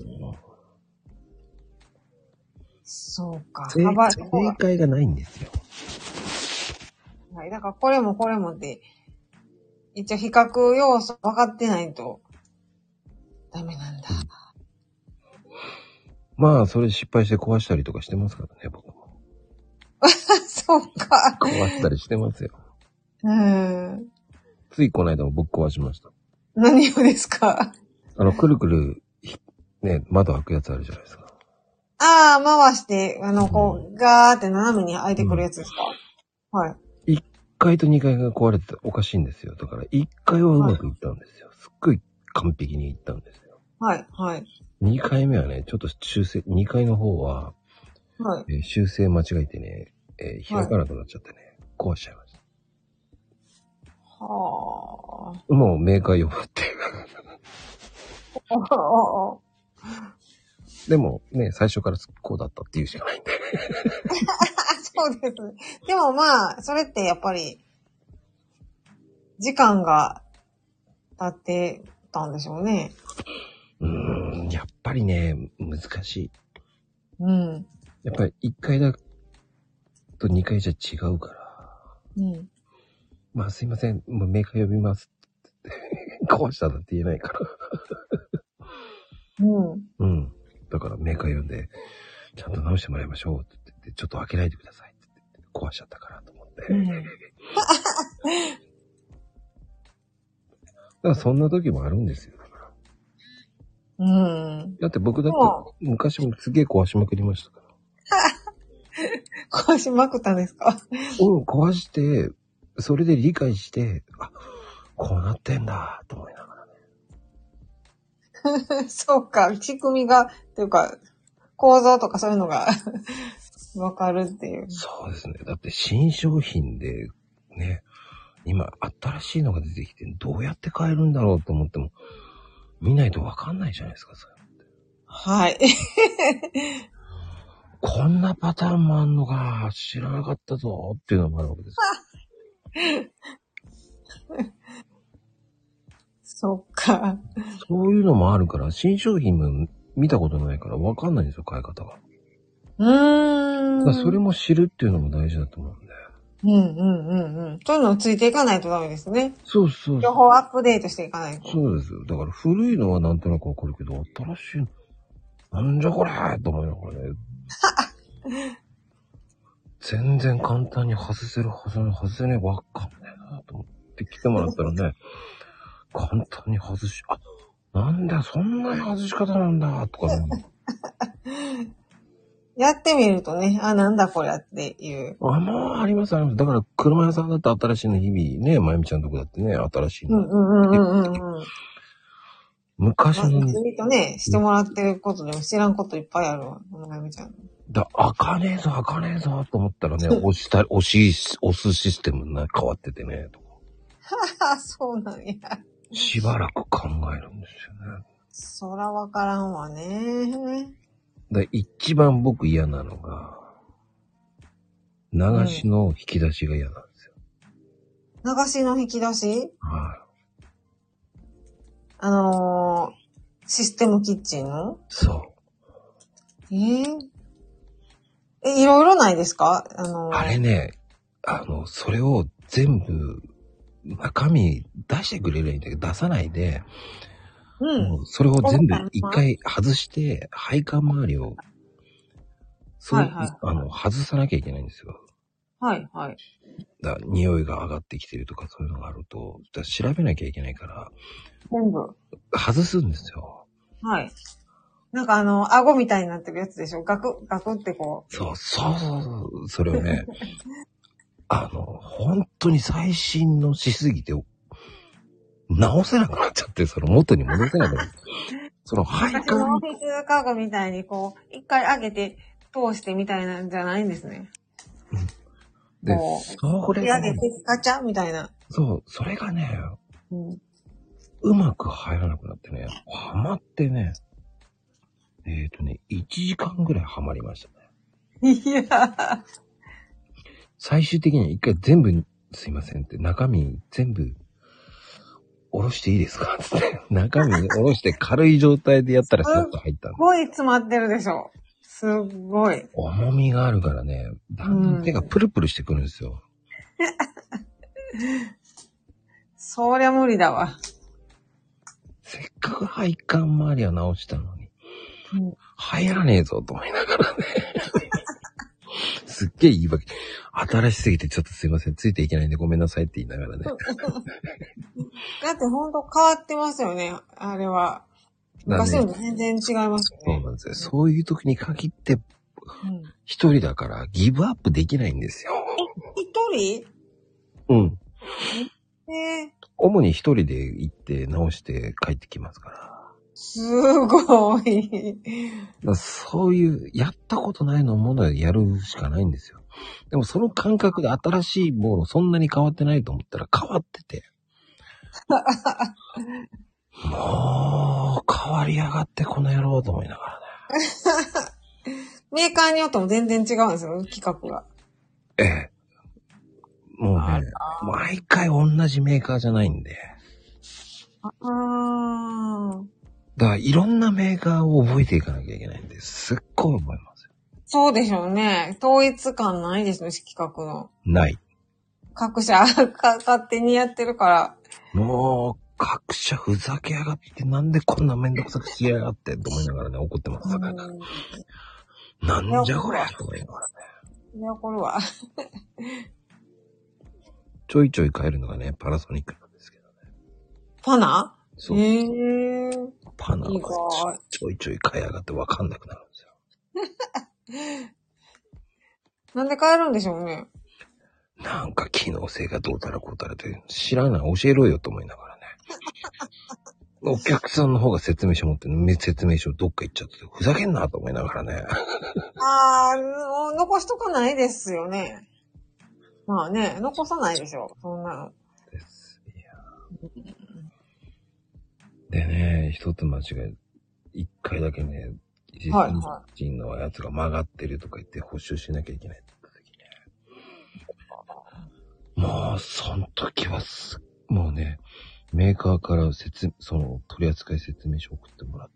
そうか。正解がないんですよ。はい。だからこれもこれもって、一応比較要素分かってないとダメなんだ。まあ、それ失敗して壊したりとかしてますからね、僕も。そうか。壊したりしてますよ。ついこの間もぶっ壊しました。何をですか？くるくる、ね、窓開くやつあるじゃないですか。回して、こう、ガーって斜めに開いてくるやつですか？はい。1階と2階が壊れておかしいんですよ。だから1階はうまくいったんですよ。すっごい完璧にいったんですよ。はい、はい。2階目はね、ちょっと2階の方は、修正間違えてね、開かなくなっちゃってね、壊しちゃいました。 はあ。 もうメーカー呼ぶっていう。でもね、最初からこうだったっていうしかないんで。 そうですね。でもまあ、それってやっぱり、時間が経ってたんでしょうね。 やっぱりね、難しい。 うん。 やっぱり1回だと2回じゃ違うから。 うん。 まあすいません、もうメーカー呼びますって壊したなんて言えないから。 うん。 うん。だからメーカー呼んで、ちゃんと直してもらいましょうって言って、ちょっと開けないでくださいって言って壊しちゃったからと思って。だからそんな時もあるんですよ。だから。 うん。 だって僕だって昔もすげえ壊しまくりましたから。 壊しまくったんですか？ 壊して、それで理解して、あ、こうなってんだと思いながらね。 そうか、仕組みが、というか、構造とかそういうのがわかるっていう。 そうですね。だって新商品でね、今新しいのが出てきてどうやって買えるんだろうと思っても見ないとわかんないじゃないですか、それって。 はい。 こんなパターンもあんのか、知らなかったぞっていうのもあるわけです。 そっか。 そういうのもあるから、新商品も見たことないからわかんないんですよ、買い方が。それも知るっていうのも大事だと思うんで。 そういうのをついていかないとダメですね。 そうそうそう。 情報アップデートしていかないと。 そうですよ。だから古いのはなんとなくわかるけど、新しいの、なんじゃこれと思いながらね。全然簡単に外せるはずに外せねえわかんねえなと思って来てもらったらね、簡単に外し、あ、なんだそんな外し方なんだとかね。 やってみるとね、あ、なんだこれっていう。 もうありますあります。だから車屋さんだって新しいの日々ね、まゆみちゃんとこだってね、新しいの。昔の。 ずっとね、してもらってることでも知らんこといっぱいあるわ、まゆみちゃん。 開かねえぞと思ったらね、押すシステムが変わっててね、とか。 そうなんや。 しばらく考えるんですよね。 そらわからんわね。 一番僕嫌なのが、流しの引き出しが嫌なんですよ。 流しの引き出し？ はい。 システムキッチンの？ そう。 いろいろないですか？ あれね、それを全部、中身出してくれるんだけど、出さないで、それを全部一回外して、配管周りを、外さなきゃいけないんですよ。 はいはい。 匂いが上がってきてるとかそういうのがあると、調べなきゃいけないから、 全部外すんですよ。 はい。なんか顎みたいになってるやつでしょ？ガクってこう。 そう。それをね、本当に最新のしすぎて、直せなくなっちゃって、その元に戻せなくなっちゃって。その配管。 私のオフィスカゴみたいにこう、一回上げて通してみたいなんじゃないんですね。 で、それが、上げてガチャみたいな。 そう、それがね、うまく入らなくなってね、はまってね、1時間ぐらいはまりましたね。 いや最終的には一回全部、すいませんって、中身全部、下ろしていいですかつって、中身下ろして軽い状態でやったらスッと入ったんで。 すごい詰まってるでしょ。すっごい。 重みがあるからね、だんだん手がプルプルしてくるんですよ。 そりゃ無理だわ。 せっかく配管周りは直したのに、入らねえぞと思いながらね。すっげえ言い訳。新しすぎてちょっとすいません。ついていけないんでごめんなさいって言いながらね。だってほんと変わってますよね。あれは。昔より全然違いますよね。 そうなんですよ。そういう時に限って、一人だからギブアップできないんですよ。 一人？ 主に一人で行って直して帰ってきますから。 すごい。 そういう、やったことないのものをやるしかないんですよ。 でもその感覚で新しいものそんなに変わってないと思ったら変わってて。もう、変わりやがってこの野郎と思いながらね。 メーカーによっても全然違うんですよ、企画が。 ええ。もうね、毎回同じメーカーじゃないんで。 ああ。 だからいろんなメーカーを覚えていかなきゃいけないんで、すっごい覚えますよ。 そうでしょうね。統一感ないですね、企画の。 ない。 各社、勝手にやってるから。 もう、各社ふざけやがってなんでこんなめんどくさくしやがってと思いながらね、怒ってます。なんじゃこれと思いながらね。 いや、これは。 ちょいちょい変えるのがね、パナソニックなんですけどね。 パナ？ そう。パナはちょいちょい変えやがってわかんなくなるんですよ。 なんで変えるんでしょうね。 なんか機能性がどうたらこうたらって知らない、教えろよと思いながらね。お客さんの方が説明書持って説明書どっか行っちゃってふざけんなと思いながらね。 残しとかないですよね。まあね、残さないでしょ、そんなの。です。いや。 でね、一つ間違い、一回だけね、 はい人のやつが曲がってるとか言って補修しなきゃいけないって言った時ね。もう、その時はもうね、メーカーからその取扱説明書送ってもらって。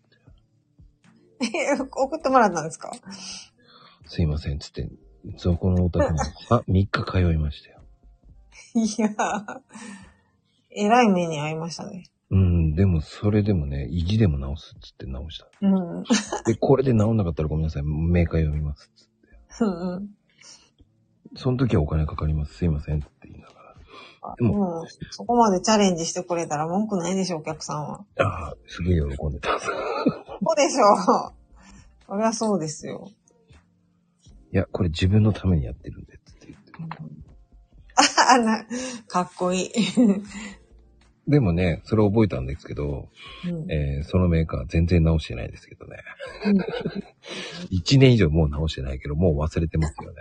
送ってもらったんですか？ すいません、つって、そこのお宅に3日通いましたよ。 いやえらい目に遭いましたね。 でもそれでもね、意地でも直すっつって直した。で、これで直んなかったらごめんなさい、メーカー読みますっつって。その時はお金かかります、すいませんって言いながら。 でも、そこまでチャレンジしてくれたら文句ないでしょ、お客さんは。 ああ、すげえ喜んでた。 そうでしょ。そりゃそうですよ。 いや、これ自分のためにやってるんで、って言って。 かっこいい。 でもね、それ覚えたんですけど、そのメーカー全然直してないですけどね。1年以上もう直してないけど、もう忘れてますよね。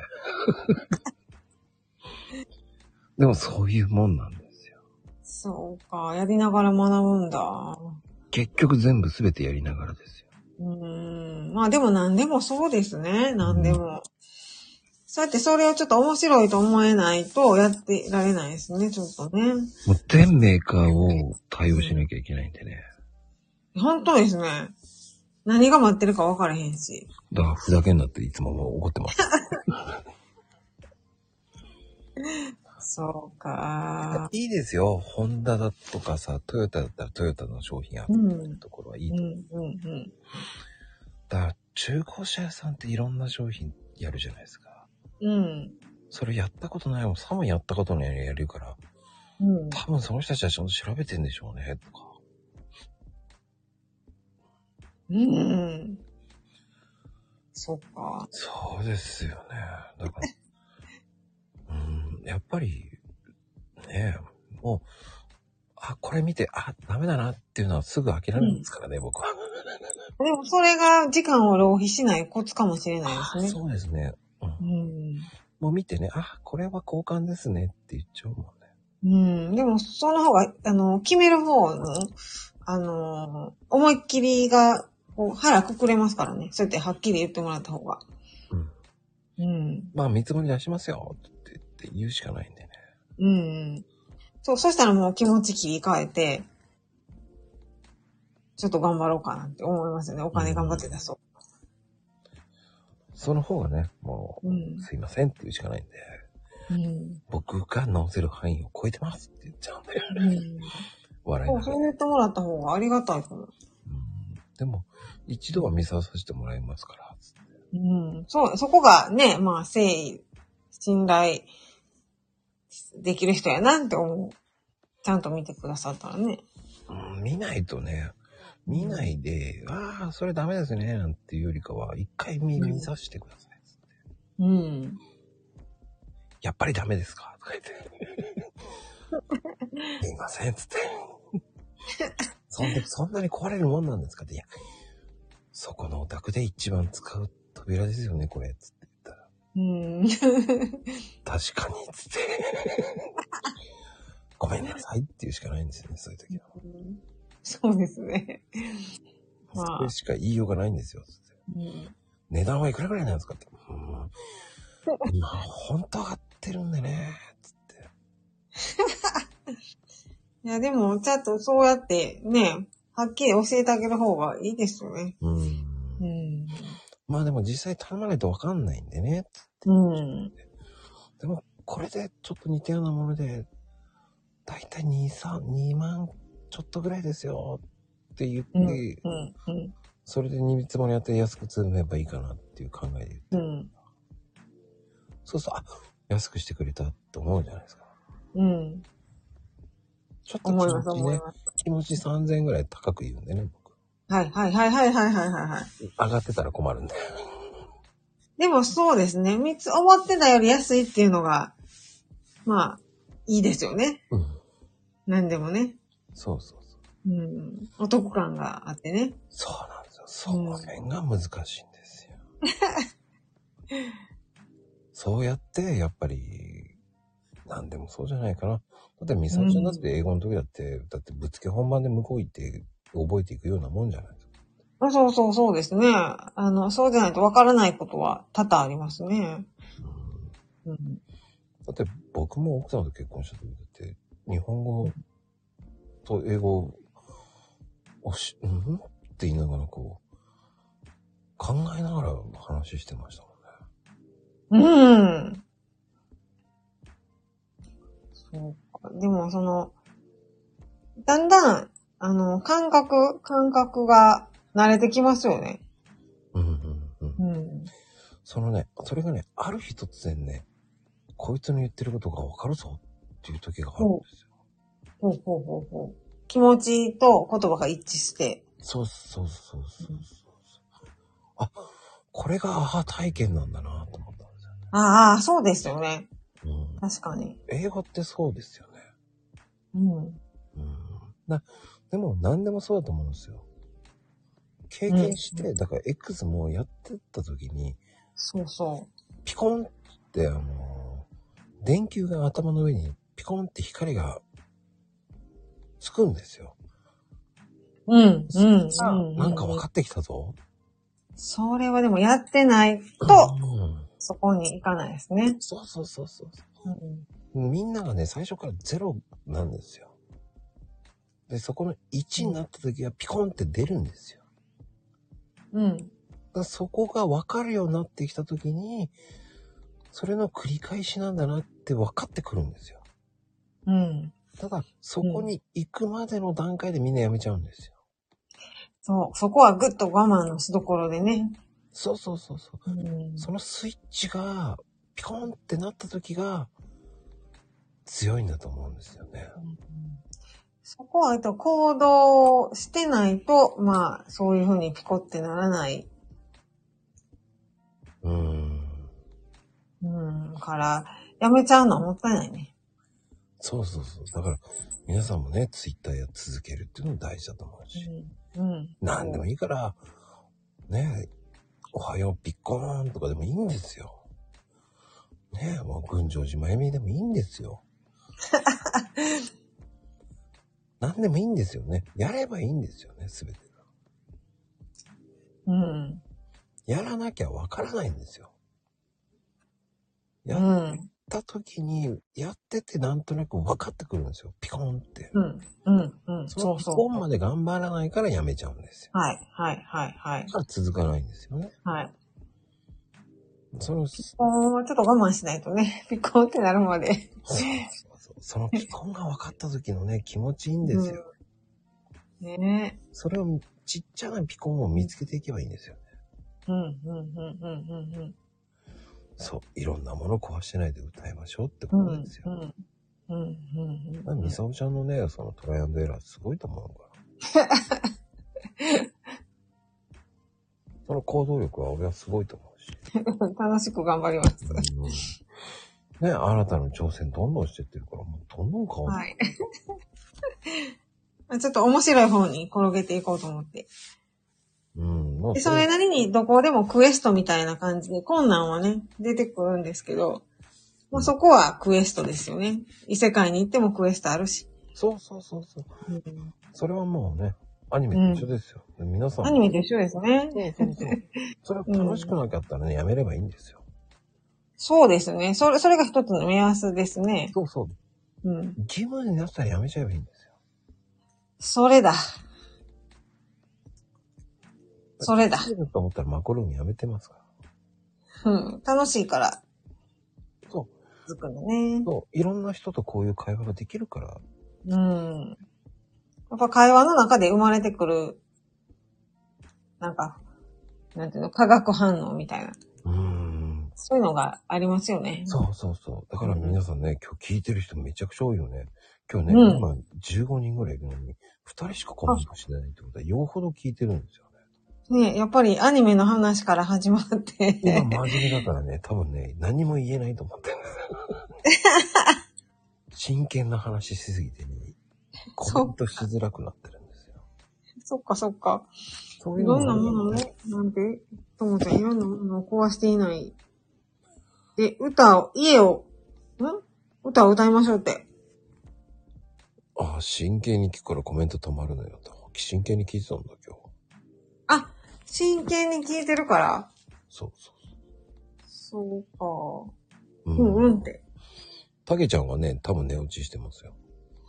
でもそういうもんなんですよ。 そうか、やりながら学ぶんだ。 結局全部全てやりながらですよ。 まあでも何でもそうですね。何でも。そうやってそれをちょっと面白いと思えないとやってられないですね、ちょっとね。 もう全メーカーを対応しなきゃいけないんでね。 本当ですね。何が待ってるか分からへんし。 だからふざけんなっていつも怒ってます。 そうか。 いいですよ。ホンダだとかさ、トヨタだったらトヨタの商品あるところはいいと思う。だから中古車屋さんっていろんな商品やるじゃないですか。それやったことないもん、さもやったことないのやるから、多分その人たちはちゃんと調べてんでしょうね、とか。 そっか。 そうですよね。だから、やっぱり、ね、もう、これ見て、ダメだなっていうのはすぐ諦めますからね、僕は。 でもそれが時間を浪費しないコツかもしれないですね。 そうですね。もう見てね、これは交換ですねって言っちゃうもんね。でもその方が、決める方の、思いっきりが、こう腹くくれますからね。そうやってはっきり言ってもらった方が。 まあ見積もり出しますよって言うしかないんでね。そしたらもう気持ち切り替えて、ちょっと頑張ろうかなって思いますよね。お金頑張って出そう。 その方がね、もう、すいませんって言うしかないんで、僕が直せる範囲を超えてますって言っちゃうんだよね。笑いながら。 そう言ってもらった方がありがたいかも。 でも、一度は見させてもらいますから。 そこがね、まあ、誠意、信頼できる人やなって思う。ちゃんと見てくださったらね。 見ないとね、見ないで、それダメですね、なんていうよりかは、一回見させてください。やっぱりダメですかとか言って。すいません、つって。そんなに壊れるもんなんですかって。いや、そこのお宅で一番使う扉ですよね、これ。つって言ったら。 確かに、つって。ごめんなさいっていうしかないんですよね、そういう時は。 そうですね。 それしか言いようがないんですよ、つって。値段はいくらぐらいなんですかって。今、本当上がってるんでね、つって。 いや、でも、ちゃんとそうやってね、はっきり教えてあげる方がいいですよね。 まあでも実際頼まないとわかんないんでね、つって。でも、これでちょっと似たようなもので、だいたい2万ちょっとぐらいですよって言って、それで2つもやって安く積めばいいかなっていう考えで言って。そうそう、安くしてくれたって思うじゃないですか。ちょっと気持ち3000円ぐらい高く言うんでね、僕。 はい。上がってたら困るんで。 でもそうですね。思ってたより安いっていうのが、まあ、いいですよね。何でもね。 そう。 お得感があってね。 そうなんですよ。その辺が難しいんですよ。そうやって、やっぱり、何でもそうじゃないかな。だってミサオちゃんだって英語の時だって、だってぶっつけ本番で向こう行って覚えていくようなもんじゃないですか。 そうですね。そうじゃないとわからないことは多々ありますね。 だって僕も奥さんと結婚した時だって、日本語と英語って言いながらこう、考えながら話してましたもんね。 そうか。でもだんだん、感覚が慣れてきますよね。 それがね、ある日突然ね、こいつの言ってることがわかるぞっていう時があるんですよ。 気持ちと言葉が一致して。 そう。あ、これがアハ体験なんだなと思ったんですよね。 ああ、そうですよね。確かに。 英語ってそうですよね。でも何でもそうだと思うんですよ。経験して、だから X もやってった時に、ピコンって電球が頭の上にピコンって光がつくんですよ。なんか分かってきたぞ。 それはでもやってないと、そこに行かないですね。 そう。みんながね、最初から0なんですよ。で、そこの1になった時はピコンって出るんですよ。そこが分かるようになってきた時に、それの繰り返しなんだなって分かってくるんですよ。ただ、そこに行くまでの段階でみんなやめちゃうんですよ。 そこはぐっと我慢のしどころでね。 そう。そのスイッチがピコンってなった時が強いんだと思うんですよね。 そこは行動してないと、まあ、そういうふうにピコってならない。から、やめちゃうのはもったいないね。 そう。だから、皆さんもね、ツイッターや続けるっていうのも大事だと思うし。何でもいいから、ね、おはようピッコーンとかでもいいんですよ。ね、もう群青寺まゆみでもいいんですよ。何でもいいんですよね。やればいいんですよね、すべてが。やらなきゃわからないんですよ。やった時に、やっててなんとなく分かってくるんですよ。ピコンって。そのピコンまで頑張らないからやめちゃうんですよ。 はい。 だから続かないんですよね。 ピコンはちょっと我慢しないとね、ピコンってなるまで。 そのピコンが分かった時のね、気持ちいいんですよ。それをちっちゃなピコンを見つけていけばいいんですよね。そう、いろんなもの壊してないで歌いましょうってことですよ。ミサオちゃんのね、そのトライアンドエラーすごいと思うから。その行動力は俺はすごいと思うし。 楽しく頑張ります。 ね、新たな挑戦どんどんしてってるから、もうどんどん変わってる。 ちょっと面白い方に転げていこうと思って。 もうで、それなりにどこでもクエストみたいな感じで、困難はね、出てくるんですけど、まあ、そこはクエストですよね。異世界に行ってもクエストあるし。 そうそうそうそう。 うん、 それはもうね、アニメと一緒ですよ。皆さん。 アニメと一緒ですね。 そうそうそう。それは楽しくなかったらね、やめればいいんですよ。 そうですね。それが一つの目安ですね。 そうそう。 うん。 義務になったらやめちゃえばいいんですよ。 それだ。それだ。 そうだと思ったらマコルームやめてますから。 うん。楽しいから。 そう。 続くんだね。 そう。いろんな人とこういう会話ができるから。 うん。やっぱ会話の中で生まれてくる、なんか、なんていうの、化学反応みたいな。そういうのがありますよね。 そうそうそう。だから皆さんね、今日聞いてる人めちゃくちゃ多いよね。今日ね、今15人ぐらいいるのに、2人しかコメントしないってことは、よほど聞いてるんですよね。ね、やっぱりアニメの話から始まって。 今真面目だからね、多分ね、何も言えないと思ってるんです真剣な話しすぎてね、コメントしづらくなってるんですよ。 そっかそっか。 そういういろんなものをね、なんて、ともちゃんいろんなものを壊していない。で、歌を歌いましょうって。 ああ、真剣に聞くからコメント止まるのよと。真剣に聞いてたんだ今日。 あ、真剣に聞いてるから。 そう。 そうか。って。 たけちゃんはね、多分寝落ちしてますよ。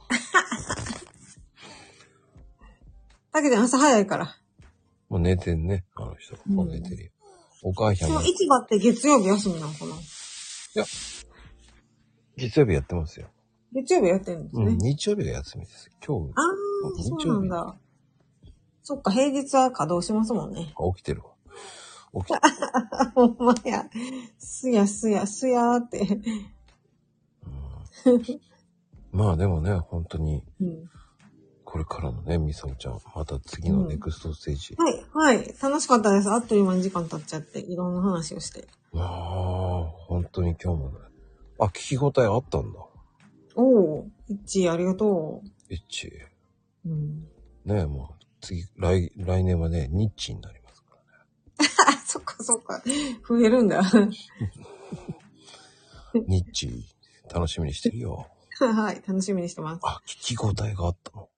たけちゃん朝早いから。 もう寝てんね、あの人。もう寝てるよ。お母さんも。その市場って月曜日休みなのかな？いや、月曜日やってますよ。 月曜日やってるんですね。 日曜日が休みです。今日。 そうなんだ。そっか、平日は稼働しますもんね。 起きてるわ。起きてる。ほんまや。すやーって。 まあでもね、本当に、これからのね、みさおちゃん、また次のネクストステージ。 はい。楽しかったです。あっという間に時間経っちゃって、いろんな話をして。 本当に今日もね。聞き応えあったんだ。 おー、いっちありがといっち。 ねえ、もう、来年はね、ニッチになりますからね。そっか。増えるんだ。 ニッチ、楽しみにしてるよ。 はい、楽しみにしてます。 聞き応えがあったの。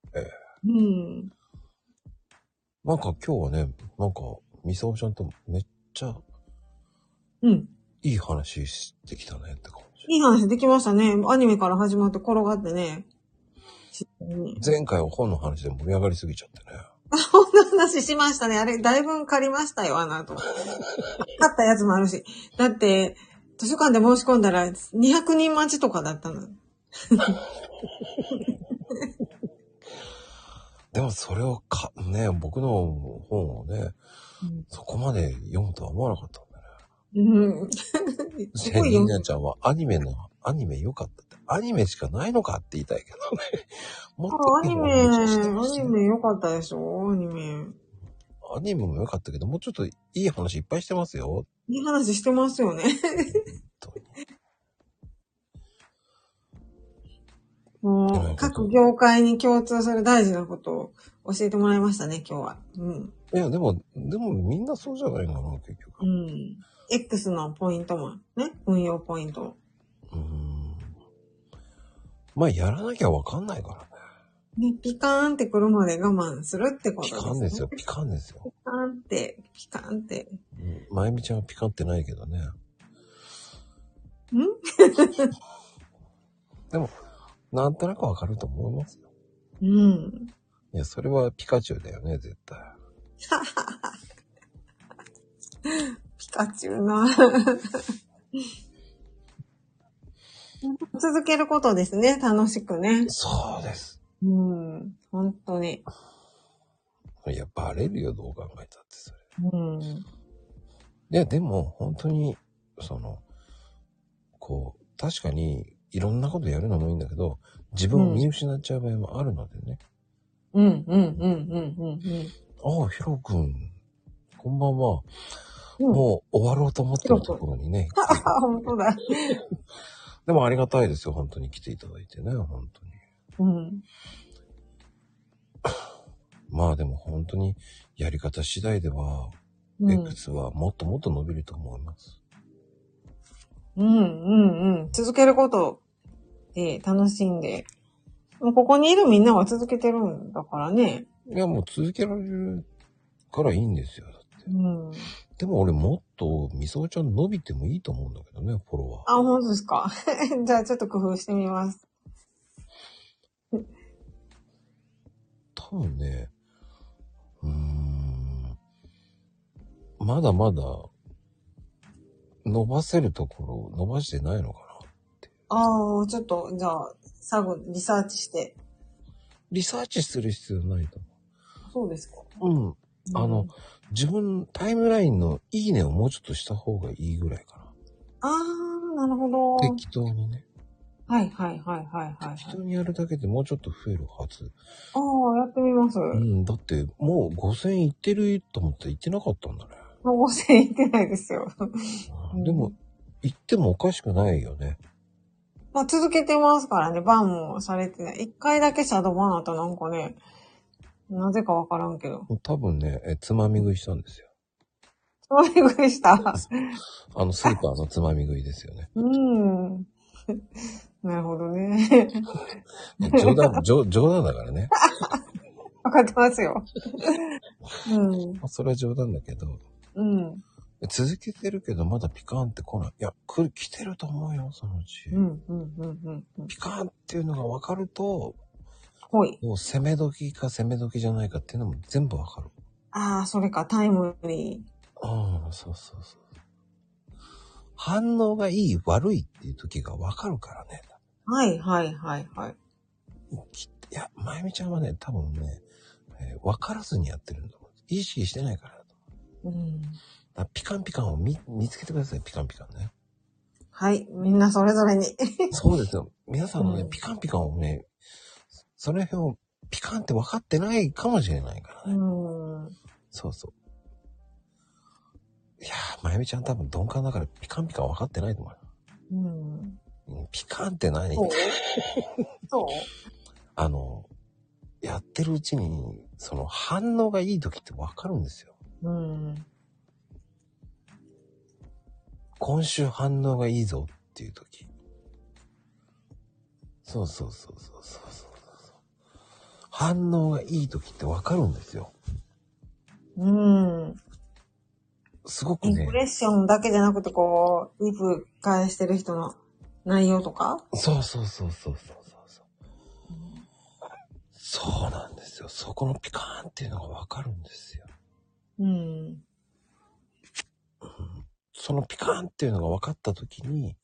なんか今日はね、みさおちゃんとめっちゃ、いい話してきたねって感じ。 いい話できましたね。アニメから始まって転がってね。 前回は本の話で盛り上がりすぎちゃってね。 本の話しましたね。あれ、だいぶ借りましたよ、あの後。買ったやつもあるし。だって、図書館で申し込んだら200人待ちとかだったの。 でもそれをね、僕の本をね、そこまで読むとは思わなかったんだね。すごいよ。りなちゃんはアニメ良かったって。アニメしかないのかって言いたいけどね。 アニメ良かったでしょ、アニメ。 アニメも良かったけど、もうちょっといい話いっぱいしてますよ。 いい話してますよね。もう、各業界に共通する大事なことを教えてもらいましたね、今日は。 いや、でもみんなそうじゃないかな、結局。 X のポイントもね、運用ポイント。 まあ、やらなきゃわかんないからね。ね、ピカーンって来るまで我慢するってことですね。 ピカンですよ。ピカンンって。 まゆみちゃんはピカンってないけどね。でも、なんとなくわかると思いますよ。いや、それはピカチュウだよね、絶対。 ピカチュウな。続けることですね、楽しくね。 そうです。 本当に。 いや、バレるよ、どう考えたってそれ。いや、でも、本当に、確かに、いろんなことやるのもいいんだけど、自分を見失っちゃう場合もあるのでね。ひろくん、こんばんは。もう終わろうと思ってるところにね。 本当だ。 でもありがたいですよ、本当に来ていただいてね、本当に。まあでも本当にやり方次第では X はもっともっと伸びると思います。 続けることで楽しんで。もうここにいるみんなは続けてるんだからね。 いや、もう続けられるからいいんですよ。だって。でも俺もっとみそちゃん伸びてもいいと思うんだけどね、フォロワー。 あ、本当ですか。じゃあちょっと工夫してみます。 多分ね、まだまだ伸ばせるところ伸ばしてないのかなって。 ああ、ちょっと、じゃあ、リサーチして。 リサーチする必要ないと思う。そうですか。 自分、タイムラインのいいねをもうちょっとした方がいいぐらいかな。 ああ、なるほど。 適当にね。 はい。 適当にやるだけでもうちょっと増えるはず。 ああ、やってみます。 だってもう5000いってると思って行ってなかったんだね。 5000いってないですよ。 でも、行ってもおかしくないよね。 まあ続けてますからね、バンもされてない。一回だけシャドーバンあったなんかね、なぜかわからんけど。 多分ね、つまみ食いしたんですよ。 つまみ食いした。 スーパーのつまみ食いですよね。 なるほどね。 冗談だからね。 わかってますよ。 それは冗談だけど。続けてるけどまだピカーンって来ない。いや、来てると思うよ、そのうち。ピカーンっていうのが分かると、もう攻め時か攻め時じゃないかっていうのも全部分かる。 ああ、それか、タイムリー。 そう。反応がいい、悪いっていう時が分かるからね。 はい。 いや、まゆみちゃんはね、多分ね、分からずにやってるんだもん。意識してないからだと。ピカンピカンを見つけてください、ピカンピカンね。 はい、みんなそれぞれに。 そうですよ。皆さんのね、ピカンピカンをね、その辺をピカンって分かってないかもしれないからね。そう。いやー、まゆみちゃん多分鈍感だからピカンピカン分かってないと思うよ。ピカンって何？ そうやってるうちに、その反応がいい時って分かるんですよ。今週反応がいいぞっていう時。そう。反応がいい時って分かるんですよ。すごくね。 インプレッションだけじゃなくてこう、リプ返してる人の内容とか？ そう。そうなんですよ。そこのピカーンっていうのが分かるんですよ。そのピカーンっていうのが分かった時に、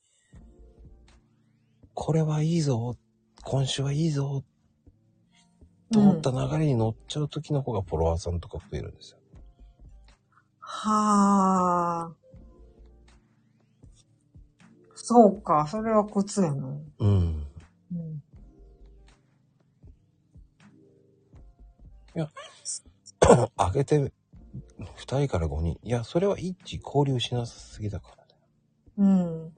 これはいいぞ、今週はいいぞ、と思った流れに乗っちゃう時の方がフォロワーさんとか増えるんですよ。 はあ。そうか、それはコツやな。 いや、上げて2人から5人。いや、それは一致交流しなさすぎだからね。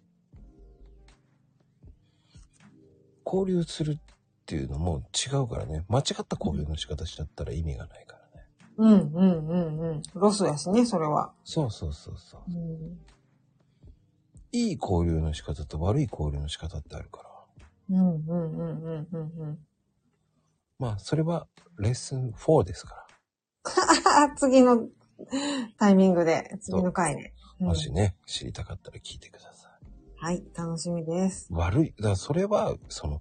交流するっていうのも違うからね。間違った交流の仕方しちゃったら意味がないからね。 ロスやしね、それは。 そう。いい交流の仕方と悪い交流の仕方ってあるから。まあ、それはレッスン4ですから。 次のタイミングで、次の回で。 もしね、知りたかったら聞いてください。 はい、楽しみです。 だからそれは、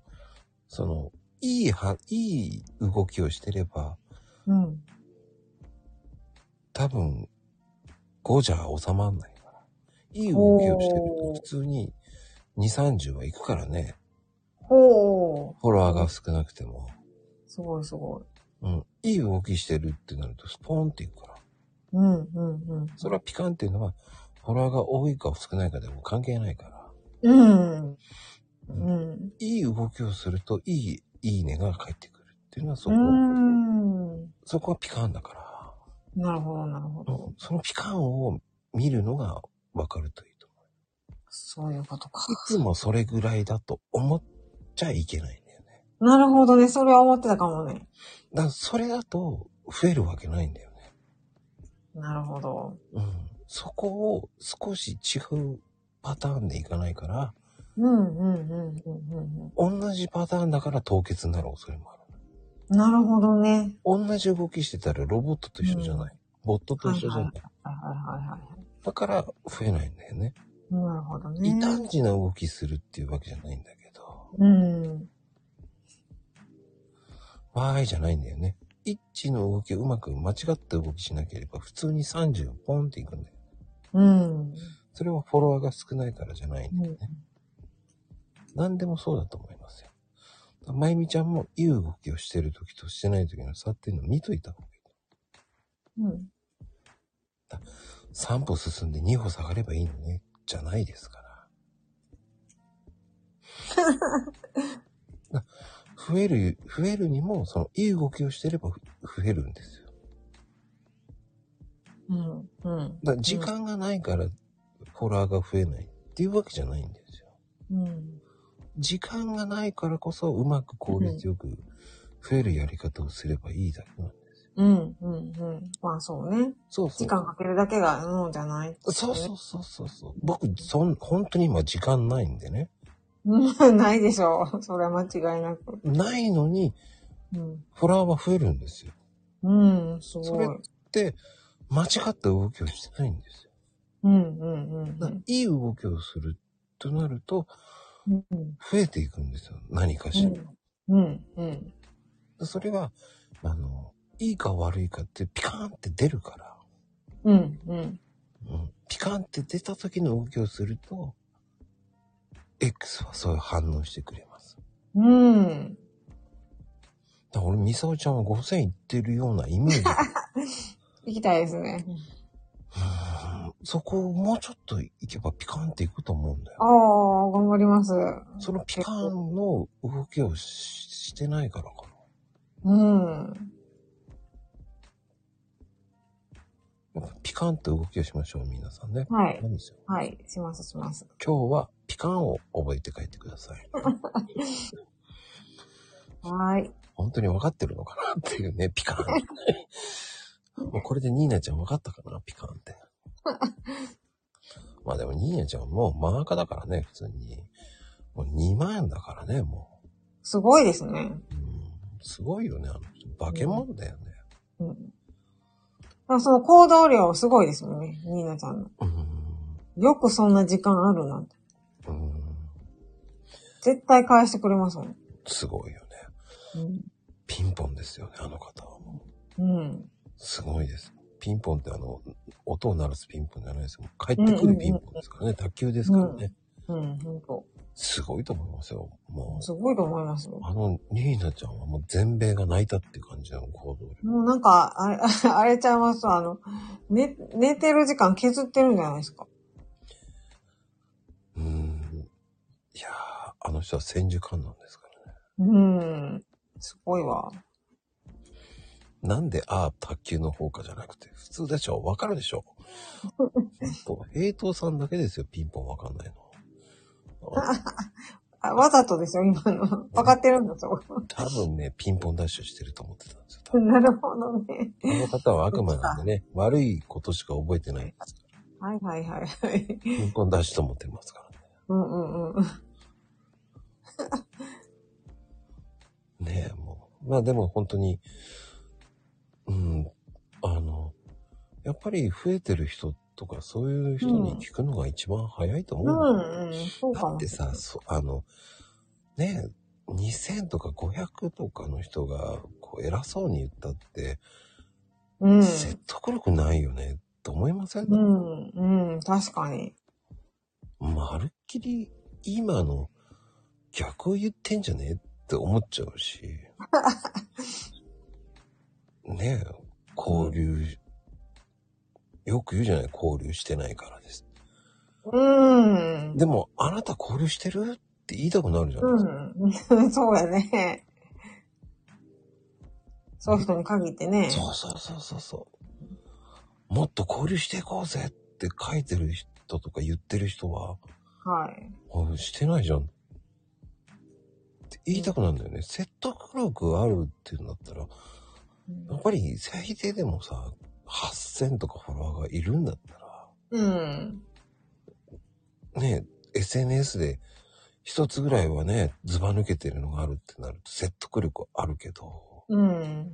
いい動きをしてれば、多分、5じゃ収まんないから。いい動きをしてると、普通に2、30は行くからね。フォロワーが少なくても。 すごい。 いい動きしてるってなると、スポーンって行くから。それはピカンっていうのは、フォロワーが多いか少ないかでも関係ないから。いい動きをすると、いいねが返ってくるっていうのはそこはピカンだから。 なるほど。 そのピカンを見るのが分かるといいと思う。 そういうことか。 いつもそれぐらいだと思っちゃいけないんだよね。 なるほどね。それは思ってたかもね。 だからそれだと増えるわけないんだよね。 なるほど。 うん。そこを少し違うパターンでいかないから、同じパターンだから凍結になる恐れもある。 なるほどね。 同じ動きしてたらロボットと一緒じゃない。ボットと一緒じゃない。だから増えないんだよね。 なるほどね。 異端児な動きするっていうわけじゃないんだけど。わーいじゃないんだよね。一致の動きをうまく間違った動きしなければ普通に30ポンっていくんだよ。それはフォロワーが少ないからじゃないんだよね。何でもそうだと思いますよ。まゆみちゃんもいい動きをしてる時としてない時の差っていうのを見といた方がいい。3歩進んで2歩下がればいいのね、じゃないですから。増えるにも、そのいい動きをしてれば増えるんですよ。だから時間がないからフォロワーが増えないっていうわけじゃないんですよ。時間がないからこそうまく効率よく増えるやり方をすればいいだけなんですよ。 まあそうね。 そう時間かけるだけがじゃない、ね。 そう。僕、本当に今時間ないんでね。 ないでしょう。それは間違いなく。 ないのに、フォロワーは増えるんですよ。 すごい。 それって間違った動きをしてないんですよ。いい動きをするとなると、増えていくんですよ。何かしら。それが、いいか悪いかってピカーンって出るから。ピカーンって出た時の動きをすると、X はそういう反応してくれます。だから俺、ミサオちゃんは5000行ってるようなイメージ。 行きたいですね。 そこをもうちょっと行けばピカーンって行くと思うんだよ。 頑張ります。 そのピカーンの動きをしてないからかな。やっぱピカーンって動きをしましょう、皆さんね。 はい。 何ですよ。 はい、します。今日はピカーンを覚えて帰ってください。 はい。 本当に分かってるのかなっていうね、ピカーン。もうこれでニーナちゃん分かったかな、ピカーンって。まあでもニーナちゃんもマーカーだからね、普通に。もう2万円だからね、もう。 すごいですね。 すごいよね、あの人。化け物だよね。 その行動量すごいですもんね、ニーナちゃんの。よくそんな時間あるなんて。絶対返してくれますもん。 すごいよね。ピンポンですよね、あの方はもう。すごいです。ピンポンって音を鳴らすピンポンじゃないですよ。帰ってくるピンポンですからね。卓球ですからね。 本当。 すごいと思いますよ。もう。 すごいと思いますよ。 ニーナちゃんはもう全米が泣いたっていう感じの行動力。 もうなんか、あれちゃいますと、寝てる時間削ってるんじゃないですか。 いやー、あの人は千手観音ですからね。 すごいわ。 なんで、卓球の方かじゃなくて、普通でしょ？わかるでしょ？平等さんだけですよ、ピンポンわかんないの。 わざとですよ、今の。分かってるんですよ。 多分ね、ピンポンダッシュしてると思ってたんですよ。 なるほどね。 あの方は悪魔なんでね、悪いことしか覚えてないですから。 はい。 ピンポンダッシュと思ってますからね。ねえ、もう。まあでも本当に、やっぱり増えてる人とかそういう人に聞くのが一番早いと思う。だってさ、ねえ、2000とか500とかの人がこう偉そうに言ったって、説得力ないよねと思いません？ 確かに。 まるっきり今の逆を言ってんじゃねって思っちゃうし。ねえ、交流、よく言うじゃない、交流してないからです。でも、あなた交流してるって言いたくなるじゃないですか。 そうやね。そういう人に限ってね。 そう。もっと交流していこうぜって書いてる人とか言ってる人は、してないじゃんって言いたくなるんだよね。説得力あるっていうんだったら、やっぱり最低でもさ、 8000とかフォロワーがいるんだったら、 うん。 ね、SNS で一つぐらいはね、ずば抜けてるのがあるってなると説得力あるけど、 うん。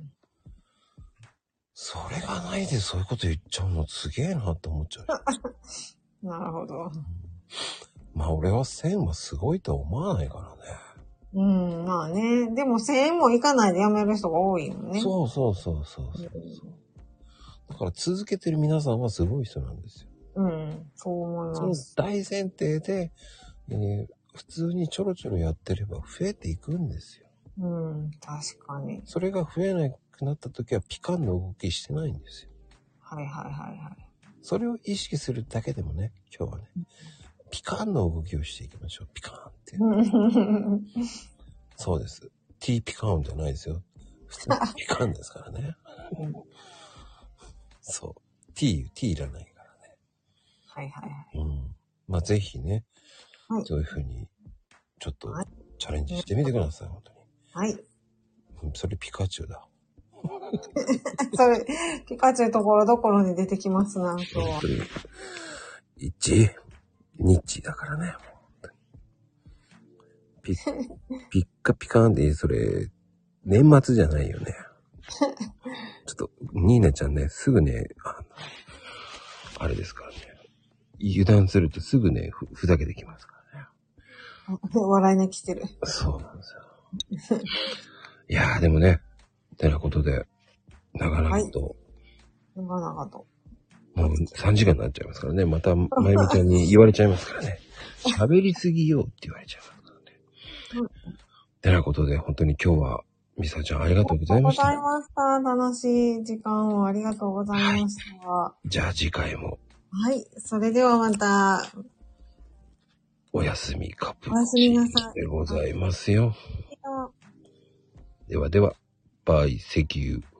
それがないでそういうこと言っちゃうのすげえなって思っちゃう。 なるほど。 まあ俺は1000はすごいとは思わないからね。 うん、まあね。でも1000円もいかないで辞める人が多いよね。 そうそう。だから続けてる皆さんはすごい人なんですよ。 うん、そう思います。 その大前提で、普通にちょろちょろやってれば増えていくんですよ。 うん、確かに。 それが増えなくなった時はピカンの動きしてないんですよ。 はい。 それを意識するだけでもね、今日はね、ピカンの動きをしていきましょう。ピカンって。そうです。T ピカンじゃないですよ。普通にピカンですからね。そう。T いらないからね。 はい。 まあぜひね、 はい、 そういう風にちょっとチャレンジしてみてください、本当に。 はい。 それピカチュウだ。 それ、ピカチュウところどころに出てきますな、今日は。 ニッチだからね。ピッカピカンで、それ、年末じゃないよね。ちょっと、ニーナちゃんね、すぐね、あれですからね。油断するとすぐね、ふざけてきますからね。 笑い泣きしてる。 そうなんですよ。いやーでもね、てなことで、長々と。 長々と。 もう3時間になっちゃいますからね。また、まゆみちゃんに言われちゃいますからね。喋りすぎよって言われちゃいますからね。てなことで、本当に今日は、みさちゃんありがとうございました。 ありがとうございました。楽しい時間をありがとうございました。はい、 じゃあ次回も。 はい。それではまた。 おやすみカプおやすみなさい。 でございますよ。ではでは、バイセキュー。